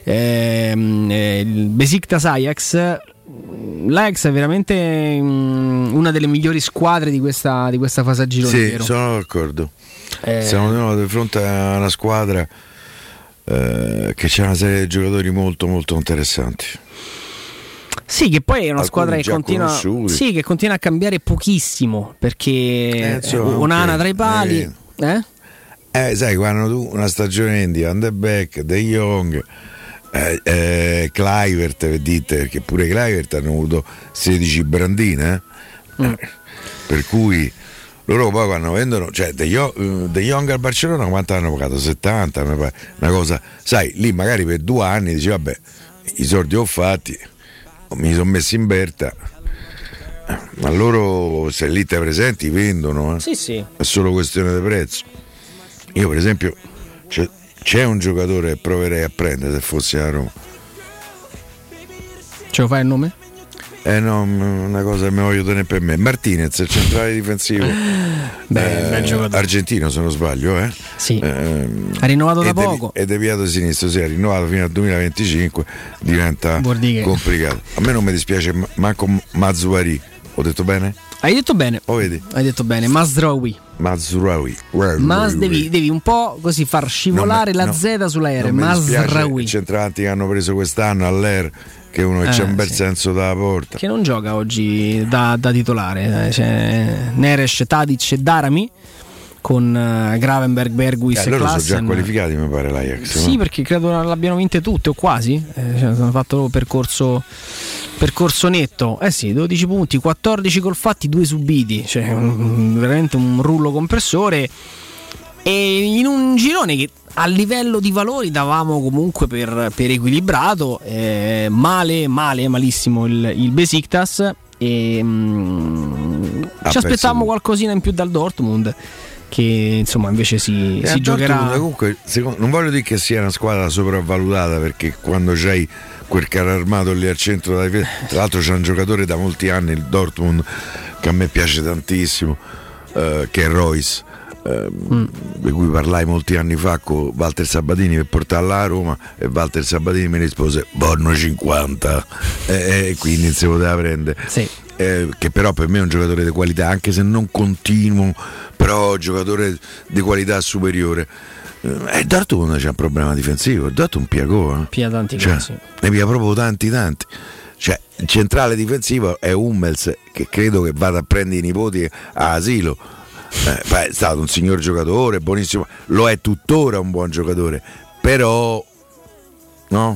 il Besiktas Ajax. L'Ajax è veramente una delle migliori squadre di questa fase a gironi.
Sì,
vero?
sono d'accordo. Siamo di fronte a una squadra che c'è una serie di giocatori molto molto interessanti.
Sì, che poi è una squadra che continua a cambiare pochissimo, perché Onana tra i pali.
Sai, quando tu una stagione India, Van de Beek, De Jong, Kluivert, vedete, perché pure Kluivert hanno avuto 16 brandine, per cui loro poi quando vendono, cioè De Jong al Barcellona quanto hanno pagato? 70, mi pare, una cosa, sai, lì magari per 2 anni dici vabbè, i soldi ho fatti, mi sono messi in Berta, ma loro se lì te presenti vendono,
sì.
È solo questione di prezzo. Io per esempio c'è un giocatore che proverei a prendere se fossi a Roma.
Ce lo fai il nome?
No, una cosa che mi voglio tenere per me. Martinez, il centrale difensivo,
bel giocatore,
argentino se non sbaglio,
sì. Ha rinnovato da poco
è deviato sinistro, sì, ha rinnovato fino al 2025, diventa complicato. A me non mi dispiace manco Mazzuari. Ho detto bene?
Hai detto bene.
Lo vedi?
Hai detto bene. Mazraoui. Devi un po' così far scivolare la Z sulla R. Mazraoui.
I centranti che hanno preso quest'anno all'Air, che uno che c'è un bel senso dalla porta,
che non gioca oggi da titolare. C'è Neres, Tadic e Darami, con Gravenberg, Berghuis e
loro
Klaassen.
sono già qualificati, mi pare, l'Ajax.
Sì, no? Perché credo l'abbiano vinte tutte o quasi. Hanno fatto percorso netto. Sì, 12 punti, 14 gol fatti, 2 subiti, cioè veramente un rullo compressore. E in un girone che a livello di valori davamo comunque per equilibrato, malissimo il Besiktas, e ci aspettavamo qualcosina in più dal Dortmund, che insomma invece si giocherà.
Comunque non voglio dire che sia una squadra sopravvalutata, perché quando c'hai quel carro armato lì al centro della difesa, tra l'altro c'è un giocatore da molti anni, il Dortmund, che a me piace tantissimo, che è Royce, di cui parlai molti anni fa con Walter Sabatini per portarla a Roma, e Walter Sabatini mi rispose Borno 50, e quindi non si poteva prendere.
Sì.
Che però per me è un giocatore di qualità, anche se non continuo, però giocatore di qualità superiore. Il Dortmund c'è un problema difensivo, il Dortmund
pia tanti casi.
Ne pia proprio tanti. Cioè, il centrale difensivo è Hummels, che credo che vada a prendere i nipoti a asilo. È stato un signor giocatore, buonissimo, lo è tuttora un buon giocatore, però no?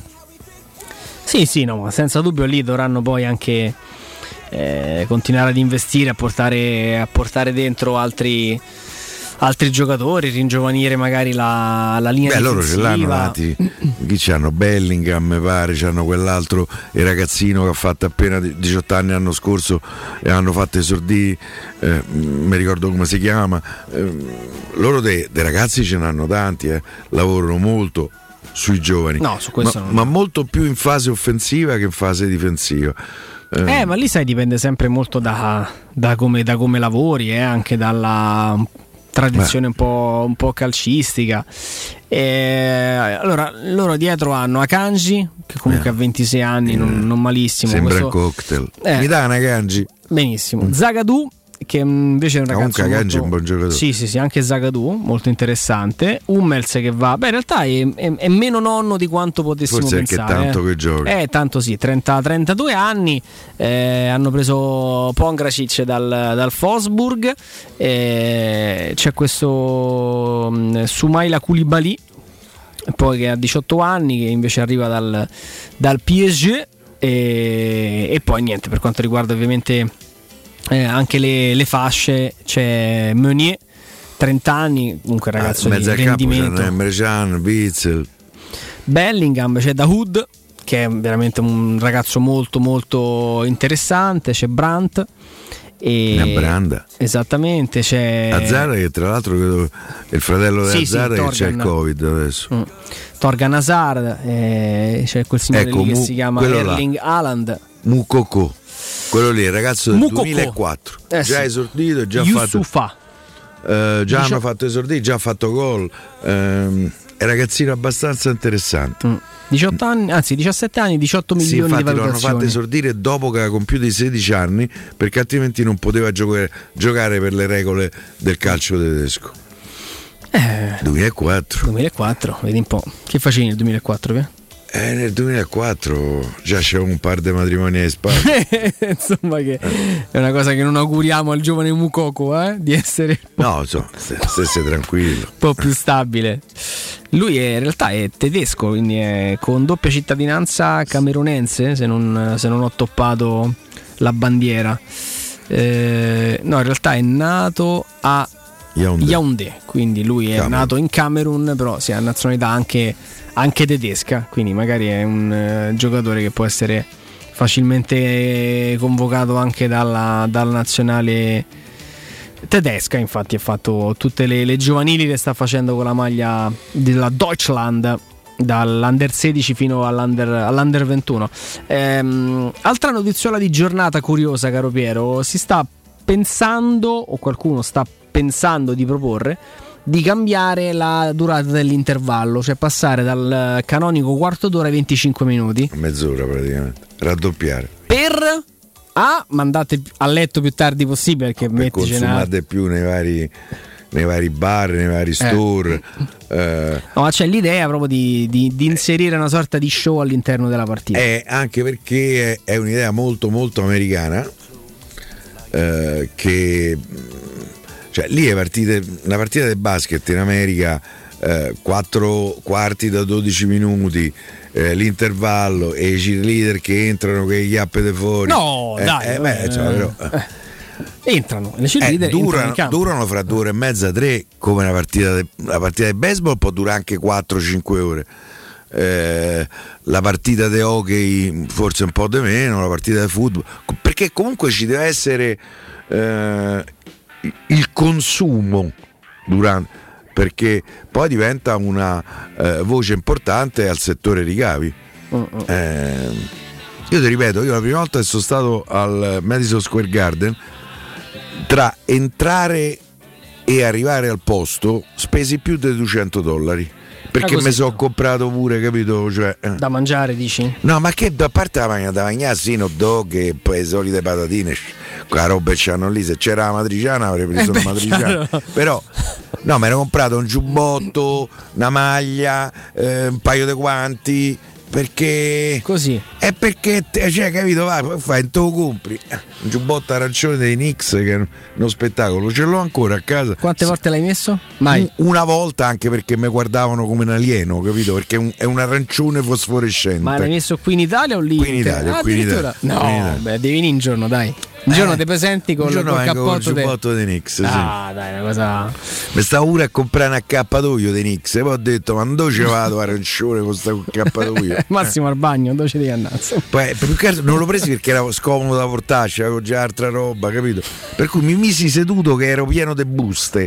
Sì, no, ma senza dubbio lì dovranno poi anche continuare ad investire, a portare dentro altri giocatori, ringiovanire magari la linea difensiva.
Loro ce l'hanno nati. Chi c'hanno? Bellingham, mi pare, c'hanno quell'altro, il ragazzino che ha fatto appena 18 anni l'anno scorso e hanno fatto esordì, mi ricordo come si chiama. Loro dei ragazzi ce n'hanno tanti, lavorano molto sui giovani,
no, su questo
ma molto più in fase offensiva che in fase difensiva.
Ma lì sai, dipende sempre molto da come lavori, anche dalla tradizione un po' calcistica. Allora loro dietro hanno Akanji, che comunque ha 26 anni, non malissimo.
Sembra un cocktail. Mi dà una Akanji.
Benissimo. Zagadou, che invece è un ragazzo
Akanji è un buon giocatore.
Sì, anche Zagadou, molto interessante. Hummels che va, in realtà è meno nonno di quanto potessimo
forse
pensare.
Forse è che tanto che gioca.
Tanto sì, 32 anni. Hanno preso Pongracic dal Wolfsburg. C'è questo Soumaila Koulibaly, poi che ha 18 anni, che invece arriva dal PSG. E poi niente, per quanto riguarda ovviamente anche le fasce, c'è Meunier, 30 anni, comunque ragazzo di rendimento.
Emre Can, Witzel,
Bellingham, c'è Dahoud, che è veramente un ragazzo molto molto interessante, c'è Brandt
e Branda.
Esattamente, c'è
Hazard, che tra l'altro credo è il fratello di Hazard, che c'è il Covid adesso.
Torgan Hazard, c'è quel signore lì che si chiama Erling Haaland.
Moukoko, quello lì, il ragazzo del
Moukoko.
2004, già esordito, già
Youssoufa.
Già hanno fatto esordire, già ha fatto gol. È un ragazzino abbastanza interessante.
18 anni, anzi 17 anni, 18 milioni di valutazioni.
Lo hanno fatto esordire dopo che aveva compiuto i 16 anni, perché altrimenti non poteva giocare per le regole del calcio tedesco. 2004,
vedi un po'. Che facevi nel 2004?
Nel 2004 già c'era un par di matrimoni alle spalle.
Insomma, che è una cosa che non auguriamo al giovane Moukoko, di essere
stesse tranquillo,
un po' più stabile. Lui in realtà è tedesco, quindi è con doppia cittadinanza camerunense, se non ho toppato la bandiera. No, in realtà è nato a Yaoundé, quindi lui è nato in Camerun, però si ha nazionalità anche tedesca, quindi magari è un giocatore che può essere facilmente convocato anche dalla nazionale tedesca. Infatti ha fatto tutte le giovanili, le sta facendo con la maglia della Deutschland, dall'Under 16 fino all'Under 21. Altra notiziola di giornata curiosa, caro Piero: si sta pensando, o qualcuno sta pensando di proporre, di cambiare la durata dell'intervallo, cioè passare dal canonico quarto d'ora ai 25 minuti,
mezz'ora praticamente, raddoppiare,
per mandate a letto più tardi possibile, perché
per consumate più nei vari bar, nei vari store.
No, c'è l'idea proprio di inserire una sorta di show all'interno della partita.
Anche perché è un'idea molto molto americana, che cioè lì una partita di basket in America, 4 quarti da 12 minuti, l'intervallo e i cheerleader che entrano con le chiappe di fuori.
Entrano le cheerleader,
durano fra 2 ore e mezza, 3, come la partita di baseball può durare anche 4-5 ore. La partita di hockey forse un po' di meno, la partita di football, perché comunque ci deve essere il consumo durante, perché poi diventa una voce importante al settore ricavi. Io ti ripeto, io la prima volta che sono stato al Madison Square Garden, tra entrare e arrivare al posto spesi più di $200, perché mi sono comprato pure, capito? Cioè,
da mangiare, dici?
No, ma che a parte la magna da mangiare, sì, hot dog e poi le solite patatine, quella roba che c'hanno lì. Se c'era la matriciana avrei preso la matriciana, però no, mi ero comprato un giubbotto, una maglia, un paio di guanti, perché
così
è perché cioè, capito, vai, fai, te lo compri un giubbotto arancione dei Knicks, che è uno spettacolo, ce l'ho ancora a casa.
Quante volte l'hai messo? Mai.
Una volta, anche perché mi guardavano come un alieno, capito, perché è un arancione fosforescente.
Ma l'hai messo qui in Italia o lì?
Qui in Italia, qui in Italia.
No, beh, devi venire un giorno, dai. Un giorno ti presenti con il
cappotto dei Knicks.
Dai, una cosa.
Mi stavo pure a comprare un accappatoio dei Knicks e poi ho detto, ma dove ce vado arancione con questo accappatoio?
Massimo al bagno, dove ci devi andare?
Poi più che altro non l'ho preso perché era scomodo da portarci, avevo già altra roba, capito? Per cui mi misi seduto che ero pieno di buste.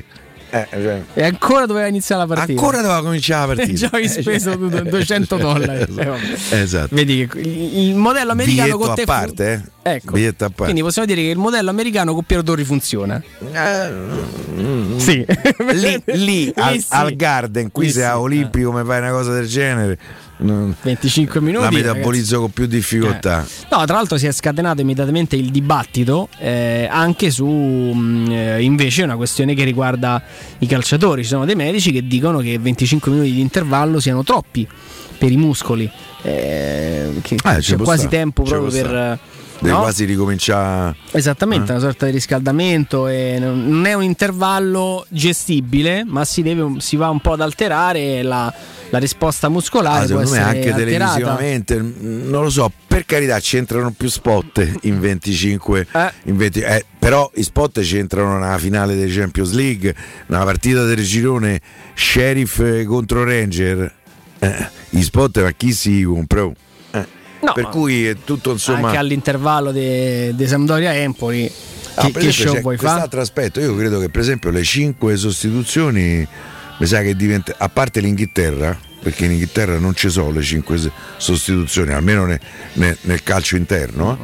E ancora doveva iniziare la partita.
Ancora doveva cominciare la partita.
Già hai speso $200.
Esatto.
Vedi che il modello americano
biglietto
con te
a parte,
ecco.
Biglietto a parte.
Quindi possiamo dire che il modello americano con Piero Torri funziona. Sì.
Lì
sì.
al Garden, qui se a Olimpico mi fai una cosa del genere
25 minuti
la metabolizzo, ragazzi, con più difficoltà.
No, tra l'altro si è scatenato immediatamente il dibattito anche su invece una questione che riguarda i calciatori. Ci sono dei medici che dicono che 25 minuti di intervallo siano troppi per i muscoli, che c'è quasi tempo proprio per
deve quasi ricominciare.
Esattamente, una sorta di riscaldamento, e non è un intervallo gestibile, ma si va un po' ad alterare la risposta muscolare.
Secondo me anche
alterata.
televisivamente, non lo so, per carità c'entrano più spot in 25, però i spot c'entrano nella finale dei Champions League, nella partita del girone Sheriff contro Ranger, gli spot ma chi si compra?
No,
per cui è tutto, insomma,
anche all'intervallo di Sampdoria Empoli. Che show vuoi fare?
Quest'altro aspetto, io credo che per esempio le 5 sostituzioni mi sa che diventa, a parte l'Inghilterra, perché in Inghilterra non ci sono le 5 sostituzioni, almeno nel calcio interno,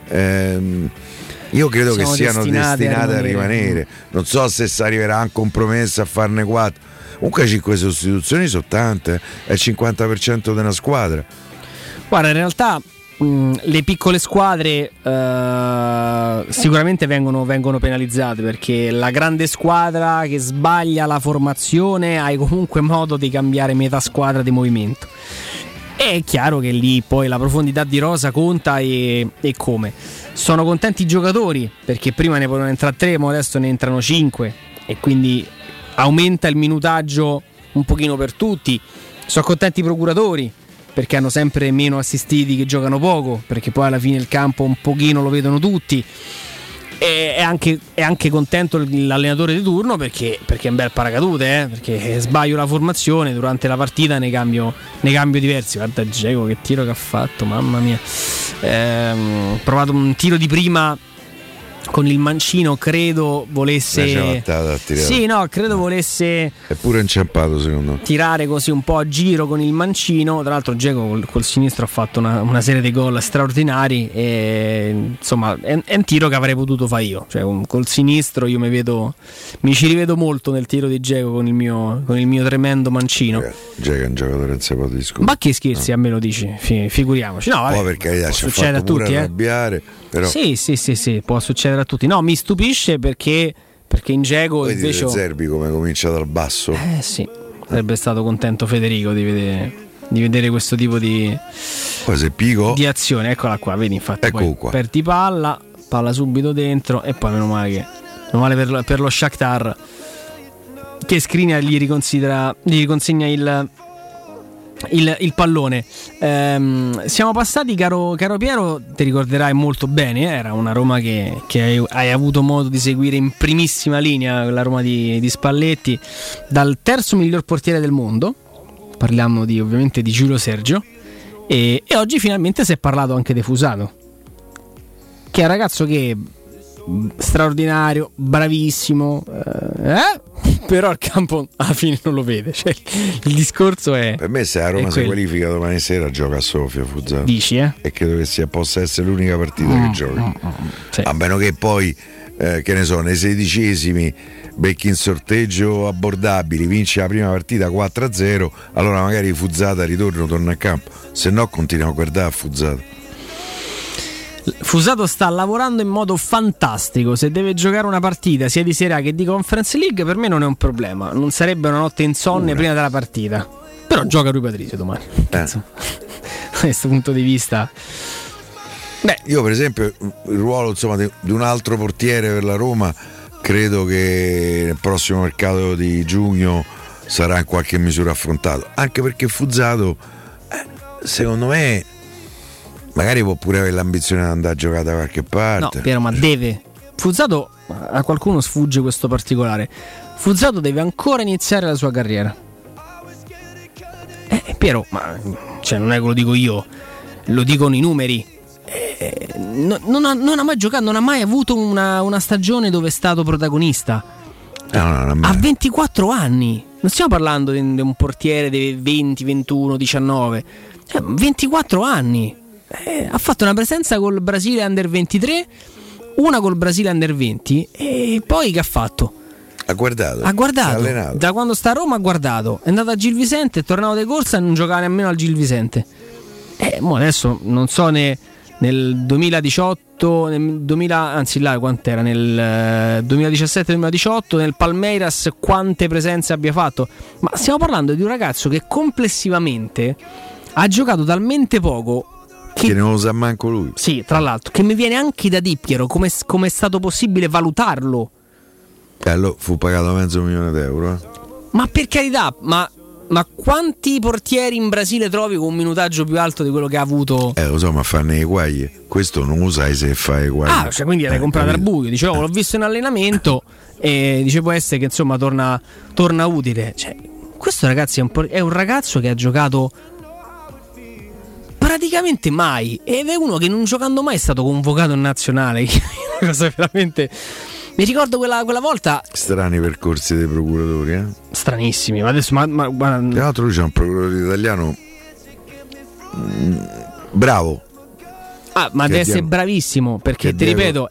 io credo che siano destinate a rimanere. Non so se si arriverà a compromesso a farne 4. Comunque 5 sostituzioni sono tante, è il 50% di una squadra.
Guarda, in realtà le piccole squadre sicuramente vengono penalizzate, perché la grande squadra che sbaglia la formazione hai comunque modo di cambiare metà squadra di movimento. È chiaro che lì poi la profondità di rosa conta, e come. Sono contenti i giocatori, perché prima ne potevano entrare 3, ma adesso ne entrano 5, e quindi aumenta il minutaggio un pochino per tutti. Sono contenti i procuratori, perché hanno sempre meno assistiti che giocano poco, perché poi alla fine il campo un pochino lo vedono tutti. E è anche contento l'allenatore di turno, perché è un bel paracadute, perché sbaglio la formazione durante la partita, ne cambio diversi. Guarda Dzeko che tiro che ha fatto, mamma mia. Provato un tiro di prima con il mancino, credo volesse volesse,
è pure inciampato secondo me,
tirare così un po' a giro con il mancino. Tra l'altro Dzeko col sinistro ha fatto una serie di gol straordinari, e insomma è un tiro che avrei potuto fare io, cioè col sinistro io mi ci rivedo molto nel tiro di Dzeko con il mio tremendo mancino.
Dzeko è un giocatore non si può discutere.
Ma che scherzi, a me lo dici, figuriamoci. No, vabbè,
per carità, ci ha
succede
fatto
a tutti,
pure arrabbiare, però.
Sì, può succedere a tutti. No, mi stupisce perché in Dzeko invece
Zerbi come comincia dal basso.
Sì, sarebbe stato contento Federico di vedere questo tipo di di azione. Eccola qua, vedi, infatti poi perdi palla subito dentro, e poi meno male per lo Shakhtar, che Skriniar gli riconsegna il pallone. Siamo passati, caro Piero, ti ricorderai molto bene, era una Roma che hai avuto modo di seguire in primissima linea, la Roma di Spalletti, dal terzo miglior portiere del mondo, parliamo ovviamente di Giulio Sergio, e oggi finalmente si è parlato anche di Fusato, che è un ragazzo che straordinario, bravissimo, però al campo alla fine non lo vede, cioè, il discorso è,
per me se a Roma si qualifica domani sera gioca a Sofia Fusato,
dici,
e credo che possa essere l'unica partita che gioca,
sì.
A meno che poi che ne so, nei 16esimi becchi in sorteggio abbordabili, vinci la prima partita 4-0, allora magari Fusato al ritorno torna a campo, se no continuiamo a guardare a Fusato.
Fusato sta lavorando in modo fantastico. Se deve giocare una partita sia di Serie A che di Conference League, per me non è un problema. Non sarebbe una notte insonne prima della partita. Però gioca Rui Patricio domani. Da questo punto di vista,
io per esempio il ruolo di un altro portiere per la Roma credo che nel prossimo mercato di giugno sarà in qualche misura affrontato, anche perché Fusato secondo me magari può pure avere l'ambizione di andare a giocare da qualche parte.
No, Piero, ma deve. Fusato, a qualcuno sfugge questo particolare. Fusato deve ancora iniziare la sua carriera. Piero, ma cioè non è che lo dico io, lo dicono i numeri. Non ha mai giocato, non ha mai avuto una stagione dove è stato protagonista. A 24 anni. Non stiamo parlando di un portiere dei 20, 21, 19. 24 anni. Ha fatto una presenza col Brasile Under 23, una col Brasile Under 20 e poi che ha fatto?
Ha guardato.
Da quando sta a Roma ha guardato. È andato a Gil Vicente, è tornato di corsa e non giocava nemmeno al Gil Vicente. Mo adesso non so nel 2018, nel 2000, anzi là quant'era, nel 2017-2018 nel Palmeiras quante presenze abbia fatto. Ma stiamo parlando di un ragazzo che complessivamente ha giocato talmente poco che
non lo sa manco lui.
Sì, tra l'altro, che mi viene anche da dirglielo come è stato possibile valutarlo.
Fu pagato $500,000.
Ma per carità, ma quanti portieri in Brasile trovi con un minutaggio più alto di quello che ha avuto?
Lo so, ma fanno i guai. Questo non lo sai se fa i guai.
Cioè quindi l'hai comprato al buio. Dicevo, l'ho visto in allenamento e dice può essere che insomma torna utile. Cioè, questo ragazzi è un ragazzo che ha giocato praticamente mai ed è uno che non giocando mai è stato convocato in nazionale. Una cosa veramente... Mi ricordo quella volta.
Strani percorsi dei procuratori,
stranissimi. Ma adesso tra
l'altro lui c'è un procuratore italiano bravo.
Ma deve essere bravissimo, perché ti ripeto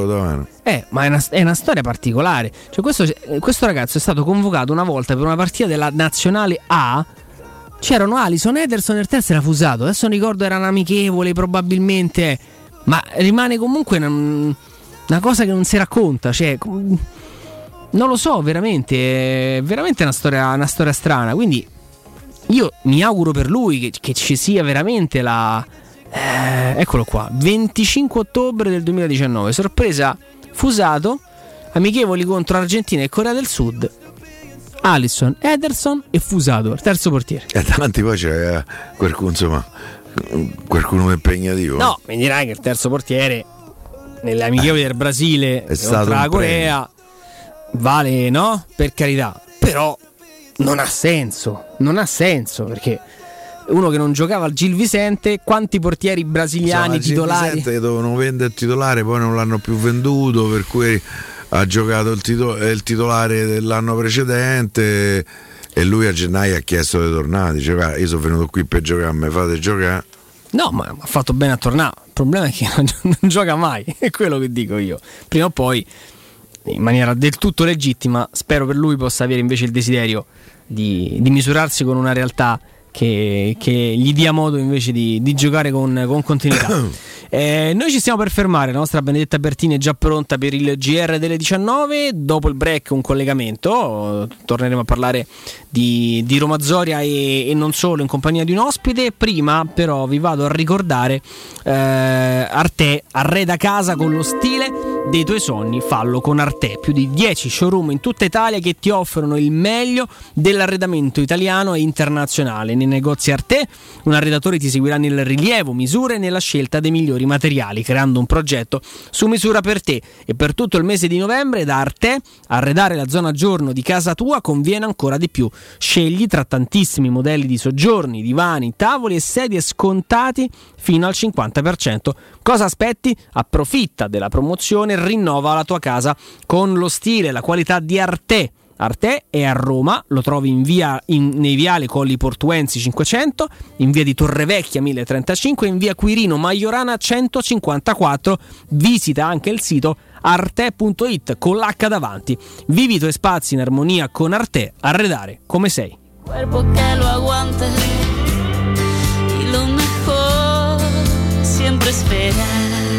ma è una storia particolare. Cioè questo ragazzo è stato convocato una volta per una partita della nazionale A. C'erano Alisson, Ederson e il terzo era Fusato. Adesso non ricordo, era un amichevole probabilmente, ma rimane comunque una cosa che non si racconta, cioè non lo so, veramente è veramente una storia strana. Quindi io mi auguro per lui che ci sia veramente eccolo qua, 25 ottobre del 2019, sorpresa Fusato, amichevoli contro Argentina e Corea del Sud, Alisson, Ederson e Fusato, il terzo portiere.
E davanti poi c'è qualcuno impegnativo.
No, mi dirai che il terzo portiere nelle amichevoli del Brasile contro la Corea vale, no? Per carità, però non ha senso perché uno che non giocava al Gil Vicente, quanti portieri brasiliani titolari?
Gil Vicente dovevano vendere il titolare, poi non l'hanno più venduto, per cui ha giocato il titolare dell'anno precedente e lui a gennaio ha chiesto di tornare, diceva io sono venuto qui per giocare, mi fate giocare.
No, ma ha fatto bene a tornare. Il problema è che non gioca mai, è quello che dico io. Prima o poi, in maniera del tutto legittima, spero per lui possa avere invece il desiderio di misurarsi con una realtà che gli dia modo invece di giocare con continuità. Noi ci stiamo per fermare, la nostra Benedetta Bertini è già pronta per il GR delle 19, dopo il break un collegamento, torneremo a parlare di Roma Zoria e non solo, in compagnia di un ospite. Prima però vi vado a ricordare Arte, arreda casa con lo stile dei tuoi sogni, fallo con Arte. Più di 10 showroom in tutta Italia che ti offrono il meglio dell'arredamento italiano e internazionale. Nei negozi Arte un arredatore ti seguirà nel rilievo, misure e nella scelta dei migliori materiali, creando un progetto su misura per te. E per tutto il mese di novembre da Arte arredare la zona giorno di casa tua conviene ancora di più. Scegli tra tantissimi modelli di soggiorni, divani, tavoli e sedie scontati fino al 50%. Cosa aspetti? Approfitta della promozione e rinnova la tua casa con lo stile e la qualità di Arte. Arte è a Roma, lo trovi nei viale Colli Portuensi 500, in via di Torrevecchia 1035 e in via Quirino Maiorana 154. Visita anche il sito arte.it con l'H davanti. Vivi i tuoi spazi in armonia con Arte, arredare come sei.
Cuerpo que lo aguante y lo mejor siempre espera.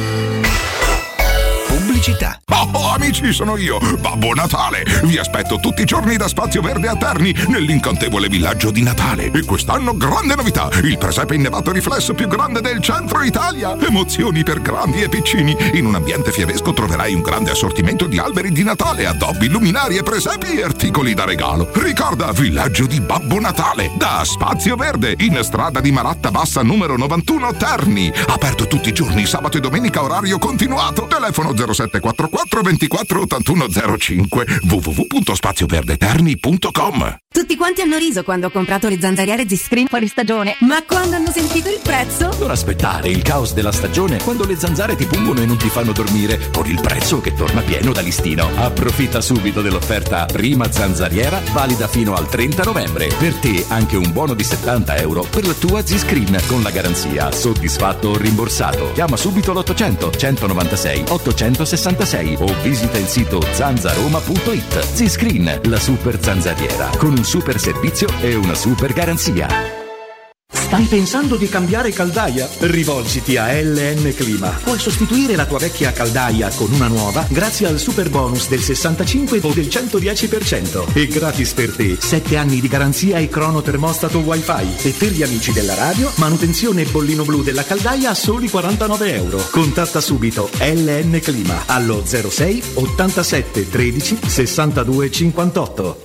Pubblicità. Oh, amici, sono io, Babbo Natale. Vi aspetto tutti i giorni da Spazio Verde a Terni, nell'incantevole villaggio di Natale. E quest'anno grande novità, il presepe innevato riflesso più grande del centro Italia. Emozioni per grandi e piccini. In un ambiente fiabesco troverai un grande assortimento di alberi di Natale, addobbi, luminari e presepi e articoli da regalo. Ricorda, villaggio di Babbo Natale, da Spazio Verde, in strada di Maratta Bassa numero 91 Terni. Aperto tutti i giorni, sabato e domenica, orario continuato. Telefono 0744 24 81 05 www.spazioverdeterni.com.
Tutti quanti hanno riso quando ho comprato le zanzariere Z-Screen fuori stagione, ma quando hanno sentito il prezzo?
Non aspettare il caos della stagione quando le zanzare ti pungono e non ti fanno dormire, con il prezzo che torna pieno da listino. Approfitta subito dell'offerta prima zanzariera, valida fino al 30 novembre. Per te anche un buono di €70 per la tua Z-Screen con la garanzia soddisfatto o rimborsato. Chiama subito l'800 196 866 o visita il sito zanzaroma.it. Z-Screen, la super zanzariera, con un super servizio e una super garanzia.
Stai pensando di cambiare caldaia? Rivolgiti a LN Clima. Puoi sostituire la tua vecchia caldaia con una nuova grazie al super bonus del 65 o del 110% e gratis per te 7 anni di garanzia e cronotermostato wifi. E per gli amici della radio, manutenzione e bollino blu della caldaia a soli €49. Contatta subito LN Clima allo 06 87 13 62 58.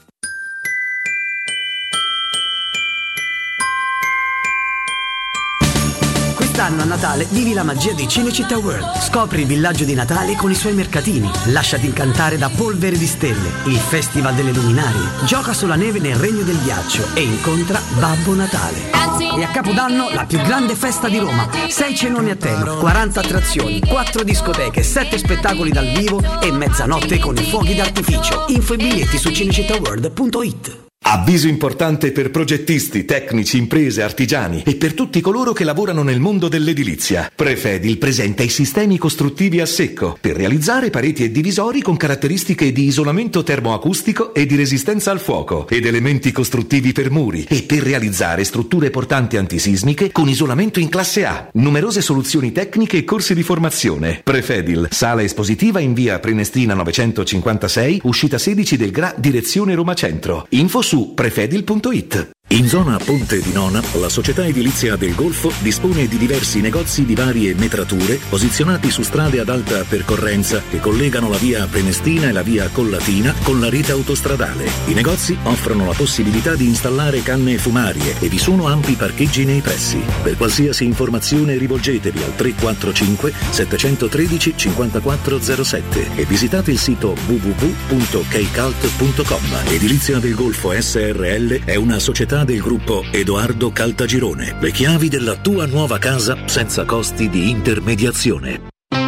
Quest'anno a Natale vivi la magia di Cinecittà World. Scopri il villaggio di Natale con i suoi mercatini. Lasciati incantare da Polvere di Stelle, il Festival delle Luminarie. Gioca sulla neve nel Regno del Ghiaccio e incontra Babbo Natale. E a Capodanno la più grande festa di Roma. 6 cenoni a tema, 40 attrazioni, 4 discoteche, 7 spettacoli dal vivo e mezzanotte con i fuochi d'artificio. Info e biglietti su cinecittàworld.it.
Avviso importante per progettisti, tecnici, imprese, artigiani e per tutti coloro che lavorano nel mondo dell'edilizia. Prefedil presenta i sistemi costruttivi a secco per realizzare pareti e divisori con caratteristiche di isolamento termoacustico e di resistenza al fuoco ed elementi costruttivi per muri e per realizzare strutture portanti antisismiche con isolamento in classe A. Numerose soluzioni tecniche e corsi di formazione. Prefedil, sala espositiva in via Prenestina 956, uscita 16 del GRA, direzione Roma Centro. Info su prefedil.it.
In zona Ponte di Nona, la società edilizia del Golfo dispone di diversi negozi di varie metrature posizionati su strade ad alta percorrenza che collegano la via Prenestina e la via Collatina con la rete autostradale. I negozi offrono la possibilità di installare canne fumarie e vi sono ampi parcheggi nei pressi. Per qualsiasi informazione rivolgetevi al 345 713 5407 e visitate il sito www.keicalt.com. Edilizia del Golfo SRL è una società del gruppo Edoardo Caltagirone. Le chiavi della tua nuova casa senza costi di intermediazione.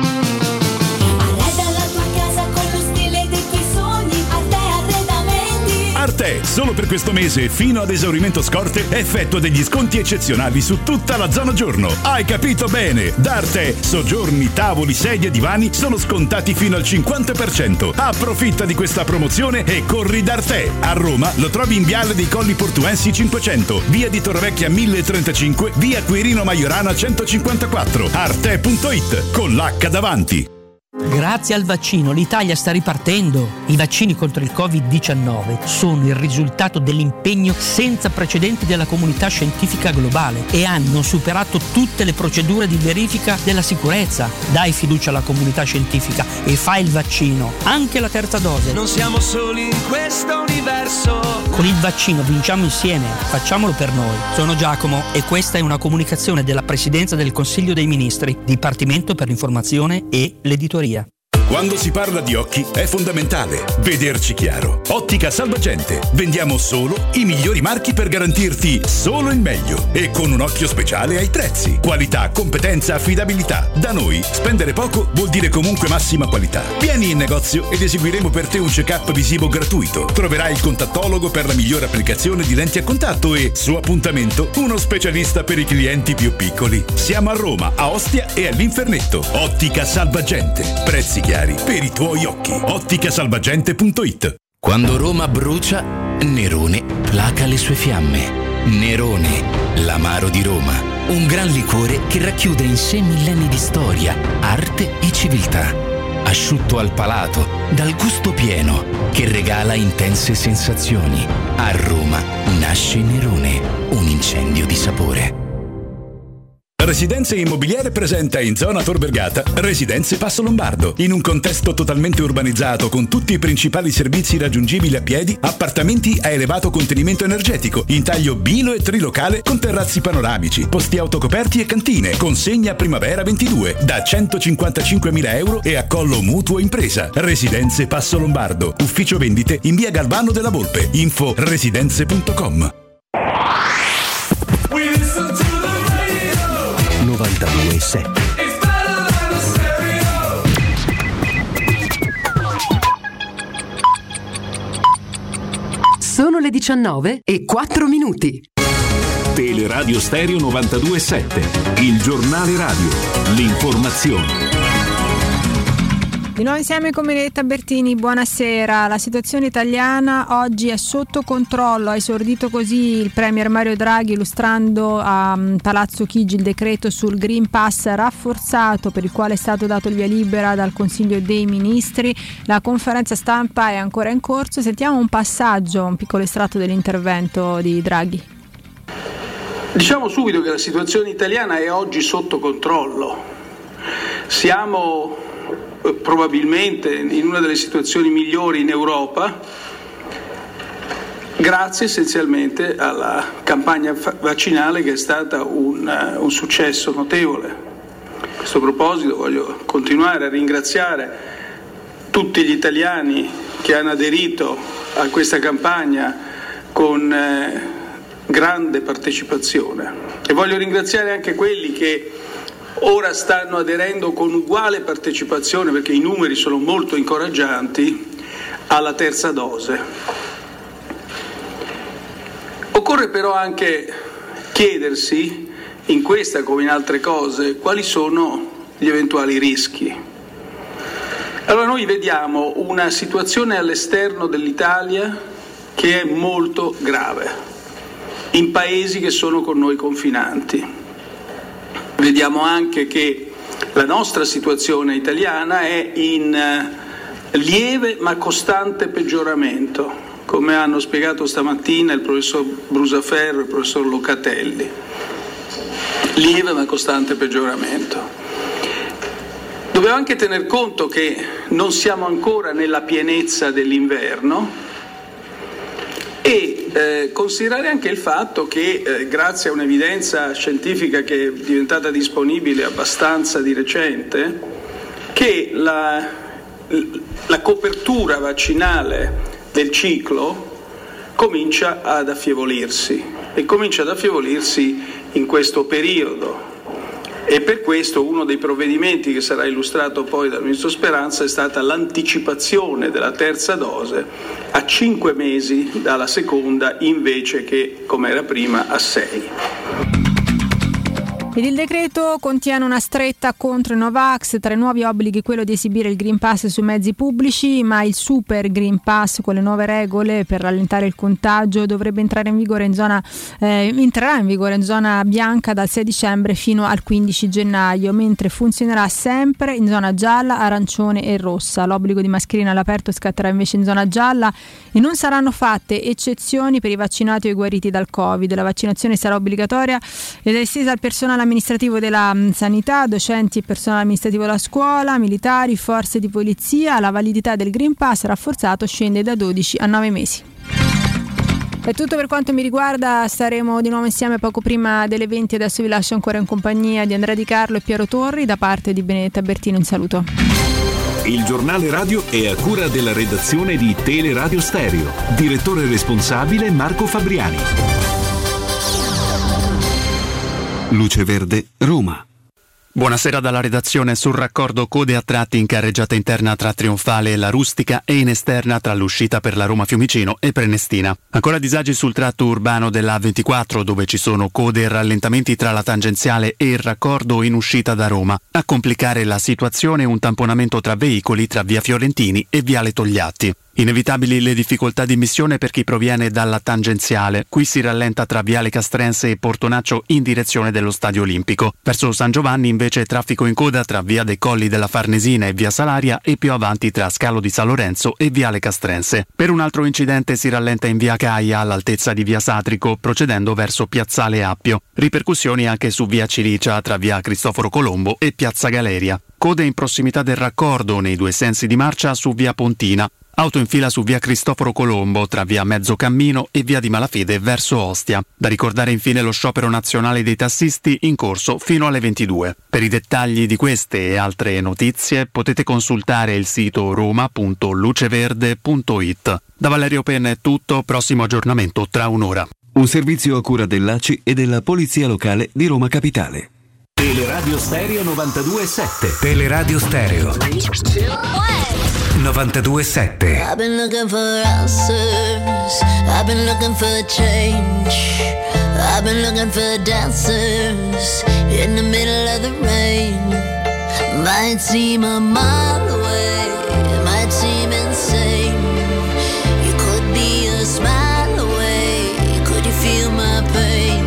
Arte, solo per questo mese fino ad esaurimento scorte effettua degli sconti eccezionali su tutta la zona giorno. Hai capito bene? Da Arte, soggiorni, tavoli, sedie e divani sono scontati fino al 50%. Approfitta di questa promozione e corri da Arte. A Roma lo trovi in Viale dei Colli Portuensi 500, via di Torrevecchia 1035, via Quirino Maiorana 154. Arte.it con l'H davanti.
Grazie al vaccino l'Italia sta ripartendo. I vaccini contro il Covid-19 sono il risultato dell'impegno senza precedenti della comunità scientifica globale e hanno superato tutte le procedure di verifica della sicurezza. Dai fiducia alla comunità scientifica e fai il vaccino, anche la terza dose.
Non siamo soli in questo universo.
Con il vaccino vinciamo insieme, facciamolo per noi. Sono Giacomo e questa è una comunicazione della Presidenza del Consiglio dei Ministri, Dipartimento per l'Informazione e l'Editoria.
Quando si parla di occhi è fondamentale vederci chiaro. Ottica Salvagente. Vendiamo solo i migliori marchi per garantirti solo il meglio e con un occhio speciale ai prezzi. Qualità, competenza, affidabilità. Da noi spendere poco vuol dire comunque massima qualità. Vieni in negozio ed eseguiremo per te un check-up visivo gratuito. Troverai il contattologo per la migliore applicazione di lenti a contatto e, su appuntamento, uno specialista per i clienti più piccoli. Siamo a Roma, a Ostia e all'Infernetto. Ottica Salvagente. Prezzi chiari per i tuoi occhi. Otticasalvagente.it.
Quando Roma brucia, Nerone placa le sue fiamme. Nerone, l'amaro di Roma. Un gran liquore che racchiude in sé millenni di storia, arte e civiltà. Asciutto al palato, dal gusto pieno, che regala intense sensazioni. A Roma nasce Nerone, un incendio di sapore.
Residenze Immobiliare presenta in zona Tor Vergata Residenze Passo Lombardo, in un contesto totalmente urbanizzato con tutti i principali servizi raggiungibili a piedi, appartamenti a elevato contenimento energetico, in taglio bilo e trilocale con terrazzi panoramici, posti autocoperti e cantine, consegna primavera 22 da 155.000 euro e accollo mutuo impresa. Residenze Passo Lombardo, ufficio vendite in via Galvano della Volpe, info residenze.com.
92.7.
Sono le 19:04.
Teleradio Stereo 92.7, il giornale radio, l'informazione.
Di nuovo insieme con Benedetta Bertini, buonasera. La situazione italiana oggi è sotto controllo, ha esordito così il Premier Mario Draghi illustrando a Palazzo Chigi il decreto sul Green Pass rafforzato per il quale è stato dato il via libera dal Consiglio dei Ministri. La conferenza stampa è ancora in corso, sentiamo un passaggio, un piccolo estratto dell'intervento di Draghi.
Diciamo subito che la situazione italiana è oggi sotto controllo. Siamo probabilmente in una delle situazioni migliori in Europa, grazie essenzialmente alla campagna vaccinale che è stata un successo notevole. A questo proposito voglio continuare a ringraziare tutti gli italiani che hanno aderito a questa campagna con grande partecipazione e voglio ringraziare anche quelli che ora stanno aderendo con uguale partecipazione, perché i numeri sono molto incoraggianti, alla terza dose. Occorre però anche chiedersi, in questa come in altre cose, quali sono gli eventuali rischi. Allora noi vediamo una situazione all'esterno dell'Italia che è molto grave, in paesi che sono con noi confinanti. Vediamo anche che la nostra situazione italiana è in lieve ma costante peggioramento, come hanno spiegato stamattina il professor Brusaferro e il professor Locatelli. Lieve ma costante peggioramento. Dobbiamo anche tener conto che non siamo ancora nella pienezza dell'inverno e considerare anche il fatto che grazie a un'evidenza scientifica che è diventata disponibile abbastanza di recente, che la copertura vaccinale del ciclo comincia ad affievolirsi e comincia ad affievolirsi in questo periodo. E per questo uno dei provvedimenti che sarà illustrato poi dal Ministro Speranza è stata l'anticipazione della terza dose a 5 mesi dalla seconda invece che, come era prima, a 6.
Ed il decreto contiene una stretta contro i Novax, tra i nuovi obblighi quello di esibire il Green Pass sui mezzi pubblici, ma il Super Green Pass con le nuove regole per rallentare il contagio dovrebbe entrare in vigore entrerà in vigore in zona bianca dal 6 dicembre fino al 15 gennaio, mentre funzionerà sempre in zona gialla, arancione e rossa. L'obbligo di mascherina all'aperto scatterà invece in zona gialla e non saranno fatte eccezioni per i vaccinati o i guariti dal Covid. La vaccinazione sarà obbligatoria ed è estesa al personale amministrativo della sanità, docenti e personale amministrativo della scuola, militari, forze di polizia. La validità del Green Pass rafforzato scende da 12 a 9 mesi. È tutto per quanto mi riguarda, staremo di nuovo insieme poco prima delle 20. Adesso vi lascio ancora in compagnia di Andrea Di Carlo e Piero Torri. Da parte di Benedetta Bertino un saluto.
Il giornale radio è a cura della redazione di Teleradio Stereo. Direttore responsabile Marco Fabriani. Luce Verde, Roma.
Buonasera dalla redazione. Sul raccordo code a tratti in carreggiata interna tra Trionfale e La Rustica e in esterna tra l'uscita per la Roma Fiumicino e Prenestina. Ancora disagi sul tratto urbano della A24 dove ci sono code e rallentamenti tra la tangenziale e il raccordo in uscita da Roma. A complicare la situazione un tamponamento tra veicoli tra via Fiorentini e viale Togliatti. Inevitabili le difficoltà di missione per chi proviene dalla tangenziale. Qui si rallenta tra Viale Castrense e Portonaccio in direzione dello Stadio Olimpico. Verso San Giovanni invece traffico in coda tra Via dei Colli della Farnesina e Via Salaria e più avanti tra Scalo di San Lorenzo e Viale Castrense. Per un altro incidente si rallenta in Via Caia all'altezza di Via Satrico, procedendo verso Piazzale Appio. Ripercussioni anche su Via Cilicia tra Via Cristoforo Colombo e Piazza Galeria. Code in prossimità del raccordo nei due sensi di marcia su Via Pontina. Auto in fila su Via Cristoforo Colombo tra Via Mezzocammino e Via di Malafede verso Ostia. Da ricordare infine lo sciopero nazionale dei tassisti in corso fino alle 22. Per i dettagli di queste e altre notizie potete consultare il sito roma.luceverde.it. Da Valerio Penna è tutto, prossimo aggiornamento tra un'ora.
Un servizio a cura dell'ACI e della Polizia Locale di Roma Capitale.
Teleradio Stereo 92.7.
Teleradio Stereo 92.7.
I've been looking for answers, I've been looking for change, I've been looking for dancers in the middle of the rain. Might seem a mile away, might seem insane. You could be a smile away, could you feel my pain?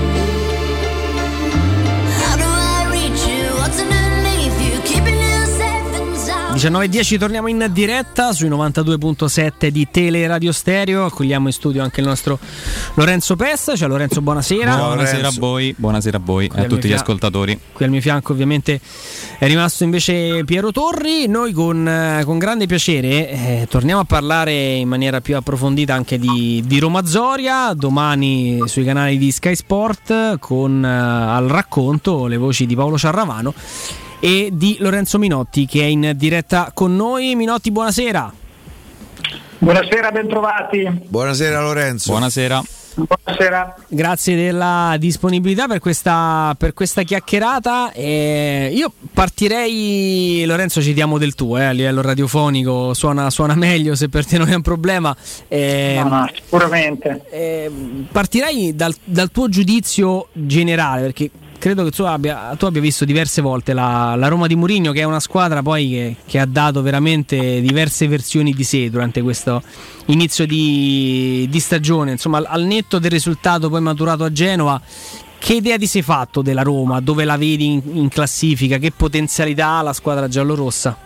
19:10, torniamo in diretta sui 92.7 di Teleradio Stereo. Accogliamo in studio anche il nostro Lorenzo Pessa. Ciao Lorenzo, buonasera.
Buonasera a voi, buonasera a voi e a tutti gli ascoltatori.
Qui al mio fianco ovviamente è rimasto invece Piero Torri. Noi con grande piacere torniamo a parlare in maniera più approfondita anche di Roma Zoria, domani sui canali di Sky Sport con al racconto le voci di Paolo Ciarravano e di Lorenzo Minotti che è in diretta con noi. Minotti, buonasera.
Buonasera, bentrovati.
Buonasera Lorenzo.
Buonasera.
Buonasera.
Grazie della disponibilità per questa chiacchierata. Io partirei, Lorenzo, ci diamo del tuo a livello radiofonico, suona meglio, se per te non è un problema.
No, sicuramente.
Partirei dal tuo giudizio generale, perché credo che tu abbia visto diverse volte la Roma di Mourinho, che è una squadra poi che ha dato veramente diverse versioni di sé durante questo inizio di stagione. Insomma, al netto del risultato poi maturato a Genova, che idea ti sei fatto della Roma? Dove la vedi in classifica? Che potenzialità ha la squadra giallorossa?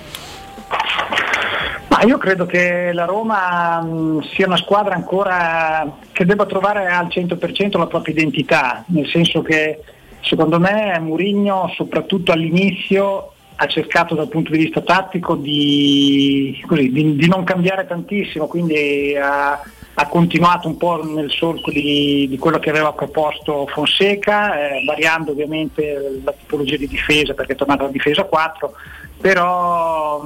Ma io credo che la Roma sia una squadra ancora che debba trovare al 100% la propria identità, nel senso che secondo me Mourinho, soprattutto all'inizio, ha cercato dal punto di vista tattico di non cambiare tantissimo, quindi ha continuato un po' nel solco di quello che aveva proposto Fonseca, variando ovviamente la tipologia di difesa, perché è tornata alla difesa 4, però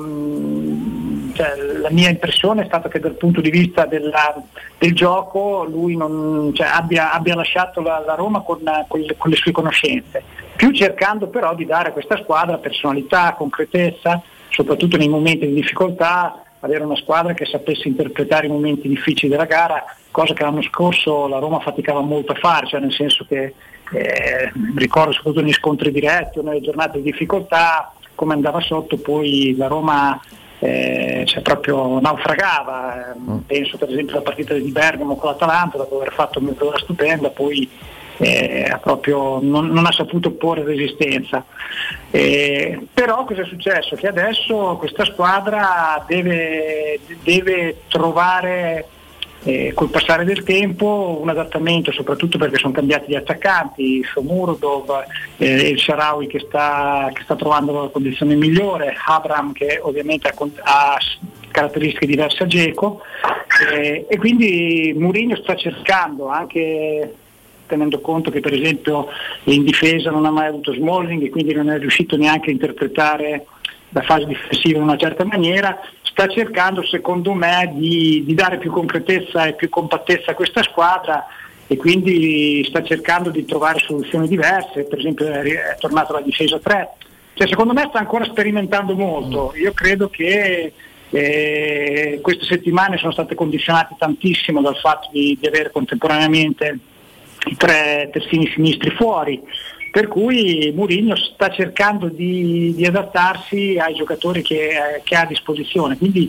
la mia impressione è stata che dal punto di vista del gioco lui abbia lasciato la Roma con le sue conoscenze, più cercando però di dare a questa squadra personalità, concretezza, soprattutto nei momenti di difficoltà, avere una squadra che sapesse interpretare i momenti difficili della gara, cosa che l'anno scorso la Roma faticava molto a fare, cioè nel senso che ricordo soprattutto negli scontri diretti o nelle giornate di difficoltà, come andava sotto, poi la Roma proprio naufragava. Penso per esempio alla partita di Bergamo con l'Atalanta, dopo aver fatto mezz'ora stupenda, poi proprio non ha saputo porre resistenza. Però cosa è successo? Che adesso questa squadra deve trovare col passare del tempo un adattamento, soprattutto perché sono cambiati gli attaccanti, Shomurodov, il Shaarawy che sta trovando la condizione migliore, Abraham che ovviamente ha caratteristiche diverse a Dzeko, e quindi Mourinho sta cercando, anche tenendo conto che per esempio in difesa non ha mai avuto Smalling e quindi non è riuscito neanche a interpretare la fase difensiva in una certa maniera, sta cercando secondo me di dare più concretezza e più compattezza a questa squadra, e quindi sta cercando di trovare soluzioni diverse. Per esempio è tornato alla difesa 3, secondo me sta ancora sperimentando molto. Io credo che queste settimane sono state condizionate tantissimo dal fatto di avere contemporaneamente i 3 terzini sinistri fuori, per cui Mourinho sta cercando di adattarsi ai giocatori che ha a disposizione, quindi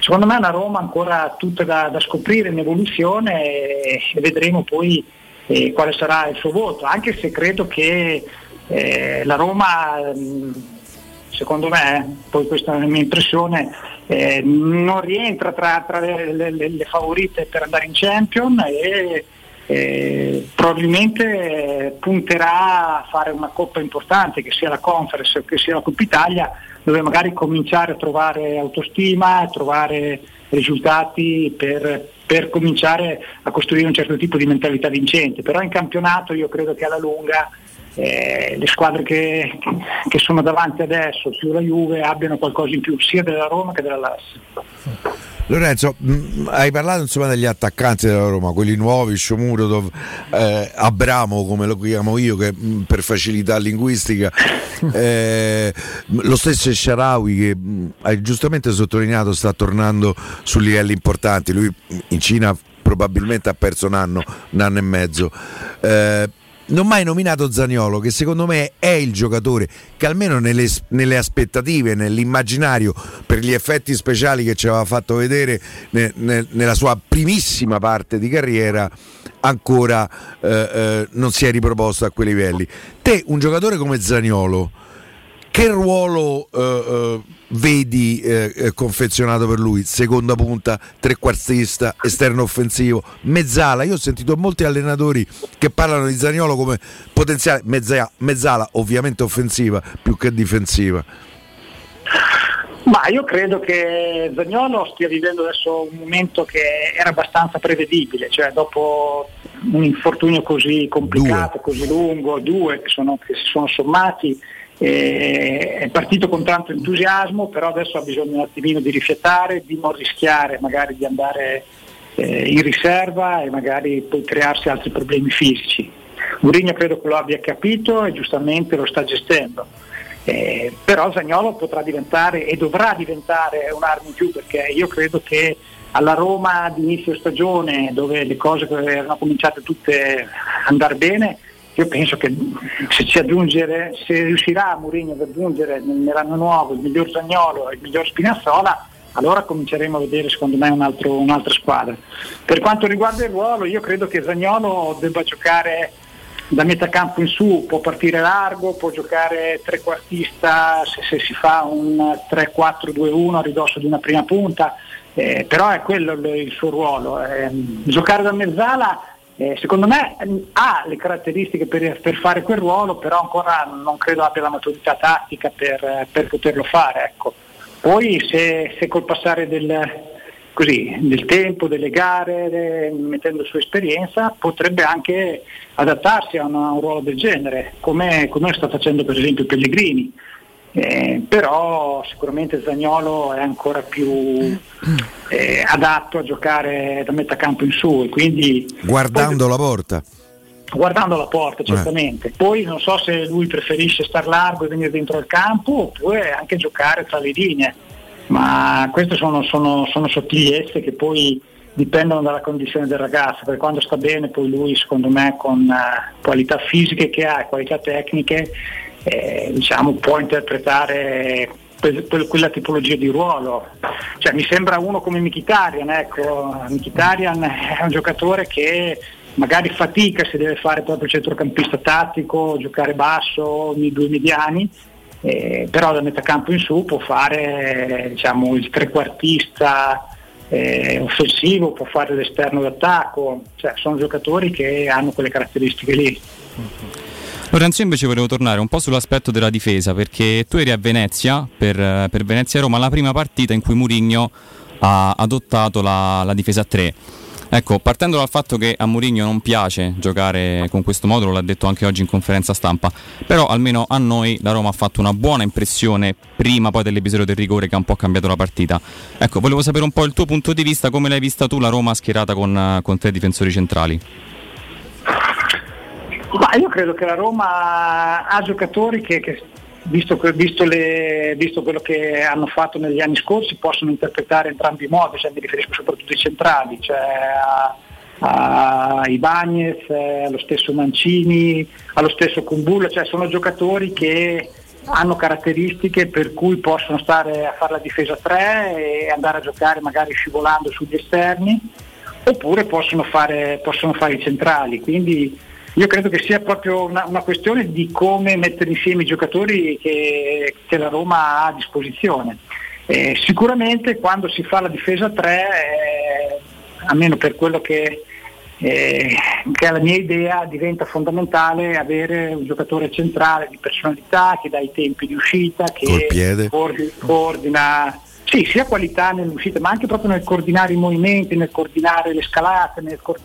secondo me è una Roma ancora tutta da scoprire in evoluzione e vedremo poi quale sarà il suo voto, anche se credo che la Roma, secondo me, poi questa è la mia impressione, non rientra tra le favorite per andare in Champions e probabilmente punterà a fare una coppa importante, che sia la Conference o che sia la Coppa Italia, dove magari cominciare a trovare autostima, a trovare risultati per cominciare a costruire un certo tipo di mentalità vincente. Però in campionato io credo che alla lunga le squadre che sono davanti adesso, più la Juve, abbiano qualcosa in più sia della Roma che della Lazio.
Lorenzo, hai parlato insomma degli attaccanti della Roma, quelli nuovi, Shomurodov, Abramo come lo chiamo io, che per facilità linguistica, lo stesso Shaarawy che hai giustamente sottolineato sta tornando su livelli importanti. Lui in Cina probabilmente ha perso un anno e mezzo. Non mai nominato Zaniolo, che secondo me è il giocatore che almeno nelle aspettative, nell'immaginario, per gli effetti speciali che ci aveva fatto vedere nella sua primissima parte di carriera, ancora non si è riproposto a quei livelli. Te, un giocatore come Zaniolo, che ruolo vedi confezionato per lui? Seconda punta, trequartista, esterno offensivo, mezzala? Io ho sentito molti allenatori che parlano di Zaniolo come potenziale mezzala, ovviamente offensiva più che difensiva.
Ma io credo che Zaniolo stia vivendo adesso un momento che era abbastanza prevedibile, cioè dopo un infortunio così complicato, così lungo, due che si sono sommati, è partito con tanto entusiasmo, però adesso ha bisogno un attimino di rifiatare, di non rischiare magari di andare in riserva e magari poi crearsi altri problemi fisici. Mourinho credo che lo abbia capito e giustamente lo sta gestendo, però Zaniolo potrà diventare e dovrà diventare un'arma in più, perché io credo che alla Roma di inizio stagione, dove le cose erano cominciate tutte a andare bene, io penso che se riuscirà Mourinho ad aggiungere nell'anno nuovo il miglior Zaniolo e il miglior Spinazzola, allora cominceremo a vedere secondo me un'altra squadra. Per quanto riguarda il ruolo, io credo che Zaniolo debba giocare da metà campo in su, può partire largo, può giocare trequartista se si fa un 3-4-2-1 a ridosso di una prima punta, però è quello il suo ruolo. Giocare da mezzala secondo me ha le caratteristiche per fare quel ruolo, però ancora non credo abbia la maturità tattica per poterlo fare, ecco. Poi se col passare del tempo, delle gare, mettendo su esperienza, potrebbe anche adattarsi a un ruolo del genere, come sta facendo per esempio Pellegrini. Però sicuramente Zaniolo è ancora più adatto a giocare da metà campo in su, e quindi
guardando la porta, certamente. Poi non so se lui preferisce star largo e venire dentro il campo oppure anche giocare tra le linee, ma queste sono sottigliezze che poi dipendono dalla condizione del ragazzo, perché quando sta bene poi lui, secondo me, con qualità fisiche che ha e qualità tecniche, può interpretare quella tipologia di ruolo. Cioè, mi sembra uno come Mkhitaryan, ecco. Mkhitaryan è un giocatore che magari fatica se deve fare proprio il centrocampista tattico, giocare basso, i due mediani, però da metà campo in su può fare il trequartista offensivo, può fare l'esterno d'attacco, cioè sono giocatori che hanno quelle caratteristiche lì.
Lorenzo, invece volevo tornare un po' sull'aspetto della difesa, perché tu eri a Venezia per Venezia-Roma, la prima partita in cui Mourinho ha adottato la difesa a 3. Ecco, partendo dal fatto che a Mourinho non piace giocare con questo modulo, l'ha detto anche oggi in conferenza stampa, però almeno a noi la Roma ha fatto una buona impressione prima poi dell'episodio del rigore che ha un po' cambiato la partita. Ecco, volevo sapere un po' il tuo punto di vista, come l'hai vista tu la Roma schierata con 3 difensori centrali?
Ma io credo che la Roma ha giocatori che visto quello che hanno fatto negli anni scorsi, possono interpretare entrambi i modi, mi riferisco soprattutto ai centrali, cioè a Ibañez, allo stesso Mancini, allo stesso Kumbulla, cioè sono giocatori che hanno caratteristiche per cui possono stare a fare la difesa 3 e andare a giocare magari scivolando sugli esterni, oppure possono fare i centrali. Quindi io credo che sia proprio una questione di come mettere insieme i giocatori che la Roma ha a disposizione. Sicuramente quando si fa la difesa 3, almeno per quello che è la mia idea, diventa fondamentale avere un giocatore centrale di personalità, che dà i tempi di uscita, che coordina, sì, sia qualità nell'uscita ma anche proprio nel coordinare i movimenti, nel coordinare le scalate,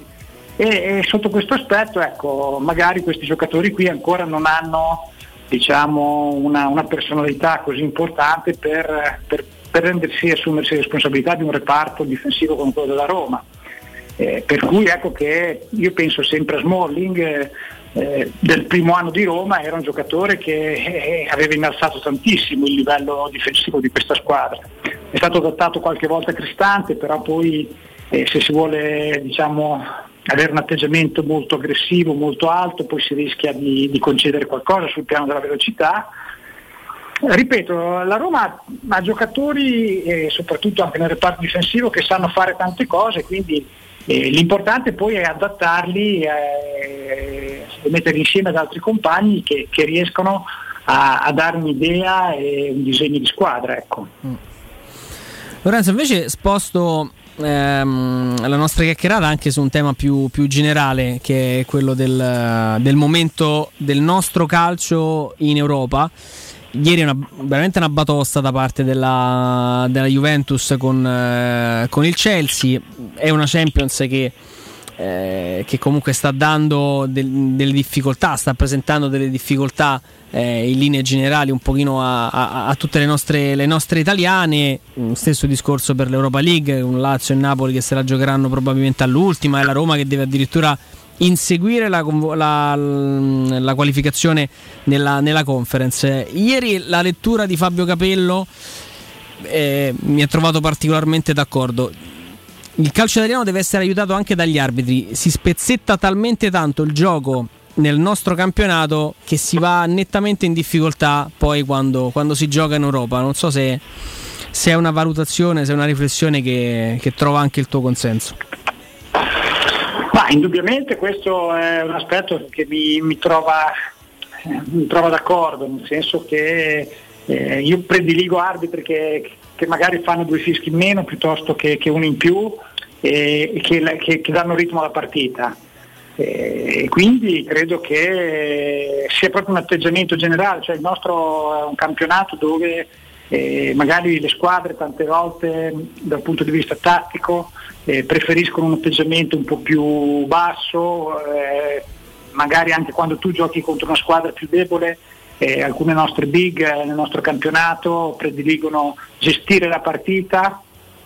e sotto questo aspetto, ecco, magari questi giocatori qui ancora non hanno, diciamo, una personalità così importante per rendersi e assumersi responsabilità di un reparto difensivo come quello della Roma. Per cui ecco che io penso sempre a Smalling, del primo anno di Roma, era un giocatore che aveva innalzato tantissimo il livello difensivo di questa squadra. È stato adattato qualche volta a Cristante, però poi se si vuole, diciamo, avere un atteggiamento molto aggressivo, molto alto, poi si rischia di concedere qualcosa sul piano della velocità. Ripeto, la Roma ha giocatori, soprattutto anche nel reparto difensivo, che sanno fare tante cose, quindi l'importante poi è adattarli e metterli insieme ad altri compagni che riescono a dare un'idea e un disegno di squadra, ecco.
Lorenzo, invece sposto la nostra chiacchierata anche su un tema più generale, che è quello del momento del nostro calcio in Europa. Ieri veramente una batosta da parte della Juventus con il Chelsea. È una Champions che comunque sta dando delle difficoltà, sta presentando delle difficoltà in linee generali un pochino a tutte le nostre italiane. Stesso discorso per l'Europa League, un Lazio e Napoli che se la giocheranno probabilmente all'ultima, e la Roma che deve addirittura inseguire la qualificazione nella Conference. Ieri la lettura di Fabio Capello mi ha trovato particolarmente d'accordo. Il calcio italiano deve essere aiutato anche dagli arbitri, si spezzetta talmente tanto il gioco nel nostro campionato che si va nettamente in difficoltà poi quando si gioca in Europa. Non so se è una valutazione, se è una riflessione che trova anche il tuo consenso.
Ma indubbiamente questo è un aspetto che mi trova d'accordo, nel senso che io prediligo arbitri che magari fanno 2 fischi in meno piuttosto che uno in più, e che danno ritmo alla partita. E quindi credo che sia proprio un atteggiamento generale, cioè il nostro è un campionato dove magari le squadre tante volte dal punto di vista tattico preferiscono un atteggiamento un po' più basso, magari anche quando tu giochi contro una squadra più debole. Alcune nostre big nel nostro campionato prediligono gestire la partita,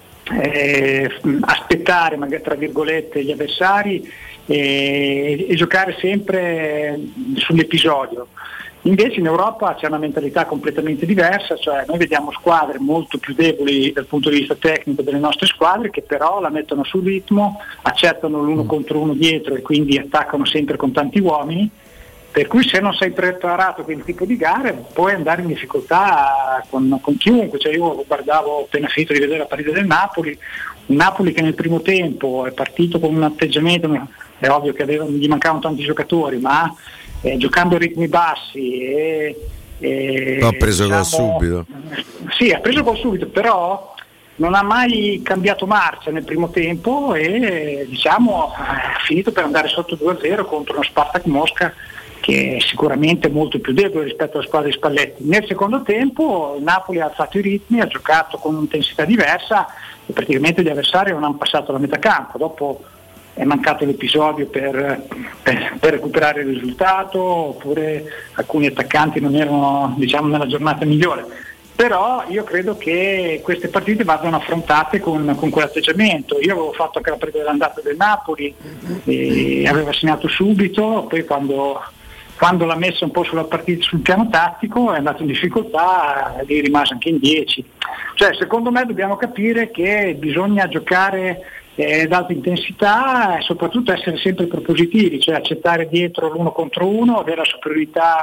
aspettare magari tra virgolette gli avversari e giocare sempre sull'episodio. Invece in Europa c'è una mentalità completamente diversa, cioè noi vediamo squadre molto più deboli dal punto di vista tecnico delle nostre squadre, che però la mettono sul ritmo, accettano l'uno contro uno dietro e quindi attaccano sempre con tanti uomini, per cui se non sei preparato a quel tipo di gare puoi andare in difficoltà con chiunque. Cioè io guardavo, appena finito di vedere la partita del Napoli, un Napoli che nel primo tempo è partito con un atteggiamento, è ovvio che gli mancavano tanti giocatori, ma giocando a ritmi bassi
ha preso gol subito.
Sì, ha preso gol subito, però non ha mai cambiato marcia nel primo tempo e ha finito per andare sotto 2-0 contro uno Spartak Mosca che è sicuramente molto più debole rispetto alla squadra di Spalletti. Nel secondo tempo il Napoli ha alzato i ritmi, ha giocato con un'intensità diversa e praticamente gli avversari non hanno passato la metà campo. Dopo è mancato l'episodio per recuperare il risultato, oppure alcuni attaccanti non erano nella giornata migliore. Però io credo che queste partite vadano affrontate con quell'atteggiamento. Io avevo fatto anche la partita dell'andata del Napoli e aveva segnato subito, poi quando l'ha messa un po' sulla partita, sul piano tattico, è andato in difficoltà e lì è rimasto anche in 10. Cioè secondo me dobbiamo capire che bisogna giocare ad alta intensità e soprattutto essere sempre propositivi, cioè accettare dietro l'uno contro uno, avere la superiorità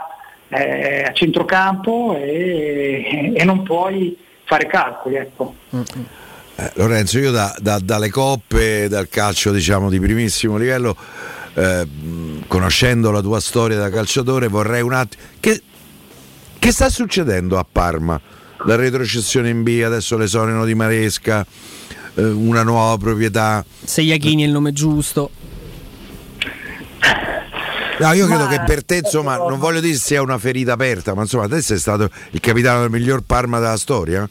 a centrocampo e non puoi fare calcoli, ecco.
Lorenzo, io dalle coppe, dal calcio diciamo di primissimo livello, conoscendo la tua storia da calciatore, vorrei un attimo che sta succedendo a Parma? La retrocessione in B, adesso l'esonero di Maresca, una nuova proprietà.
Se Iachini è il nome giusto.
No, io credo che per te, insomma, non voglio dire sia una ferita aperta, ma insomma, te sei stato il capitano del miglior Parma della storia?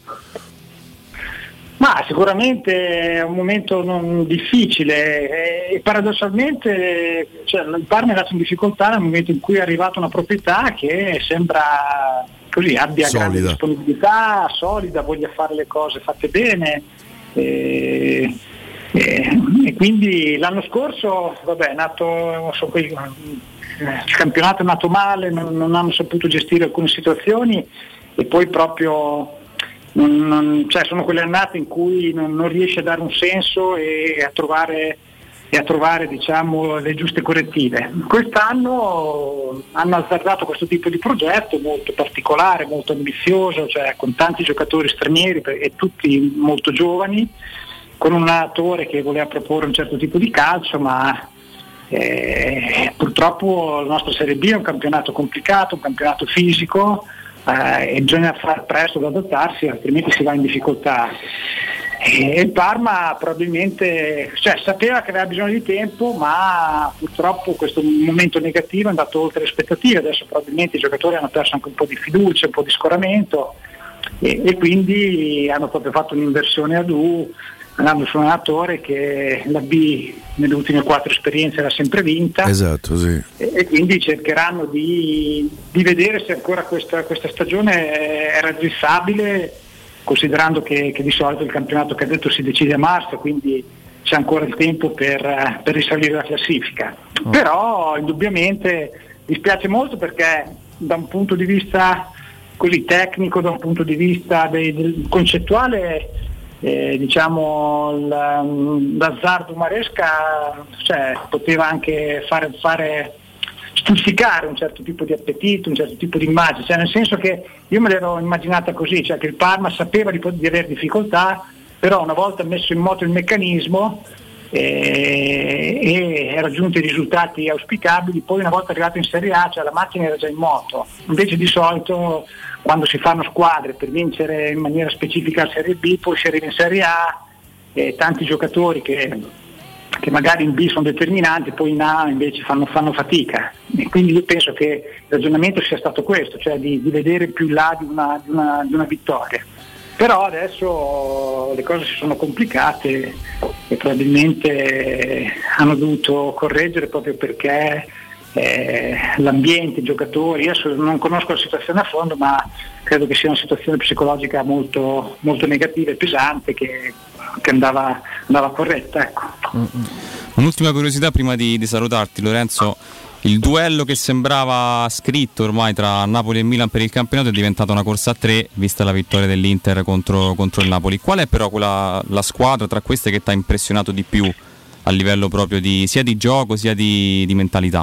Ma sicuramente è un momento non difficile e paradossalmente il Parma è andato in difficoltà nel momento in cui è arrivata una proprietà che sembra così abbia grande disponibilità, solida, voglia fare le cose fatte bene. E quindi l'anno scorso è nato, il campionato è nato male, non hanno saputo gestire alcune situazioni e poi proprio sono quelle annate in cui non riesce a dare un senso e a trovare diciamo le giuste correttive. Quest'anno hanno azzardato questo tipo di progetto molto particolare, molto ambizioso, con tanti giocatori stranieri e tutti molto giovani, con un allenatore che voleva proporre un certo tipo di calcio, ma purtroppo la nostra Serie B è un campionato complicato, un campionato fisico, e bisogna fare presto ad adattarsi, altrimenti si va in difficoltà. E il Parma probabilmente sapeva che aveva bisogno di tempo, ma purtroppo questo momento negativo è andato oltre le aspettative. Adesso probabilmente i giocatori hanno perso anche un po' di fiducia, un po' di scoramento e quindi hanno proprio fatto un'inversione ad U, andando su un allenatore che la B nelle ultime 4 esperienze l'ha sempre vinta.
Esatto, sì.
E quindi cercheranno di vedere se ancora questa stagione è raggirabile, considerando che di solito il campionato cadetto si decide a marzo, quindi c'è ancora il tempo per risalire la classifica. Però indubbiamente dispiace molto perché da un punto di vista così tecnico, da un punto di vista del concettuale, l'azzardo Maresca poteva anche fare stuzzacare un certo tipo di appetito, un certo tipo di immagine, nel senso che io me l'ero immaginata così, che il Parma sapeva di avere difficoltà, però una volta messo in moto il meccanismo e raggiunto i risultati auspicabili, poi una volta arrivato in Serie A la macchina era già in moto. Invece di solito quando si fanno squadre per vincere in maniera specifica la Serie B, poi si arriva in Serie A e tanti giocatori che magari in B sono determinanti, poi in A invece fanno fatica, e quindi io penso che il ragionamento sia stato questo, di vedere più in là di una vittoria. Però adesso le cose si sono complicate e probabilmente hanno dovuto correggere proprio perché l'ambiente, i giocatori, adesso non conosco la situazione a fondo, ma credo che sia una situazione psicologica molto, molto negativa e pesante che andava corretta, ecco.
Un'ultima curiosità prima di salutarti, Lorenzo. Il duello che sembrava scritto ormai tra Napoli e Milan per il campionato è diventata una corsa a 3, vista la vittoria dell'Inter contro il Napoli. Qual è però la squadra tra queste che ti ha impressionato di più a livello proprio sia di gioco sia di mentalità?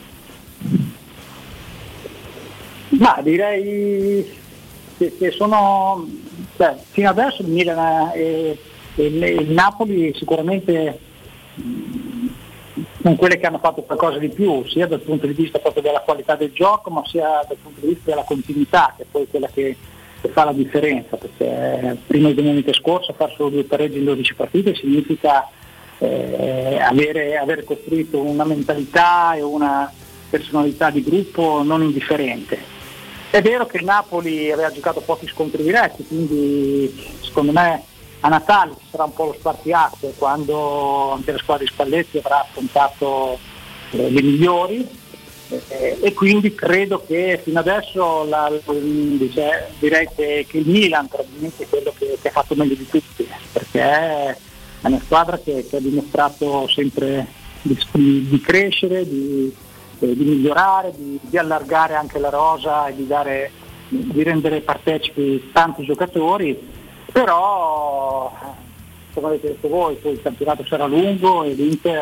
Ma direi che sono fino adesso il Milan e il Napoli sicuramente con quelle che hanno fatto qualcosa di più, sia dal punto di vista proprio della qualità del gioco, ma sia dal punto di vista della continuità, che è poi quella che fa la differenza, perché prima di domenica scorsa far solo 2 pareggi in 12 partite significa avere costruito una mentalità e una personalità di gruppo non indifferente. È vero che il Napoli aveva giocato pochi scontri diretti, quindi secondo me a Natale ci sarà un po' lo spartiacque quando anche la squadra di Spalletti avrà affrontato le migliori, e quindi credo che fino adesso direi che il Milan probabilmente è quello che ha fatto meglio di tutti, perché è una squadra che ha dimostrato sempre di crescere, di migliorare, di allargare anche la rosa e di rendere partecipi tanti giocatori. Però come avete detto voi, poi il campionato sarà lungo e l'Inter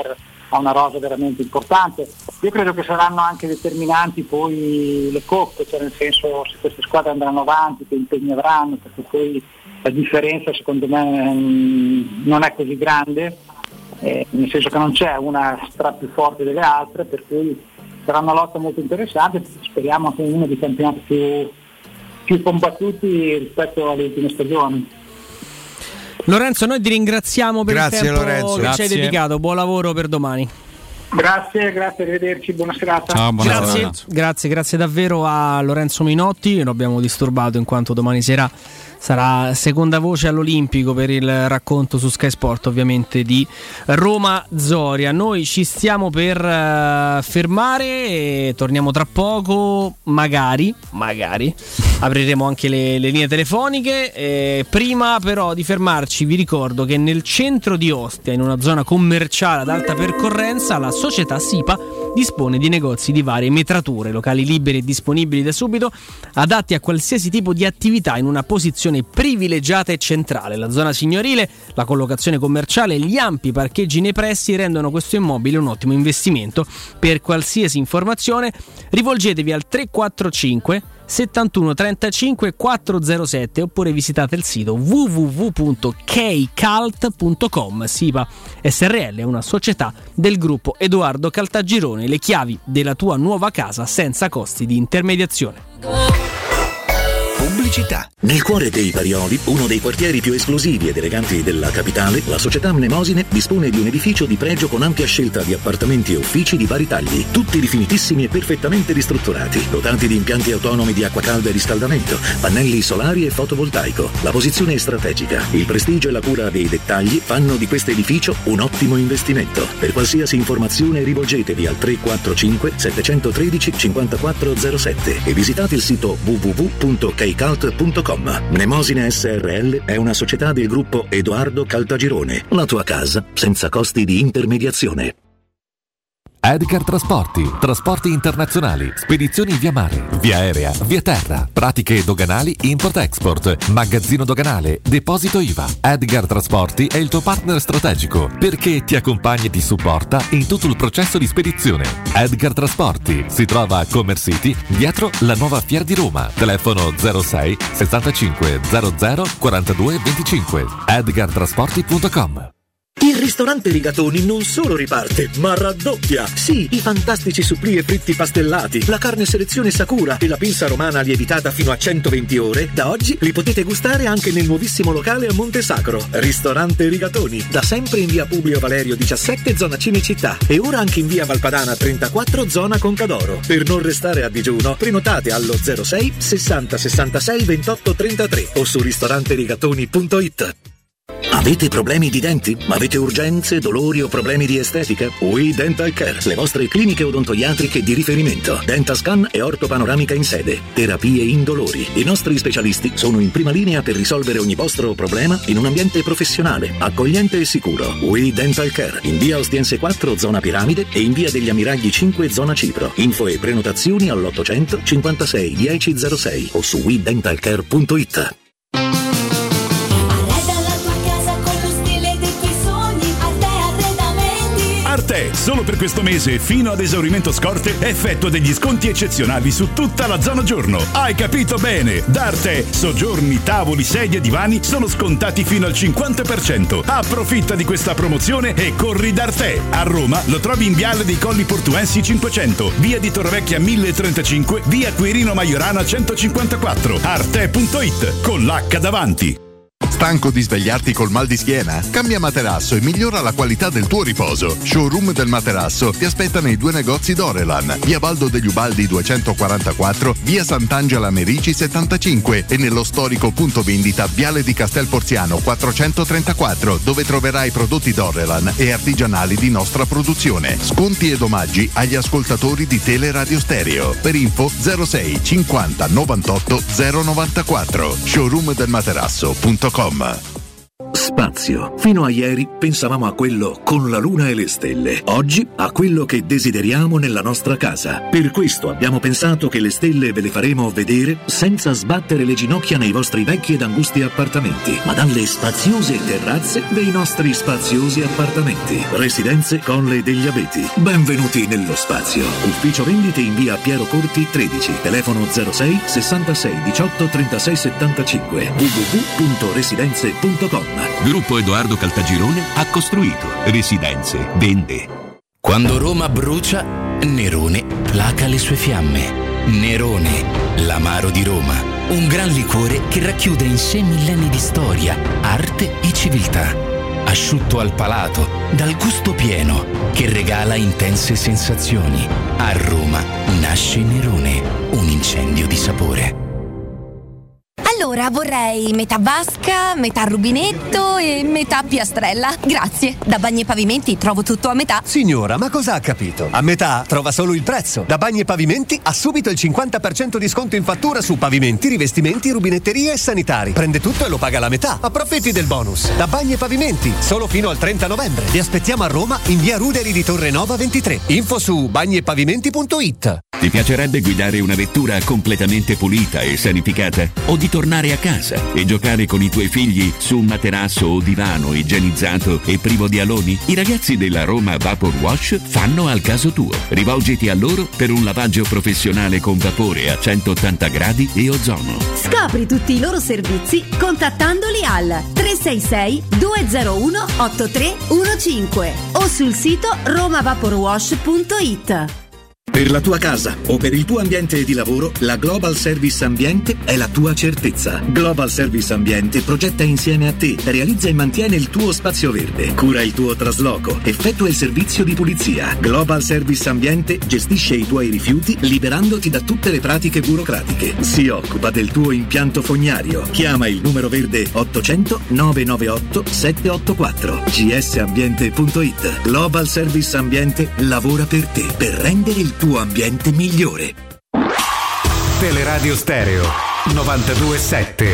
ha una rosa veramente importante. Io credo che saranno anche determinanti poi le coppe, cioè nel senso se queste squadre andranno avanti, che impegni avranno, perché poi la differenza secondo me non è così grande, nel senso che non c'è una stra più forte delle altre, per cui sarà una lotta molto interessante, speriamo che uno dei campionati più combattuti rispetto alle ultime stagioni.
Lorenzo, noi ti ringraziamo per il tempo
Lorenzo.
che ci hai dedicato, buon lavoro per domani.
Grazie, arrivederci, buona serata.
Ciao, buona
Grazie davvero a Lorenzo Minotti, lo abbiamo disturbato in quanto domani sera sarà seconda voce all'Olimpico per il racconto su Sky Sport, ovviamente, di Roma-Zoria. Noi ci stiamo per fermare e torniamo tra poco, magari apriremo anche le linee telefoniche. Prima però di fermarci vi ricordo che nel centro di Ostia, in una zona commerciale ad alta percorrenza, la società SIPA dispone di negozi di varie metrature, locali liberi e disponibili da subito, adatti a qualsiasi tipo di attività in una posizione privilegiata e centrale. La zona signorile, la collocazione commerciale e gli ampi parcheggi nei pressi rendono questo immobile un ottimo investimento. Per qualsiasi informazione rivolgetevi al 345 71 35 407 oppure visitate il sito www.kcalt.com. SIPA SRL è una società del gruppo Edoardo Caltagirone, le chiavi della tua nuova casa senza costi di intermediazione.
Pubblicità. Nel cuore dei Parioli, uno dei quartieri più esclusivi ed eleganti della capitale, la società Mnemosine dispone di un edificio di pregio con ampia scelta di appartamenti e uffici di vari tagli, tutti rifinitissimi e perfettamente ristrutturati, dotati di impianti autonomi di acqua calda e riscaldamento, pannelli solari e fotovoltaico. La posizione è strategica, il prestigio e la cura dei dettagli fanno di questo edificio un ottimo investimento. Per qualsiasi informazione rivolgetevi al 345 713 5407 e visitate il sito www.kcalt.com. Mnemosine SRL è una società del gruppo Edoardo Caltagirone. La tua casa senza costi di intermediazione.
Edgar trasporti internazionali, spedizioni via mare, via aerea, via terra, pratiche doganali import-export, magazzino doganale, deposito IVA. Edgar Trasporti è il tuo partner strategico perché ti accompagna e ti supporta in tutto il processo di spedizione. Edgar Trasporti si trova a Commerce City, dietro la nuova Fiera di Roma. Telefono 06 65 00 42 25. edgartrasporti.com.
Il ristorante Rigatoni non solo riparte, ma raddoppia! Sì, i fantastici supplì e fritti pastellati, la carne selezione Sakura e la pinza romana lievitata fino a 120 ore, da oggi li potete gustare anche nel nuovissimo locale a Monte Sacro. Ristorante Rigatoni, da sempre in via Publio Valerio 17, zona Cinecittà, e ora anche in via Valpadana 34, zona Concadoro. Per non restare a digiuno, prenotate allo 06 60 66 28 33 o su ristoranterigatoni.it. Avete problemi di denti? Avete urgenze, dolori o problemi di estetica? We Dental Care, le vostre cliniche odontoiatriche di riferimento. Dentascan e ortopanoramica in sede. Terapie indolori. I nostri specialisti sono in prima linea per risolvere ogni vostro problema in un ambiente professionale, accogliente e sicuro. We Dental Care, in via Ostiense 4, zona Piramide, e in via degli Ammiragli 5, zona Cipro. Info e prenotazioni all'800 56 1006 o su wedentalcare.it.
Arte, solo per questo mese fino ad esaurimento scorte effettua degli sconti eccezionali su tutta la zona giorno. Hai capito bene? Da Arte, soggiorni, tavoli, sedie e divani sono scontati fino al 50%. Approfitta di questa promozione e corri da Arte. A Roma lo trovi in Viale dei Colli Portuensi 500, via di Torrevecchia 1035, via Quirino Maiorana 154. Arte.it con l'H davanti.
Stanco di svegliarti col mal di schiena? Cambia materasso e migliora la qualità del tuo riposo. Showroom del materasso ti aspetta nei due negozi Dorelan, via Baldo degli Ubaldi 244, via Sant'Angela Merici 75 e nello storico punto vendita Viale di Castel Porziano 434, dove troverai prodotti Dorelan e artigianali di nostra produzione. Sconti ed omaggi agli ascoltatori di Teleradio Stereo. Per info 06 50 98 094. Showroomdelmaterasso.com.
spazio. Fino a ieri pensavamo a quello con la luna e le stelle. Oggi a quello che desideriamo nella nostra casa. Per questo abbiamo pensato che le stelle ve le faremo vedere senza sbattere le ginocchia nei vostri vecchi ed angusti appartamenti, ma dalle spaziose terrazze dei nostri spaziosi appartamenti. Residenze Colle degli Abeti. Benvenuti nello spazio. Ufficio vendite in via Piero Corti 13. Telefono 06 66 18 36 75. www.residenze.com.
Gruppo Edoardo Caltagirone ha costruito, residenze, vende.
Quando Roma brucia, Nerone placa le sue fiamme. Nerone, l'amaro di Roma. Un gran liquore che racchiude in sé millenni di storia, arte e civiltà. Asciutto al palato, dal gusto pieno, che regala intense sensazioni. A Roma nasce Nerone, un incendio di sapore.
Allora vorrei metà vasca, metà rubinetto e metà piastrella. Grazie. Da Bagni e Pavimenti trovo tutto a metà.
Signora, ma cosa ha capito? A metà trova solo il prezzo. Da Bagni e Pavimenti ha subito il 50% di sconto in fattura su pavimenti, rivestimenti, rubinetterie e sanitari. Prende tutto e lo paga la metà. Approfitti del bonus. Da Bagni e Pavimenti, solo fino al 30 novembre. Vi aspettiamo a Roma in via Ruderi di Torre Nova 23. Info su bagniepavimenti.it.
Ti piacerebbe guidare una vettura completamente pulita e sanificata? O di tornare a casa e giocare con i tuoi figli su un materasso o divano igienizzato e privo di aloni? I ragazzi della Roma Vapor Wash fanno al caso tuo. Rivolgiti a loro per un lavaggio professionale con vapore a 180 gradi e ozono.
Scopri tutti i loro servizi contattandoli al 366 201 8315 o sul sito romavaporwash.it.
Per la tua casa o per il tuo ambiente di lavoro, la Global Service Ambiente è la tua certezza. Global Service Ambiente progetta insieme a te, realizza e mantiene il tuo spazio verde, cura il tuo trasloco, effettua il servizio di pulizia. Global Service Ambiente gestisce i tuoi rifiuti liberandoti da tutte le pratiche burocratiche. Si occupa del tuo impianto fognario. Chiama il numero verde 800 998 784. gsambiente.it. Global Service Ambiente lavora per te, per rendere il tuo ambiente migliore.
Teleradio Stereo 92.7.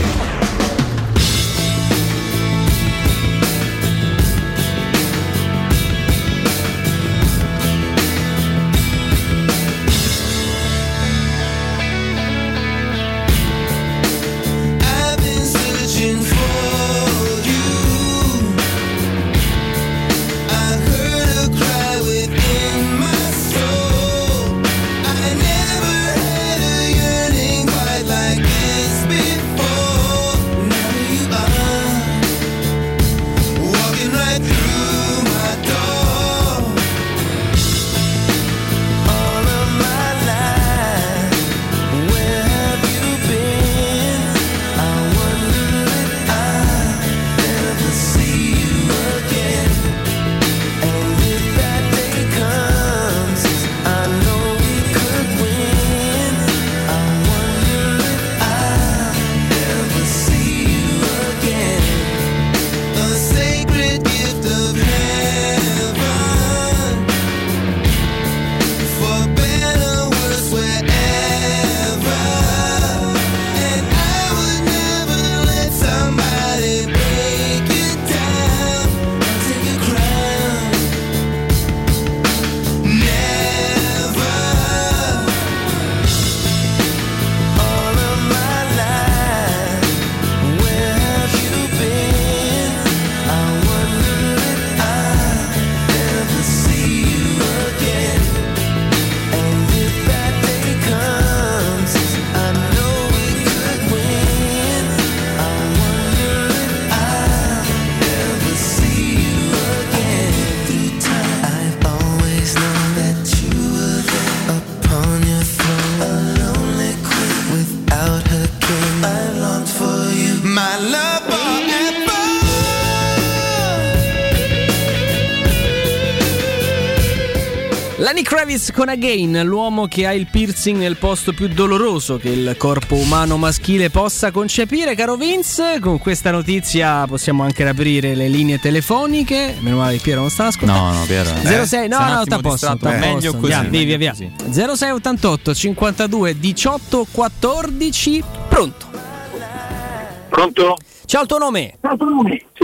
Lenny Kravitz con Again, l'uomo che ha il piercing nel posto più doloroso che il corpo umano maschile possa concepire. Caro Vince, con questa notizia possiamo anche aprire le linee telefoniche. Meno male che Piero non sta ascoltando.
No, Piero.
06, no, sta a posto.
Meglio così.
Via. 06 88 52 18 14. Pronto?
Pronto?
Ciao, il tuo nome?
Sì,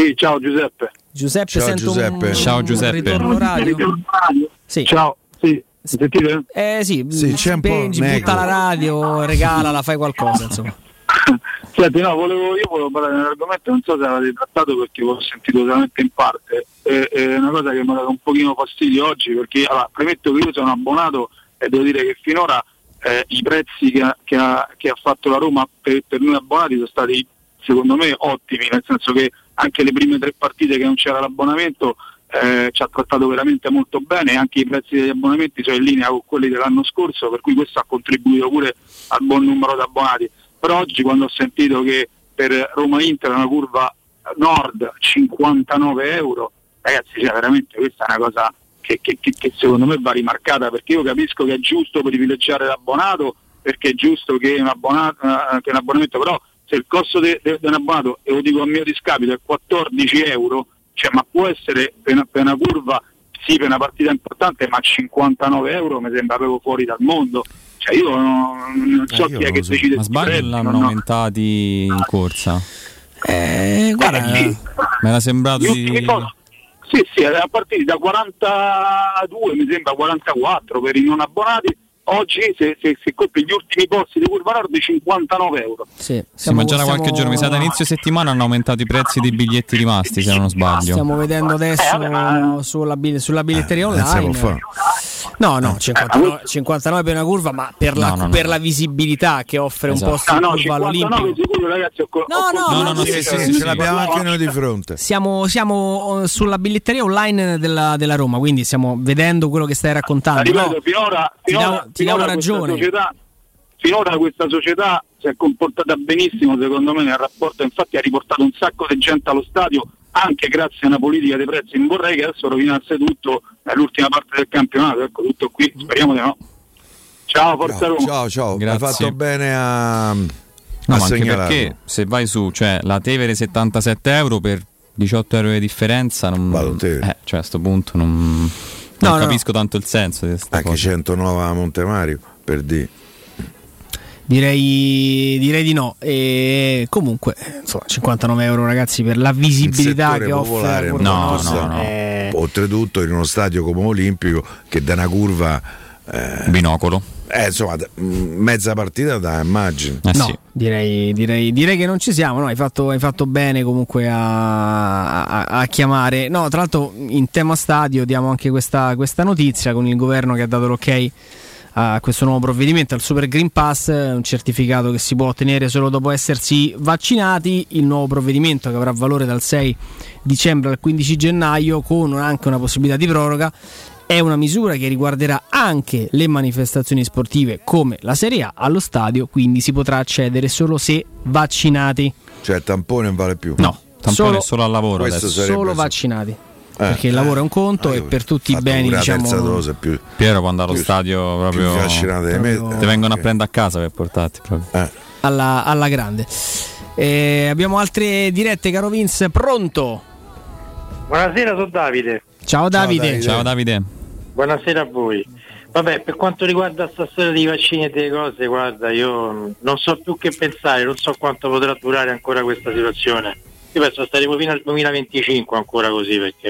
Sì, ciao Giuseppe.
Giuseppe,
Ciao,
sento
Giuseppe.
Ciao, Giuseppe.
un ritorno radio. Sì.
Ciao, sì, sentite?
Sì,
Sì, c'è un po'
spengi,
un
butta
eco.
la radio, regalala, fai qualcosa, insomma.
Senti, no, volevo parlare di un argomento, non so se l'avete trattato perché l'ho sentito solamente in parte, è una cosa che mi ha dato un pochino fastidio oggi, perché allora, premetto che io sono abbonato e devo dire che finora i prezzi che ha fatto la Roma per noi abbonati sono stati secondo me ottimi, nel senso che anche le prime 3 partite che non c'era l'abbonamento ci ha trattato veramente molto bene, anche i prezzi degli abbonamenti sono in linea con quelli dell'anno scorso, per cui questo ha contribuito pure al buon numero di abbonati. Però oggi quando ho sentito che per Roma Inter una curva nord 59 euro, ragazzi, cioè veramente questa è una cosa che secondo me va rimarcata, perché io capisco che è giusto privilegiare l'abbonato, perché è giusto che un abbonamento, però se il costo di un abbonato, e lo dico a mio discapito, è 14 euro, cioè, ma può essere per una curva, sì, per una partita importante, ma 59 euro mi sembra proprio fuori dal mondo. Cioè io non so chi è che decide.
Ma sbaglio, l'hanno aumentati in corsa?
Guarda,
me era sembrato di...
Sì, a partire da 42, mi sembra 44 per i non abbonati. Oggi se compri gli ultimi posti di curva nord 59 euro.
Sì,
ma già da qualche giorno, mi sa da inizio settimana hanno aumentato i prezzi dei biglietti rimasti, se non sbaglio.
Stiamo vedendo adesso sulla biglietteria online. No, 59 per una curva, ma per la visibilità che offre un posto in curva all'Olimpico.
No, ce l'abbiamo anche noi di fronte.
Siamo sulla biglietteria online della Roma, quindi stiamo vedendo quello che stai raccontando.
Ripeto,
ti do ragione.
Finora questa società si è comportata benissimo, secondo me, nel rapporto, infatti ha riportato un sacco di gente allo stadio, anche grazie a una politica dei prezzi. Non vorrei che adesso rovinasse tutto nell'ultima parte del campionato, ecco, tutto qui, speriamo di no. Ciao, forza Roma.
Ciao,
grazie.
hai fatto bene a
No, ma anche
segnalarlo.
perché se vai su, cioè la Tevere 77 euro per 18 euro di differenza, cioè a sto punto non capisco tanto il senso di questa
anche
cosa.
109 a Montemario, per dire.
Direi di no. E comunque, insomma, 59 euro, ragazzi, per la visibilità che offre.
No.
Oltretutto in uno stadio come Olimpico, che da una curva
binocolo.
Insomma, mezza partita da immagine.
No, sì. direi che non ci siamo. No, hai fatto bene comunque a chiamare. No, tra l'altro in tema stadio diamo anche questa notizia, con il governo che ha dato l'ok a questo nuovo provvedimento, al Super Green Pass, un certificato che si può ottenere solo dopo essersi vaccinati. Il nuovo provvedimento, che avrà valore dal 6 dicembre al 15 gennaio, con anche una possibilità di proroga, è una misura che riguarderà anche le manifestazioni sportive come la Serie A allo stadio, quindi si potrà accedere solo se vaccinati.
Cioè il tampone non vale più.
No,
tampone solo al lavoro
adesso.
Solo vaccinati. Perché il lavoro è un conto e per tutti i beni, diciamo,
Piero può andare allo stadio proprio ti vengono a prendere a casa per portarti proprio.
Alla grande. Abbiamo altre dirette, caro Vince, pronto?
Buonasera, sono Davide.
Ciao Davide.
Ciao Davide.
Buonasera a voi. Vabbè, per quanto riguarda questa storia dei vaccini e delle cose, guarda, io non so più che pensare, non so quanto potrà durare ancora questa situazione. Io penso staremo fino al 2025 ancora così, perché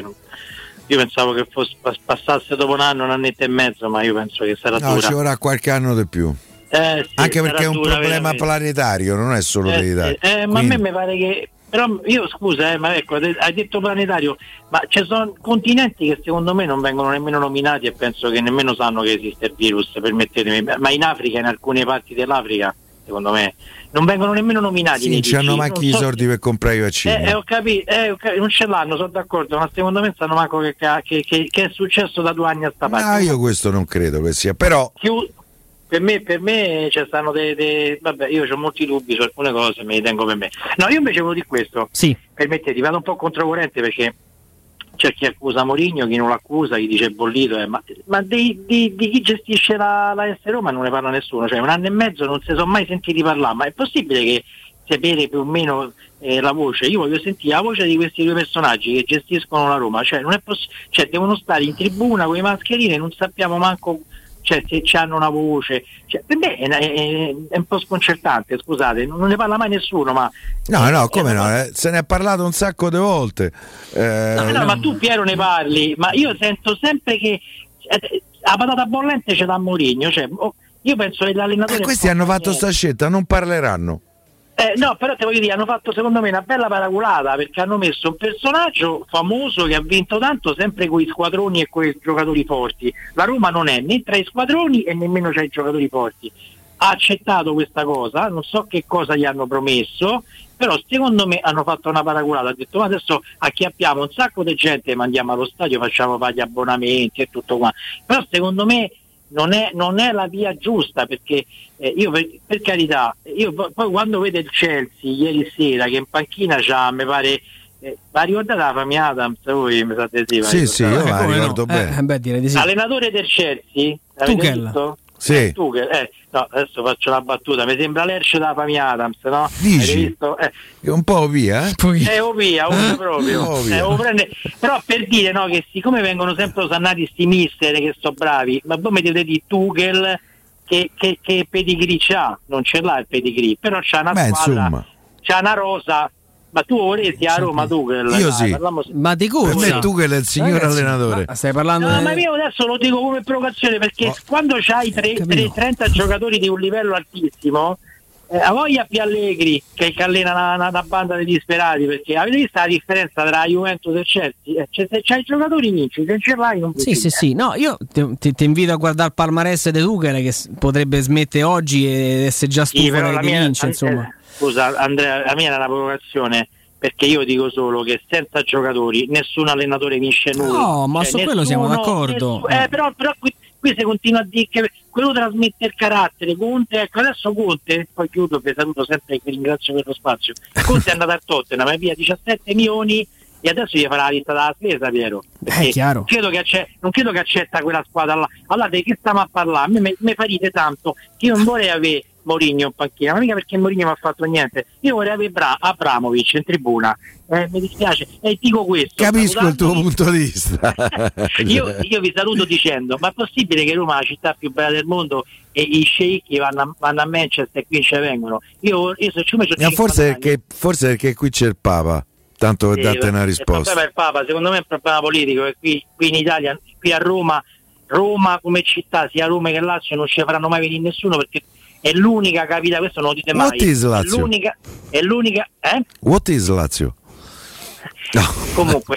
io pensavo che passasse dopo un annetto e mezzo, ma io penso che sarà dura.
No, ci vorrà qualche anno di più.
Sì,
anche perché è un problema
veramente
planetario, non è solo dell'Italia.
Ma a me mi pare che, però io scusa, ma ecco, hai detto planetario, ma ci sono continenti che secondo me non vengono nemmeno nominati e penso che nemmeno sanno che esiste il virus, permettetemi, ma in Africa, in alcune parti dell'Africa, secondo me non vengono nemmeno nominati.
Sì, ci hanno manchi i soldi per comprare i vaccini.
Ho capito, non ce l'hanno, sono d'accordo, ma secondo me sanno manco che è successo da 2 anni a sta parte.
No, io questo non credo che sia, però
per me ci stanno vabbè, io ho molti dubbi su alcune cose, me li tengo per me. No, io invece volevo dire questo.
Sì.
Permettete, vado un po' controcorrente, perché c'è chi accusa Mourinho, chi non l'accusa, chi dice bollito, ma di chi gestisce la S Roma non ne parla nessuno, cioè 1 anno e mezzo non si sono mai sentiti parlare, ma è possibile che sapere più o meno la voce? Io voglio sentire la voce di questi 2 personaggi che gestiscono la Roma, cioè non è cioè devono stare in tribuna con i mascherine, non sappiamo manco cioè se hanno una voce, cioè, per me è un po' sconcertante, scusate, non ne parla mai nessuno, ma
no, come no, se ne è parlato un sacco di volte.
No, ma tu Piero ne parli, ma io sento sempre che la patata bollente ce l'ha Mourinho, cioè, io penso che l'allenatore
questi hanno fatto sta scelta, non parleranno.
No, però te voglio dire, hanno fatto secondo me una bella paraculata, perché hanno messo un personaggio famoso che ha vinto tanto sempre con i squadroni e con i giocatori forti. La Roma non è né tra i squadroni e nemmeno tra i giocatori forti. Ha accettato questa cosa, non so che cosa gli hanno promesso, però secondo me hanno fatto una paraculata. Ha detto: ma adesso acchiappiamo un sacco di gente, mandiamo allo stadio, facciamo fare gli abbonamenti e tutto qua. Però secondo me non è la via giusta, perché io per carità, io poi quando vedo il Chelsea ieri sera che in panchina c'ha, mi pare, ma ricordate la famiglia Adams, voi mi sapete
sì, io la ricordo bene.
Direi di sì.
Allenatore del Chelsea, l'avete visto?
Sì.
No, adesso faccio la battuta, mi sembra l'Erce della famiglia Adams, no?
Dici?
Avete visto?
Un po' via,
via proprio. Però per dire, no, che siccome vengono sempre osannati sti mister che sono bravi, ma voi mi dite di Tuchel che pedigree c'ha? Non ce l'ha il pedigree, però c'ha una squadra,
insomma,
c'ha una rosa. Ma tu vorresti a Roma Tuchel?
Io sì.
Ma di cosa?
Per me Tuchel è il signor allenatore.
Stai parlando
ma io adesso lo dico come provocazione, perché quando c'hai 30 giocatori di un livello altissimo, a voglia più Allegri che allena una banda di disperati, perché avete visto la differenza tra Juventus e Chelsea? Se c'hai i giocatori vinci, se ce l'hai non vinci.
Sì. No, io ti invito a guardare il palmarès di Tuchel, che potrebbe smettere oggi e essere già stufo che vince, insomma.
Scusa Andrea, la mia era una provocazione, perché io dico solo che senza giocatori nessun allenatore vince nulla.
No, ma su quello siamo d'accordo.
Però qui si continua a dire che quello trasmette il carattere. Conte, ecco, adesso Conte, poi chiudo, vi saluto sempre e vi ringrazio per lo spazio. Conte è andato a Tottenham, è via 17 milioni e adesso gli farà la lista della spesa, Piero.
Chiaro.
Non credo che accetta quella squadra là. Allora di che stiamo a parlare? A me mi farite tanto che io non vorrei avere Mourinho in panchina, ma mica perché Mourinho non ha fatto niente. Io vorrei avere Abramovic in tribuna. Mi dispiace, dico questo.
Capisco il tuo punto di vista.
io vi saluto dicendo: ma è possibile che Roma è la città più bella del mondo e i sceicchi vanno a Manchester e qui ci vengono? Io se ci metto
forse perché qui c'è il Papa. Tanto per darti una risposta.
Il problema è il Papa, secondo me è un problema politico, e qui in Italia, qui a Roma come città, sia Roma che Lazio, non ci faranno mai venire nessuno, perché è l'unica capitale, questo non lo dite mai.
What is Lazio?
È l'unica
What is Lazio? No.
Comunque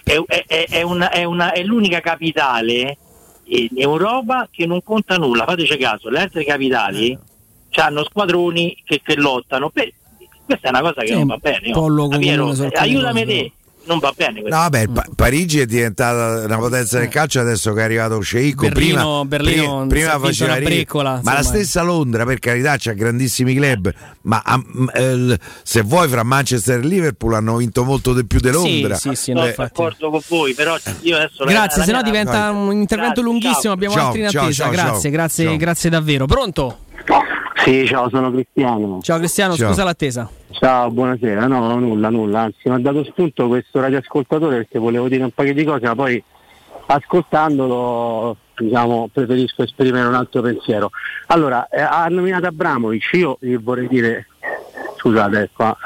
è l'unica capitale in Europa che non conta nulla. Fateci caso, le altre capitali hanno squadroni che lottano. Questa è una cosa che non va bene. Piero, aiutami te. Non va bene questo.
No, vabbè, Parigi è diventata una potenza del calcio adesso che è arrivato Sceicco.
Berlino
prima faceva
breccola,
ma la stessa Londra, per carità, c'ha grandissimi club, ma se vuoi fra Manchester e Liverpool hanno vinto molto di più di Londra.
Sì,
sono d'accordo con voi, però io adesso
grazie, se no diventa un intervento lunghissimo, abbiamo altri in attesa. Grazie davvero. Pronto?
Sì, ciao, sono Cristiano.
Ciao Cristiano, scusa l'attesa.
Ciao, buonasera. No, nulla, anzi mi ha dato spunto questo radioascoltatore, perché volevo dire un paio di cose, ma poi ascoltandolo, diciamo, preferisco esprimere un altro pensiero. Allora, ha nominato Abramovic, io gli vorrei dire, scusate qua,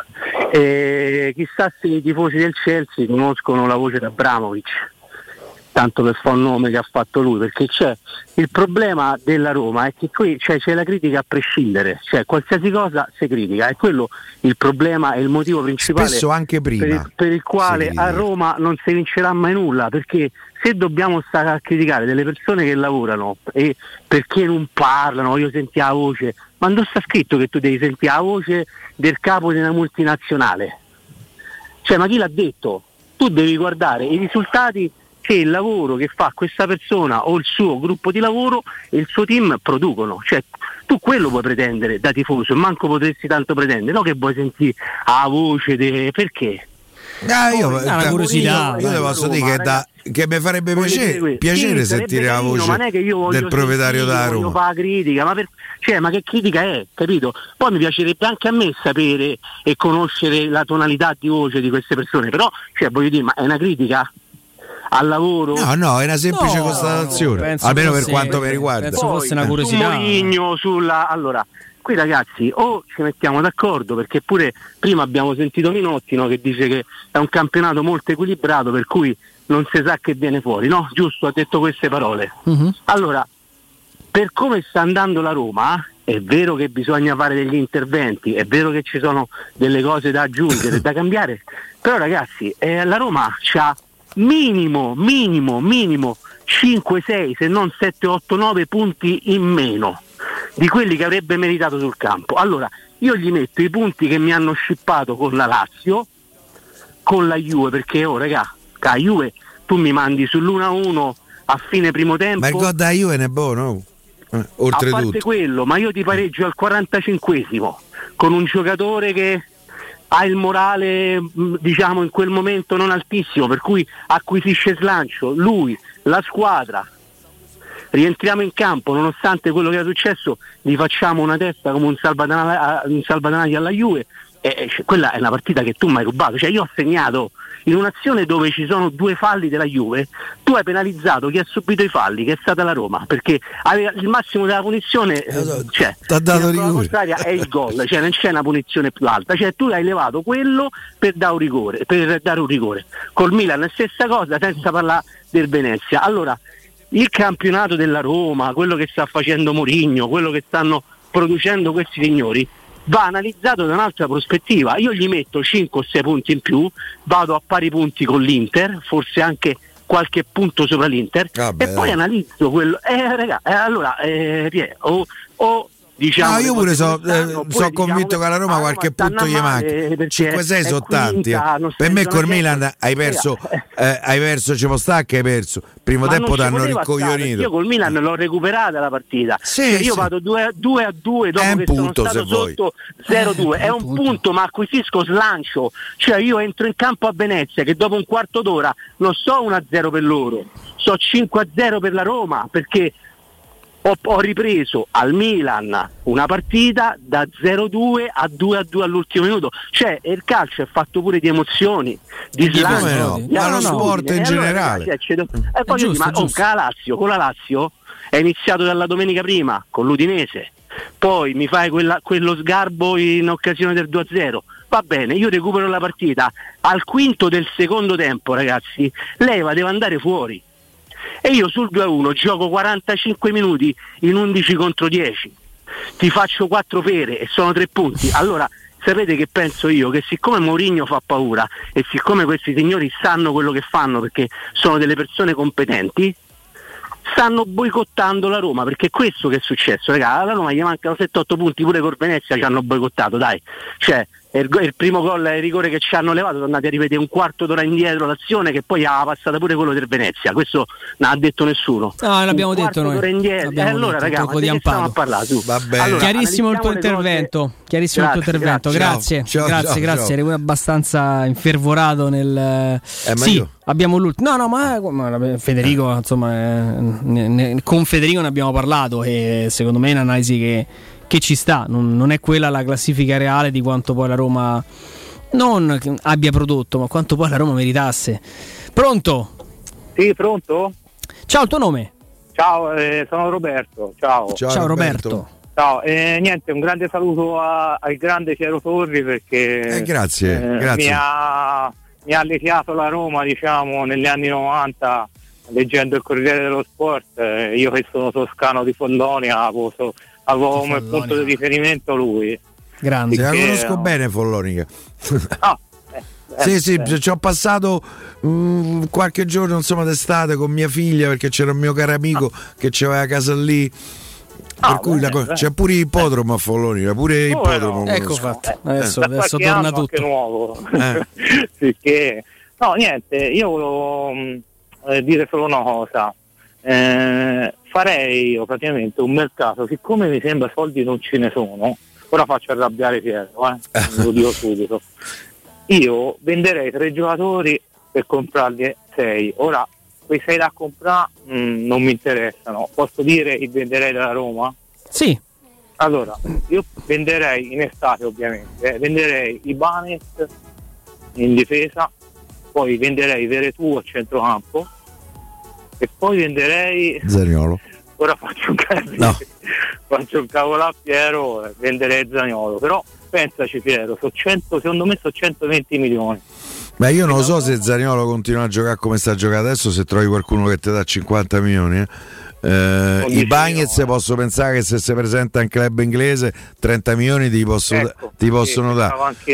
chissà se i tifosi del Chelsea conoscono la voce di Abramovic, tanto per fare un nome che ha fatto lui, perché c'è il problema della Roma è che qui c'è la critica a prescindere, cioè qualsiasi cosa si critica, è quello il problema e il motivo principale,
spesso anche prima,
per il quale a Roma non si vincerà mai nulla, perché se dobbiamo stare a criticare delle persone che lavorano e perché non parlano, io senti la voce, ma non sta scritto che tu devi sentire la voce del capo di una multinazionale, cioè ma chi l'ha detto? Tu devi guardare i risultati che il lavoro che fa questa persona o il suo gruppo di lavoro e il suo team producono, cioè tu quello puoi pretendere da tifoso, manco potresti tanto pretendere, no che vuoi sentire la voce perché?
Una curiosità.
Io ti posso dire che mi farebbe piacere sentire la voce del proprietario da Roma.
Fa critica, ma che critica è, capito? Poi mi piacerebbe anche a me sapere e conoscere la tonalità di voce di queste persone, però voglio dire, ma è una critica? al lavoro?
No, è una semplice constatazione, almeno per quanto mi riguarda.
Penso fosse una curiosità.
Mourinho allora, qui ragazzi, o ci mettiamo d'accordo, perché pure prima abbiamo sentito Minotti, no, che dice che è un campionato molto equilibrato, per cui non si sa che viene fuori, no? Giusto, ha detto queste parole. Allora, per come sta andando la Roma, è vero che bisogna fare degli interventi, è vero che ci sono delle cose da aggiungere, da cambiare, però ragazzi, la Roma c'ha minimo 5, 6, se non 7, 8, 9 punti in meno di quelli che avrebbe meritato sul campo. Allora, io gli metto i punti che mi hanno scippato con la Lazio, con la Juve, perché raga, la Juve tu mi mandi sull'1-1 a fine primo tempo.
Ma il gol da Juve ne è buono, oltretutto.
A parte quello, ma io ti pareggio al 45esimo con un giocatore che ha il morale, diciamo, in quel momento non altissimo, per cui acquisisce slancio, lui, la squadra. Rientriamo in campo, nonostante quello che è successo, gli facciamo una testa come un salvadanaio alla Juve. Quella è una partita che tu mi hai rubato, cioè io ho segnato in un'azione dove ci sono 2 falli della Juve, tu hai penalizzato chi ha subito i falli, che è stata la Roma, perché aveva il massimo della punizione, cioè
t'ha dato
la contraria è il gol, cioè non c'è una punizione più alta, cioè tu hai levato quello per dare un rigore. Col Milan è stessa cosa, senza parlare del Venezia. Allora, il campionato della Roma, quello che sta facendo Mourinho, quello che stanno producendo questi signori, va analizzato da un'altra prospettiva. Io gli metto 5 o 6 punti in più, vado a pari punti con l'Inter, forse anche qualche punto sopra l'Inter, e poi analizzo quello. Allora, diciamo,
io pure sono convinto che alla Roma qualche punto gli manca. 5-6 sono tanti. Per me col Milan hai perso, ci può stare che hai perso. Primo tempo ti hanno ricoglionito.
Io col Milan l'ho recuperata la partita. Io vado 2-2 dopo che sono stato sotto 0-2. È un punto, ma acquisisco slancio. Cioè io entro in campo a Venezia che dopo un quarto d'ora non so 1-0 per loro, so 5-0 per la Roma, perché ho ripreso al Milan una partita da 0-2 a 2-2 all'ultimo minuto. Cioè il calcio è fatto pure di emozioni, di slancio,
ma lo sport in generale.
Con la Lazio è iniziato dalla domenica prima con l'Udinese, poi mi fai quello sgarbo in occasione del 2-0, va bene, io recupero la partita al quinto del secondo tempo, ragazzi, Leva deve andare fuori. E io sul 2-1 gioco 45 minuti in 11 contro 10, ti faccio 4 pere e sono 3 punti. Allora sapete che penso io? Che siccome Mourinho fa paura e siccome questi signori sanno quello che fanno, perché sono delle persone competenti, stanno boicottando la Roma, perché è questo che è successo, ragazzi. Alla Roma gli mancano 7-8 punti, pure col Venezia ci hanno boicottato, dai. Cioè il primo gol è il rigore che ci hanno levato, sono andati a rivedere un quarto d'ora indietro l'azione, che poi ha passata pure quello del Venezia. Questo non ha detto nessuno.
No, l'abbiamo detto noi.
Allora ragazzi, ma di che stiamo a parlare?
Allora,
chiarissimo il tuo intervento. Chiarissimo il tuo intervento. Grazie. Grazie. Eri abbastanza infervorato nel sì. Abbiamo l'ultimo. No, ma Federico, insomma, con Federico ne abbiamo parlato e secondo me è un'analisi che ci sta. Non è quella la classifica reale di quanto poi la Roma non abbia prodotto, ma quanto poi la Roma meritasse. Pronto?
Sì, pronto?
Ciao, il tuo nome?
Ciao, sono Roberto. Ciao
Roberto.
Ciao, niente, un grande saluto al grande Piero Torri, perché
grazie.
Mi ha alleviato la Roma, diciamo, negli anni 90, leggendo il Corriere dello Sport. Io che sono toscano di Follonia avevo come punto di riferimento lui.
Grande.
La conosco bene Follonica. Sì, ci ho passato qualche giorno, insomma, d'estate con mia figlia, perché c'era un mio caro amico che c'aveva casa lì. Per cui c'è pure ippodromo a Follonica, ippodromo.
Ecco fatto. Adesso torna tutto.
Anche nuovo. Perché no, niente, io volevo dire solo una cosa. Farei io praticamente un mercato, siccome mi sembra soldi non ce ne sono, ora faccio arrabbiare Piero, lo dico subito. Io venderei 3 giocatori per comprarli 6. Ora quei 6 da comprare non mi interessano. Posso dire che venderei dalla Roma?
Sì.
Allora, io venderei in estate, ovviamente, venderei Ibanez in difesa, poi venderei Veretout a centrocampo, e poi venderei
Zaniolo.
Ora faccio un cavolo a Piero, venderei Zaniolo, però pensaci Piero, secondo me sono 120 milioni.
Beh, io non lo so se Zaniolo continua a giocare come sta giocando adesso, se trovi qualcuno che ti dà 50 milioni. I Bagnets posso pensare che se si presenta in club inglese 30 milioni ti possono dare.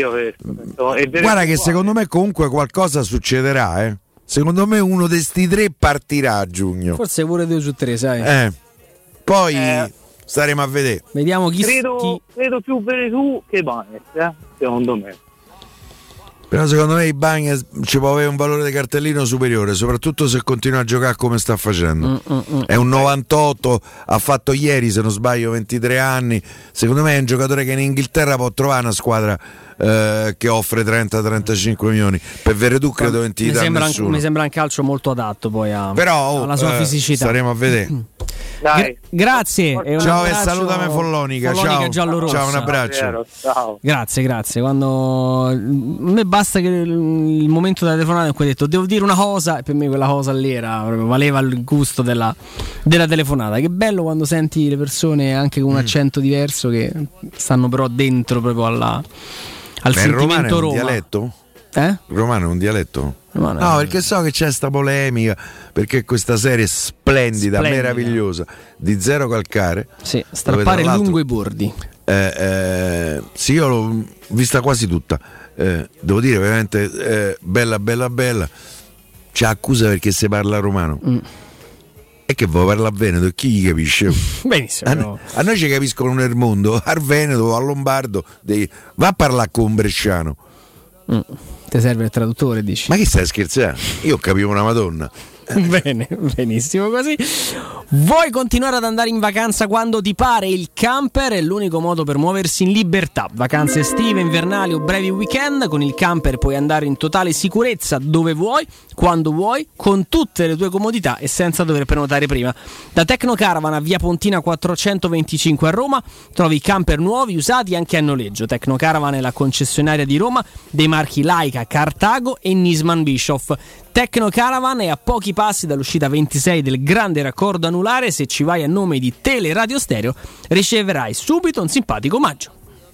Guarda che secondo me comunque qualcosa succederà, Secondo me uno di sti tre partirà a giugno.
Forse pure 2 su 3, sai.
Poi staremo a vedere.
Vediamo
credo più Veretù che Bagnets, secondo me.
Però secondo me i Bagnets ci può avere un valore di cartellino superiore, soprattutto se continua a giocare come sta facendo. È un 98, ha fatto ieri se non sbaglio 23 anni. Secondo me è un giocatore che in Inghilterra può trovare una squadra che offre 30-35 milioni. Per Veretù credo 20 nessuno.
Mi sembra un calcio molto adatto poi alla sua fisicità.
Staremo a vedere.
Dai. Grazie.
Ciao e salutami Follonica. Ciao, un abbraccio.
Ciao.
Grazie. Quando a me basta che il momento della telefonata in cui hai detto devo dire una cosa, e per me quella cosa lì valeva il gusto della telefonata. Che bello quando senti le persone anche con un accento diverso che stanno però dentro proprio al sentimento Roma.
Dialetto?
Il
romano è un dialetto? No, perché so che c'è sta polemica, perché questa serie splendida, meravigliosa di Zero Calcare.
Sì, strappare lungo i bordi.
Sì, io l'ho vista quasi tutta. Devo dire veramente bella. Ci accusa perché si parla romano. E che vuoi parlare a Veneto? Chi gli capisce?
Benissimo.
A noi ci capiscono nel mondo, al Veneto, al Lombardo, va a parlare con un bresciano.
Ti serve il traduttore, dici?
Ma che stai scherzando? Io capivo una Madonna.
Bene, benissimo così. Vuoi continuare ad andare in vacanza quando ti pare? Il camper è l'unico modo per muoversi in libertà. Vacanze estive, invernali o brevi weekend. Con il camper puoi andare in totale sicurezza dove vuoi, quando vuoi, con tutte le tue comodità e senza dover prenotare prima. Da Tecnocaravan a Via Pontina 425 a Roma trovi camper nuovi, usati anche a noleggio. Tecnocaravan è la concessionaria di Roma dei marchi Laika, Cartago e Nisman Bischoff. Tecnocaravan è a pochi passi dall'uscita 26 del grande raccordo anulare. Se ci vai a nome di Tele Radio Stereo riceverai subito un simpatico omaggio.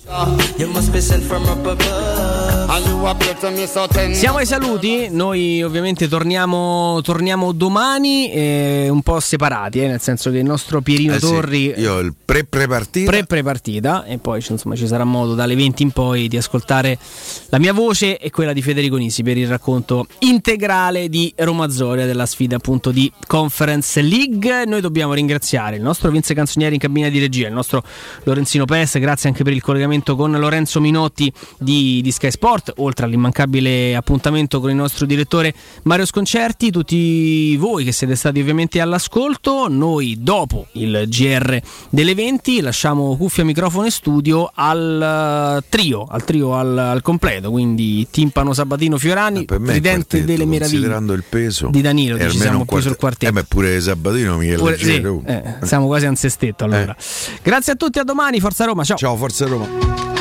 Siamo ai saluti, noi ovviamente torniamo domani un po' separati, nel senso che il nostro Pierino Torri
io il pre-partita
e poi insomma ci sarà modo dalle 20 in poi di ascoltare la mia voce e quella di Federico Nisi per il racconto integrale di Roma Azzurra della sfida appunto di Conference League. Noi dobbiamo ringraziare il nostro Vince Canzonieri in cabina di regia, il nostro Lorenzino Pes, grazie anche per il collegamento con Lorenzo Minotti di Sky Sport, oltre all'immancabile appuntamento con il nostro direttore Mario Sconcerti, tutti voi che siete stati ovviamente all'ascolto. Noi dopo il GR delle 20 lasciamo cuffia, microfono e studio al trio al completo, quindi timpano Sabatino Fiorani, tridente delle meraviglie,
considerando il peso
di Danilo, ci siamo qui sul quartetto.
Pure Sabatino
siamo quasi a un sestetto allora. Grazie a tutti, a domani, Forza Roma, ciao
Forza Roma.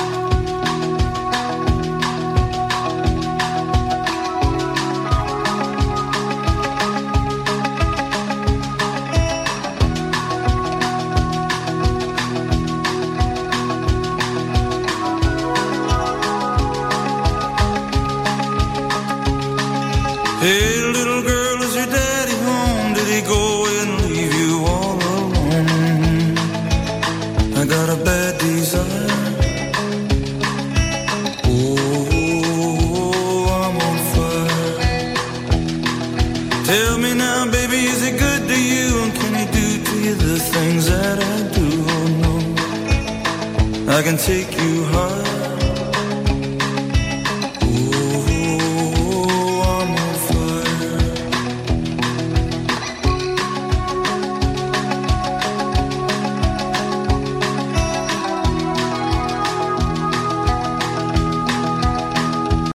Hey little girl, is your daddy home? Did he go and leave you all alone? I got a bad desire. Oh, I'm on fire. Tell me now, baby, is he good to you? And can he do to you the things that I do? Oh no, I can take you high.